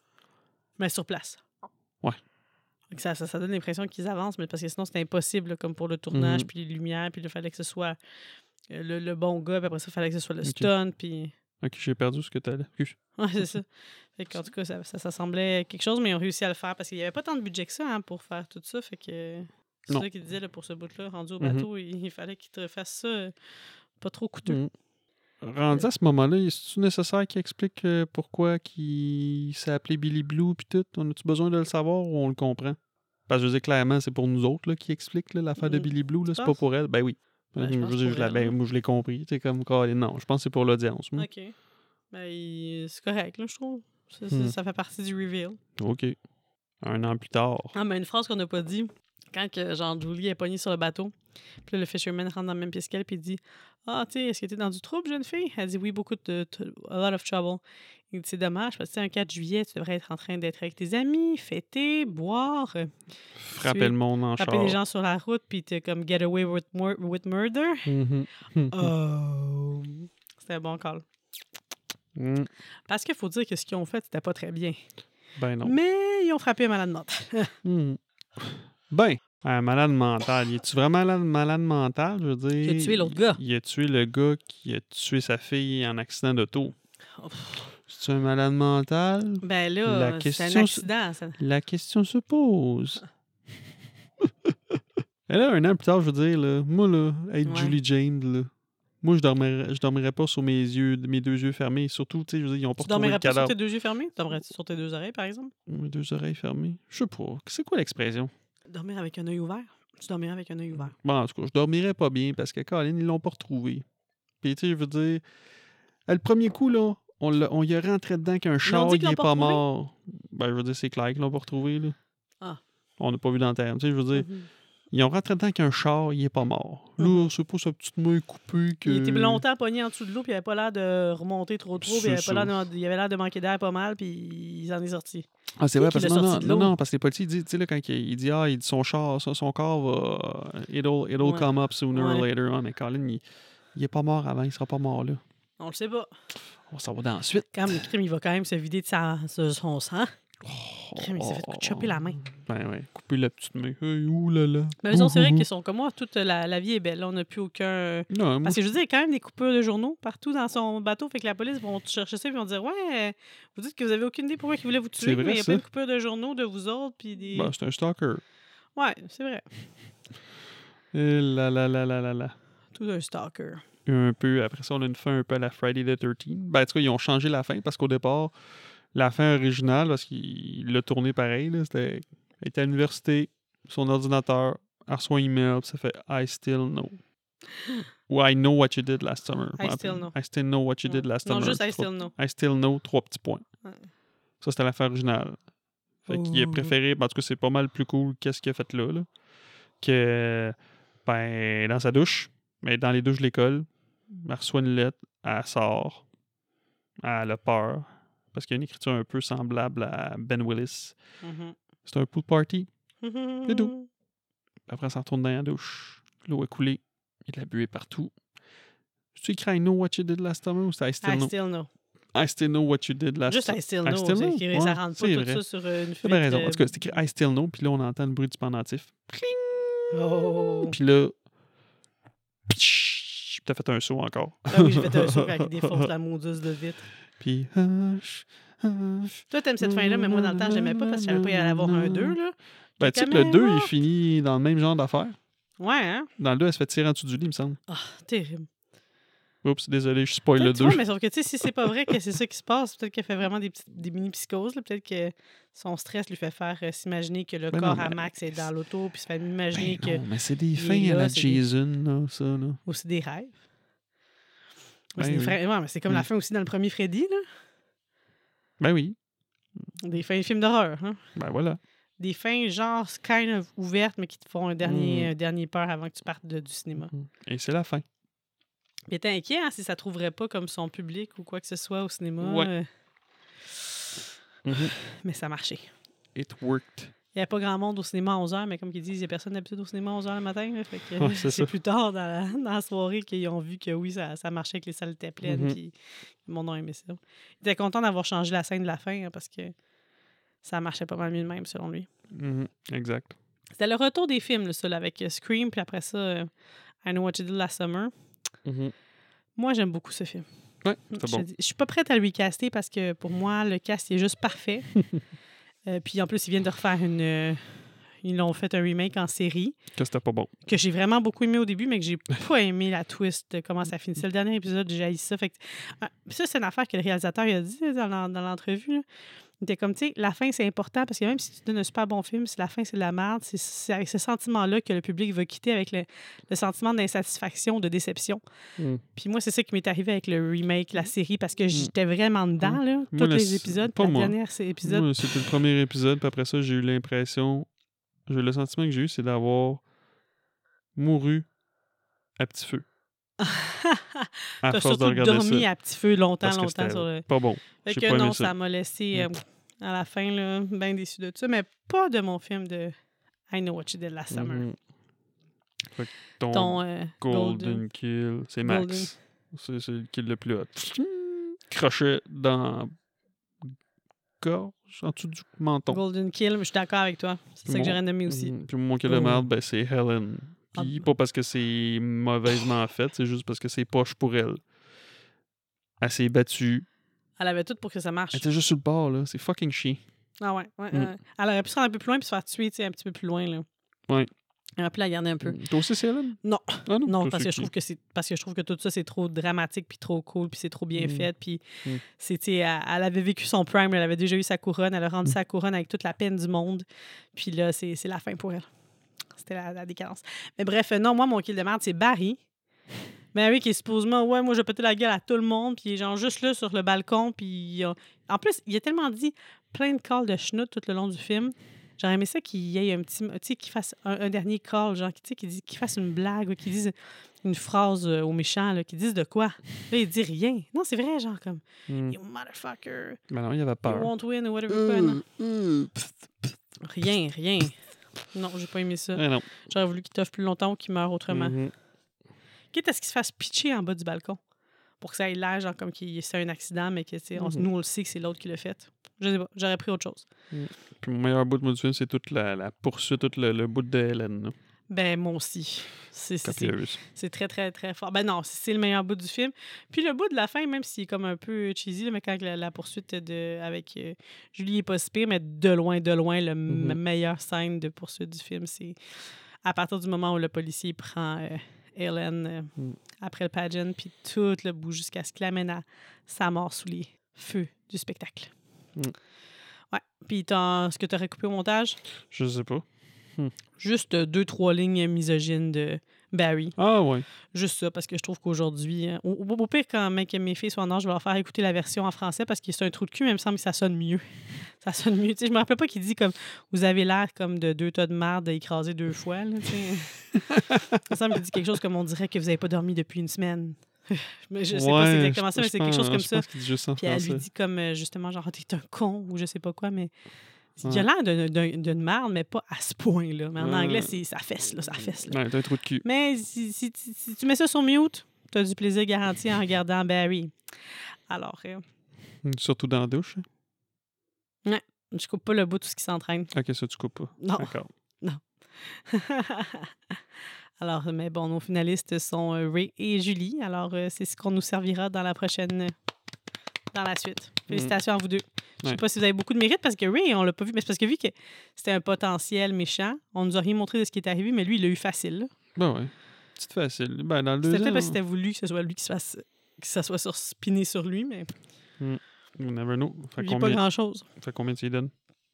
Mais sur place. Ouais. Fait que Ça, ça, ça donne l'impression qu'ils avancent, mais parce que sinon, c'était impossible, là, comme pour le tournage, Mhm. puis les lumières, puis il fallait que ce soit euh, le, le bon gars, puis après ça, il fallait que ce soit le Ok. stunt, puis... Ok, j'ai perdu ce que tu allais. Ouais, c'est ça. Fait qu'en tout cas, ça, ça, ça semblait quelque chose, mais ils ont réussi à le faire parce qu'il n'y avait pas tant de budget que ça hein, pour faire tout ça. Fait que c'est Non. ça qu'il disait là, pour ce bout-là, rendu au Mhm. bateau, il, il fallait qu'il te fasse ça euh, pas trop coûteux. Rendu à ce moment-là, est-ce nécessaire qu'il explique euh, pourquoi il s'est appelé Billy Blue puis tout? On a-tu besoin de le savoir ou on le comprend? Parce que je veux dire, clairement, c'est pour nous autres là, qui explique là, l'affaire de Mm. Billy Blue. Là, Tu c'est pas penses? pour elle. Ben oui. Ben, je je pense veux dire, pour je l'ai- elle, ben, là. moi, je l'ai compris. C'est comme Colin. Non, je pense que c'est pour l'audience. moi. OK. Ben, il- c'est correct, là, je trouve. Ça, Hmm. ça- ça fait partie du reveal. OK. Un an plus tard. Ah, mais une phrase qu'on n'a pas dit, quand que, genre, Julie est pognée sur le bateau, puis là, le fisherman rentre dans le même pièce qu'elle, puis il dit « Ah, tu sais, est-ce que t'es dans du trouble, jeune fille? » Elle dit « Oui, beaucoup de... t- a lot of trouble. » Il dit « C'est dommage, parce que, tu sais, un quatre juillet, tu devrais être en train d'être avec tes amis, fêter, boire, euh, Frapper Tuer- le monde en char. frapper les gens sur la route, puis t'es comme get away with, mur- with murder. Mhm. Oh. C'était un bon call. Mm. Parce qu'il faut dire que ce qu'ils ont fait, c'était pas très bien. Ben non. Mais ils ont frappé un malade mental. Mhm. Ben, Un malade mental. Il est-tu vraiment malade, malade mental? Je veux dire. Il a tué l'autre gars. Il a tué le gars qui a tué sa fille en accident d'auto. Oh, C'est un malade mental? Ben La là, c'est question un se- accident. Ça. La question se pose. Et là, un an plus tard, je veux dire, là, moi, là, être Ouais. Julie James, là, moi, je dormirais, je dormirais pas sur mes yeux, mes deux yeux fermés. Surtout, tu sais, je veux dire, ils ont pas Tu retrouvé le dormirais pas sur cadavre. tes deux yeux fermés? Tu dormirais-tu sur tes deux oreilles, par exemple? Mes deux oreilles fermées. Je sais pas. C'est quoi l'expression? Dormir avec un œil ouvert? Tu dormirais avec un œil ouvert. Bon, en tout cas, je dormirais pas bien parce que, Colin, ils l'ont pas retrouvé. Puis, tu sais, je veux dire, à le premier coup, là, on, l'a- on y est rentré dedans qu'un char, dit il qu'ils l'ont est pas pas retrouvé? mort. Ben, je veux dire, c'est clair qu'ils l'ont pas retrouvé, là. Ah. On n'a pas vu dans le terme. Tu sais, je veux dire, Mhm. ils ont rentré dedans qu'un char, il est pas mort. Là, Mhm. c'est pas sa petite main coupée que... Il était longtemps pogné en dessous de l'eau, puis il avait pas l'air de remonter trop trop, puis il avait, C'est pas l'air ça. de, il avait l'air de manquer d'air pas mal, puis il en est sorti. Ah, c'est Qui vrai, qui parce que l'a non, non, sorti de non, l'eau? non, parce que les policiers disent, tu sais, là, quand il, il dit, ah, il dit son char, son, son corps va, it'll, it'll Ouais. come up sooner or Ouais. later on. Mais Colin, il, il est pas mort avant, il sera pas mort là. On le sait pas. On s'en va dans la suite. Quand le crime, il va quand même se vider de, sa, de son sang. Oh, Crime, il s'est fait choper la main. Ben ouais, couper la petite main. Hey, ouh là là. Mais les autres, c'est vrai qu'ils sont comme moi, toute la, la vie est belle. Là, on n'a plus aucun. Non, moi, Parce que je veux dire, il y a quand même des coupures de journaux partout dans son bateau. Fait que la police vont chercher ça et vont dire ouais, vous dites que vous avez aucune idée pourquoi ils voulaient vous C'est tuer, vrai, mais il y a ça. plein de coupures de journaux de vous autres. Puis des. ben, c'est un stalker. Ouais, c'est vrai. Et là là là là là là. Tout un stalker. Un peu, après ça, on a une fin un peu à la Friday the thirteenth. Ben, en tout cas, ils ont changé la fin parce qu'au départ, la fin originale, parce qu'il l'a tourné pareil, là, c'était. Il était à l'université, son ordinateur, elle reçoit un email, puis ça fait I still know. Ou I know what you did last summer. I still know. I still know what you Ouais. did last Non, summer. juste I Trois- still know. I still know, trois petits points. Ouais. Ça, c'était la fin originale. Fait qu'il a Ouh. préféré, ben, en tout cas, c'est pas mal plus cool qu'est-ce qu'il a fait là, là. Que, ben, dans sa douche, mais dans les douches de l'école, elle reçoit une lettre, elle sort, elle a peur, parce qu'il y a une écriture un peu semblable à Ben Willis. Mhm. C'est un pool party. Mhm. C'est tout. Après, elle s'en retourne dans la douche. L'eau est coulée. Il y a de la buée partout. Tu écris I know what you did last summer ou c'est I still I know? still know. I still know what you did last Juste summer. I still I know. still c'est know. écrit- Ouais, ça rentre pas c'est tout vrai. ça sur euh, une T'as bien fuite, raison. euh, En tout cas, c'est écrit I still know, puis là, on entend le bruit du pendentif. Oh. Puis là, psh, t'as fait un saut encore. Ah oui, j'ai fait un saut quand il défonce la mauduse de vitre. Puis, hush, hush. Toi, t'aimes cette fin-là, mais moi, dans le temps, j'aimais pas parce que je savais pas qu'il allait y avoir un deux, là. Ben, tu sais que le deux, il finit dans le même genre d'affaire. Ouais, hein? Dans le deux, elle se fait tirer en dessous du lit, il me semble. Ah, terrible. Oups, désolé, je spoil le Peut-être, tu deux. vois, mais sauf que, tu sais, si c'est pas vrai que c'est ça qui se passe, peut-être qu'elle fait vraiment des, petites, des mini-psychoses, là. Peut-être que son stress lui fait faire euh, s'imaginer que le Ben corps non, à mais- Max est dans l'auto, puis se fait imaginer Ben que... non, mais c'est des il fins est à là, la c'est des- Jason, là, ça, là. Aussi des rêves. Ben c'est, des oui. fra- ouais, mais c'est comme Mm. la fin aussi dans le premier Freddy, là. Ben oui, Des fins de films d'horreur, hein? ben voilà. Des fins genre kind of ouvertes, mais qui te font un dernier, Mm. un dernier peur avant que tu partes de- du cinéma. Et c'est la fin. Il était inquiet hein, si ça trouverait pas comme son public ou quoi que ce soit au cinéma. Ouais. euh, Mhm. mais ça marchait. It worked. Il n'y avait pas grand monde au cinéma à onze heures, mais comme ils disent, il n'y a personne d'habitude au cinéma à onze heures le matin. Là, fait que, Ouais, c'est c'est ça. plus tard dans la, dans la soirée qu'ils ont vu que oui, ça, ça marchait, que les salles étaient pleines. Mhm. Puis le monde a aimé ça. Il était content d'avoir changé la scène de la fin hein, parce que ça marchait pas mal mieux de même, selon lui. Mhm. Exact. C'était le retour des films, là, ça, là, avec euh, Scream, puis après ça, euh, I Know What You Did Last Summer. Mhm. Moi, j'aime beaucoup ce film. Ouais, c'est Je bon. te dis- Je suis pas prête à le recaster parce que pour moi, le cast il est juste parfait. Euh, puis en plus, ils viennent de refaire une. euh, ils l'ont fait un remake en série Que c'était pas bon. que j'ai vraiment beaucoup aimé au début, mais que j'ai pas aimé la twist de comment ça finit. C'est le dernier épisode, j'ai haï ça. Fait que, ah, ça, c'est une affaire que le réalisateur il a dit là, dans l'en- dans l'entrevue. là. Il était comme, tu sais, la fin, c'est important parce que même si tu donnes un super bon film, si la fin, c'est de la merde, c'est c'est avec ce sentiment-là que le public va quitter avec le, le sentiment d'insatisfaction, de déception. Mm. Puis moi, c'est ça qui m'est arrivé avec le remake, la série, parce que j'étais vraiment dedans, là, Moi, tous la- les épisodes. pas Puis la moi. dernière c'est épisode. Moi, c'était le premier épisode, puis après ça, j'ai eu l'impression... j'ai- Le sentiment que j'ai eu, c'est d'avoir mouru à petit feu. À T'as force de surtout regarder dormi ça. à petit feu longtemps, Parce que longtemps c'était sur le. pas bon. Fait J'ai que pas aimé non, ça. ça m'a laissé Mm. euh, à la fin, là, bien déçu de ça, mais pas de mon film de I Know What You Did Last Summer. Mhm. Fait que ton, Ton euh, Golden, Golden. Kill, c'est Golden. Max. C'est c'est le kill le plus hot. Crochet dans gorge, en dessous du menton. Golden Kill, je suis d'accord avec toi. C'est ça que j'aurais nommé aussi. Mm, Puis mon kill de merde, ben, c'est Helen. Puis Ah. pas parce que c'est mauvaisement fait, c'est juste parce que c'est poche pour elle. Elle s'est battue. Elle avait tout pour que ça marche. Elle était juste sur le bord, là. C'est fucking chiant. Ah ouais, ouais, Mm. ouais. Elle aurait pu se rendre un peu plus loin puis se faire tuer, tu sais, un petit peu plus loin, là. Ouais. Elle aurait pu la garder un peu. Toi aussi, c'est Helen? Non. Ah non, Non, toi, parce c'est que je qui? trouve que c'est parce que je trouve que tout ça c'est trop dramatique puis trop cool puis c'est trop bien Mm. fait puis Mm. c'est tu sais, elle, elle avait vécu son prime, elle avait déjà eu sa couronne, elle a rendu Mm. sa couronne avec toute la peine du monde. Puis là c'est c'est la fin pour elle. C'était la, la décadence. Mais bref, euh, non, moi mon kill de merde c'est Barry. Barry qui est supposément ouais, moi je vais péter la gueule à tout le monde puis il est genre juste là sur le balcon puis il a- en plus, il a tellement dit plein de calls de schnout tout le long du film. J'aurais aimé ça qu'il y ait un petit... Tu sais, qu'il fasse un, un dernier call, genre, tu sais, qu'il, dit- qu'il fasse une blague, ou qu'il dise une phrase euh, aux méchants, là, qu'il dise de quoi. Là, il dit rien. Non, c'est vrai, genre, comme Mm. You motherfucker, Ben non, il avait you peur. won't win, ou whatever. quoi, non. Mm. Rien, rien. Non, j'ai pas aimé ça. Eh non. J'aurais voulu qu'il t'offre plus longtemps ou qu'il meure autrement. Mhm. Quitte à ce qu'il se fasse pitcher en bas du balcon. Pour que ça ait l'air, genre, comme qu'il c'est un accident, mais que, tu sais, on- Mhm. nous, on le sait que c'est l'autre qui l'a fait. Je sais pas. J'aurais pris autre chose. Puis mon meilleur bout de du film, c'est toute la, la poursuite, tout le, le bout de Helen. Là. Ben, moi aussi. C'est, c'est, c'est, Copieuse. c'est très, très, très fort. Ben non, c'est, c'est le meilleur bout du film. Puis le bout de la fin, même s'il est comme un peu cheesy, là, mais quand la, la poursuite de, avec euh, Julie est pas si pire, mais de loin, de loin, la Mhm. meilleure scène de poursuite du film, c'est à partir du moment où le policier prend euh, Helen euh, Mm. après le pageant, puis tout le bout jusqu'à ce qu'il amène à sa mort sous les feux du spectacle. Mm. Ouais. Puis t'en- ce que tu aurais coupé au montage? Je sais pas. Juste euh, deux, trois lignes misogynes de Barry. Ah ouais. Juste ça, parce que je trouve qu'aujourd'hui, euh, au, au- au pire, quand même que mes filles soient en âge, je vais leur faire écouter la version en français parce que c'est un trou de cul, mais il me semble que ça sonne mieux. Ça sonne mieux. Tu sais, je me rappelle pas qu'il dit comme vous avez l'air comme de deux tas de marde écrasés deux fois. Là, tu sais. Il me semble qu'il dit quelque chose comme on dirait que vous avez pas dormi depuis une semaine. Mais je sais pas c'est Ouais, exactement je- ça, mais je c'est quelque chose pense- comme je ça. pense qu'il dit juste en Puis elle français. lui dit comme euh, justement genre t'es un con ou je sais pas quoi, mais il Ouais. a l'air d'un- d'un- d'une merde, mais pas à ce point-là. Mais en Ouais. anglais, c'est ça fesse, là, ça fesse. Là. Ouais, t'as un trou de cul. Mais si, si- si- si tu mets ça sur mute, tu as du plaisir garanti en regardant Barry. Alors, euh, Surtout dans la douche. hein. je coupe pas le bout de tout ce qui s'entraîne. Ok, ça, tu coupes pas. Non. D'accord. Alors, mais bon, nos finalistes sont euh, Ray et Julie. Alors, euh, c'est ce qu'on nous servira dans la prochaine... dans la suite. Félicitations à vous deux. Je sais Ouais. pas si vous avez beaucoup de mérite parce que Ray, on l'a pas vu, mais c'est parce que vu que c'était un potentiel méchant, on nous a rien montré de ce qui est arrivé, mais lui, il l'a eu facile. là. Ben ouais. Petite facile. Ben, dans le C'était peut-être deuxième, parce que c'était voulu que ce soit lui qui se fasse... que ça soit sur... spiné sur lui, mais you never know. Fait il n'y a pas combien, grand-chose. fait combien tu y donnes?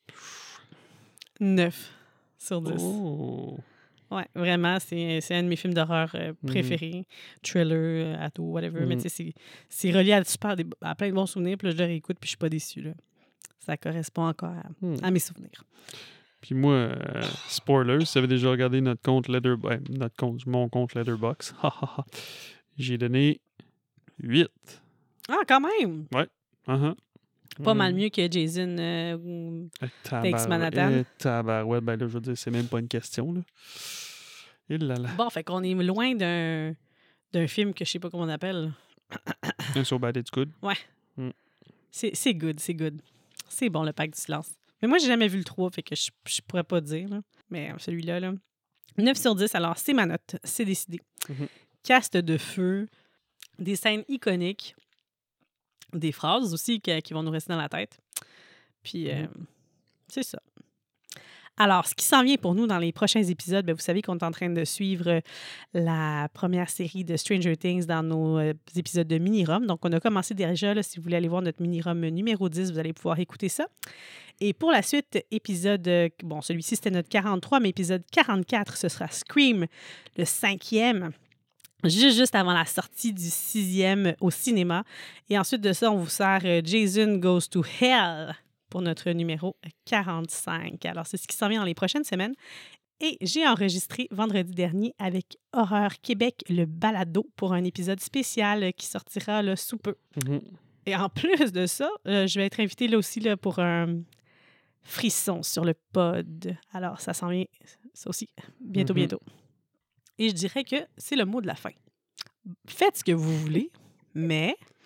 neuf sur dix. Oh. Ouais, vraiment, c'est, c'est un de mes films d'horreur euh, Mhm. préférés. Thriller, euh, ado, whatever. Mais Mhm. tu sais, c'est, c'est relié à, super, des- à plein de bons souvenirs. Puis là, je le réécoute, puis je suis pas déçue. Là. Ça correspond encore à, Hmm. à mes souvenirs. Puis moi, euh, spoiler, si vous avez déjà regardé notre compte Letterboxd, notre compte, mon compte Letterboxd, j'ai donné huit. Ah, quand même! Uh-huh. Pas Hmm. mal mieux que Jason euh, ou- Eh, Takes Manhattan. eh, tabarouette, ben là, je veux dire, c'est même pas une question, là. Et là là. Bon, fait qu'on est loin d'un, d'un film que je sais pas comment on appelle. Un So Bad It's Good. C'est, c'est good, c'est good. C'est bon, le Pacte du silence. Mais moi, j'ai jamais vu le trois, fait que je, je pourrais pas dire. Là. Mais euh, celui-là, là, neuf sur dix, alors c'est ma note, c'est décidé. Mhm. Cast de feu, des scènes iconiques, des phrases aussi que- qui vont nous rester dans la tête. Puis, euh, c'est ça. Alors, ce qui s'en vient pour nous dans les prochains épisodes, ben, vous savez qu'on est en train de suivre euh, la première série de Stranger Things dans nos euh, épisodes de mini-rom. Donc, on a commencé déjà. Là, si vous voulez aller voir notre mini-rom numéro dix, vous allez pouvoir écouter ça. Et pour la suite, épisode... euh, bon, celui-ci, c'était notre quarante-trois, mais épisode quarante-quatre, ce sera Scream, le cinquième. Juste, juste avant la sortie du sixième au cinéma. Et ensuite de ça, on vous sert euh, Jason Goes to Hell pour notre numéro quarante-cinq. Alors, c'est ce qui s'en vient dans les prochaines semaines. Et j'ai enregistré vendredi dernier avec Horreur Québec le balado pour un épisode spécial euh, qui sortira là, sous peu. Mhm. Et en plus de ça, euh, je vais être invitée là aussi là, pour un frisson sur le pod. Alors, ça s'en vient, ça aussi, bientôt, Mhm. bientôt. Et je dirais que c'est le mot de la fin. Faites ce que vous voulez, mais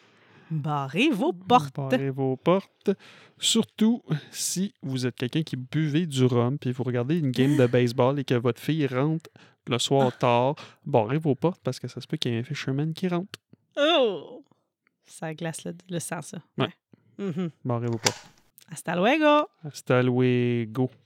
Barrez vos portes. Barrez vos portes. Surtout si vous êtes quelqu'un qui buvez du rhum puis vous regardez une game de baseball et que votre fille rentre le soir tard, barrez vos portes parce que ça se peut qu'il y ait un fisherman qui rentre. Oh! Ça glace le, le sang, ça. Ouais. Mhm. Barrez vos portes. Hasta luego! Hasta luego.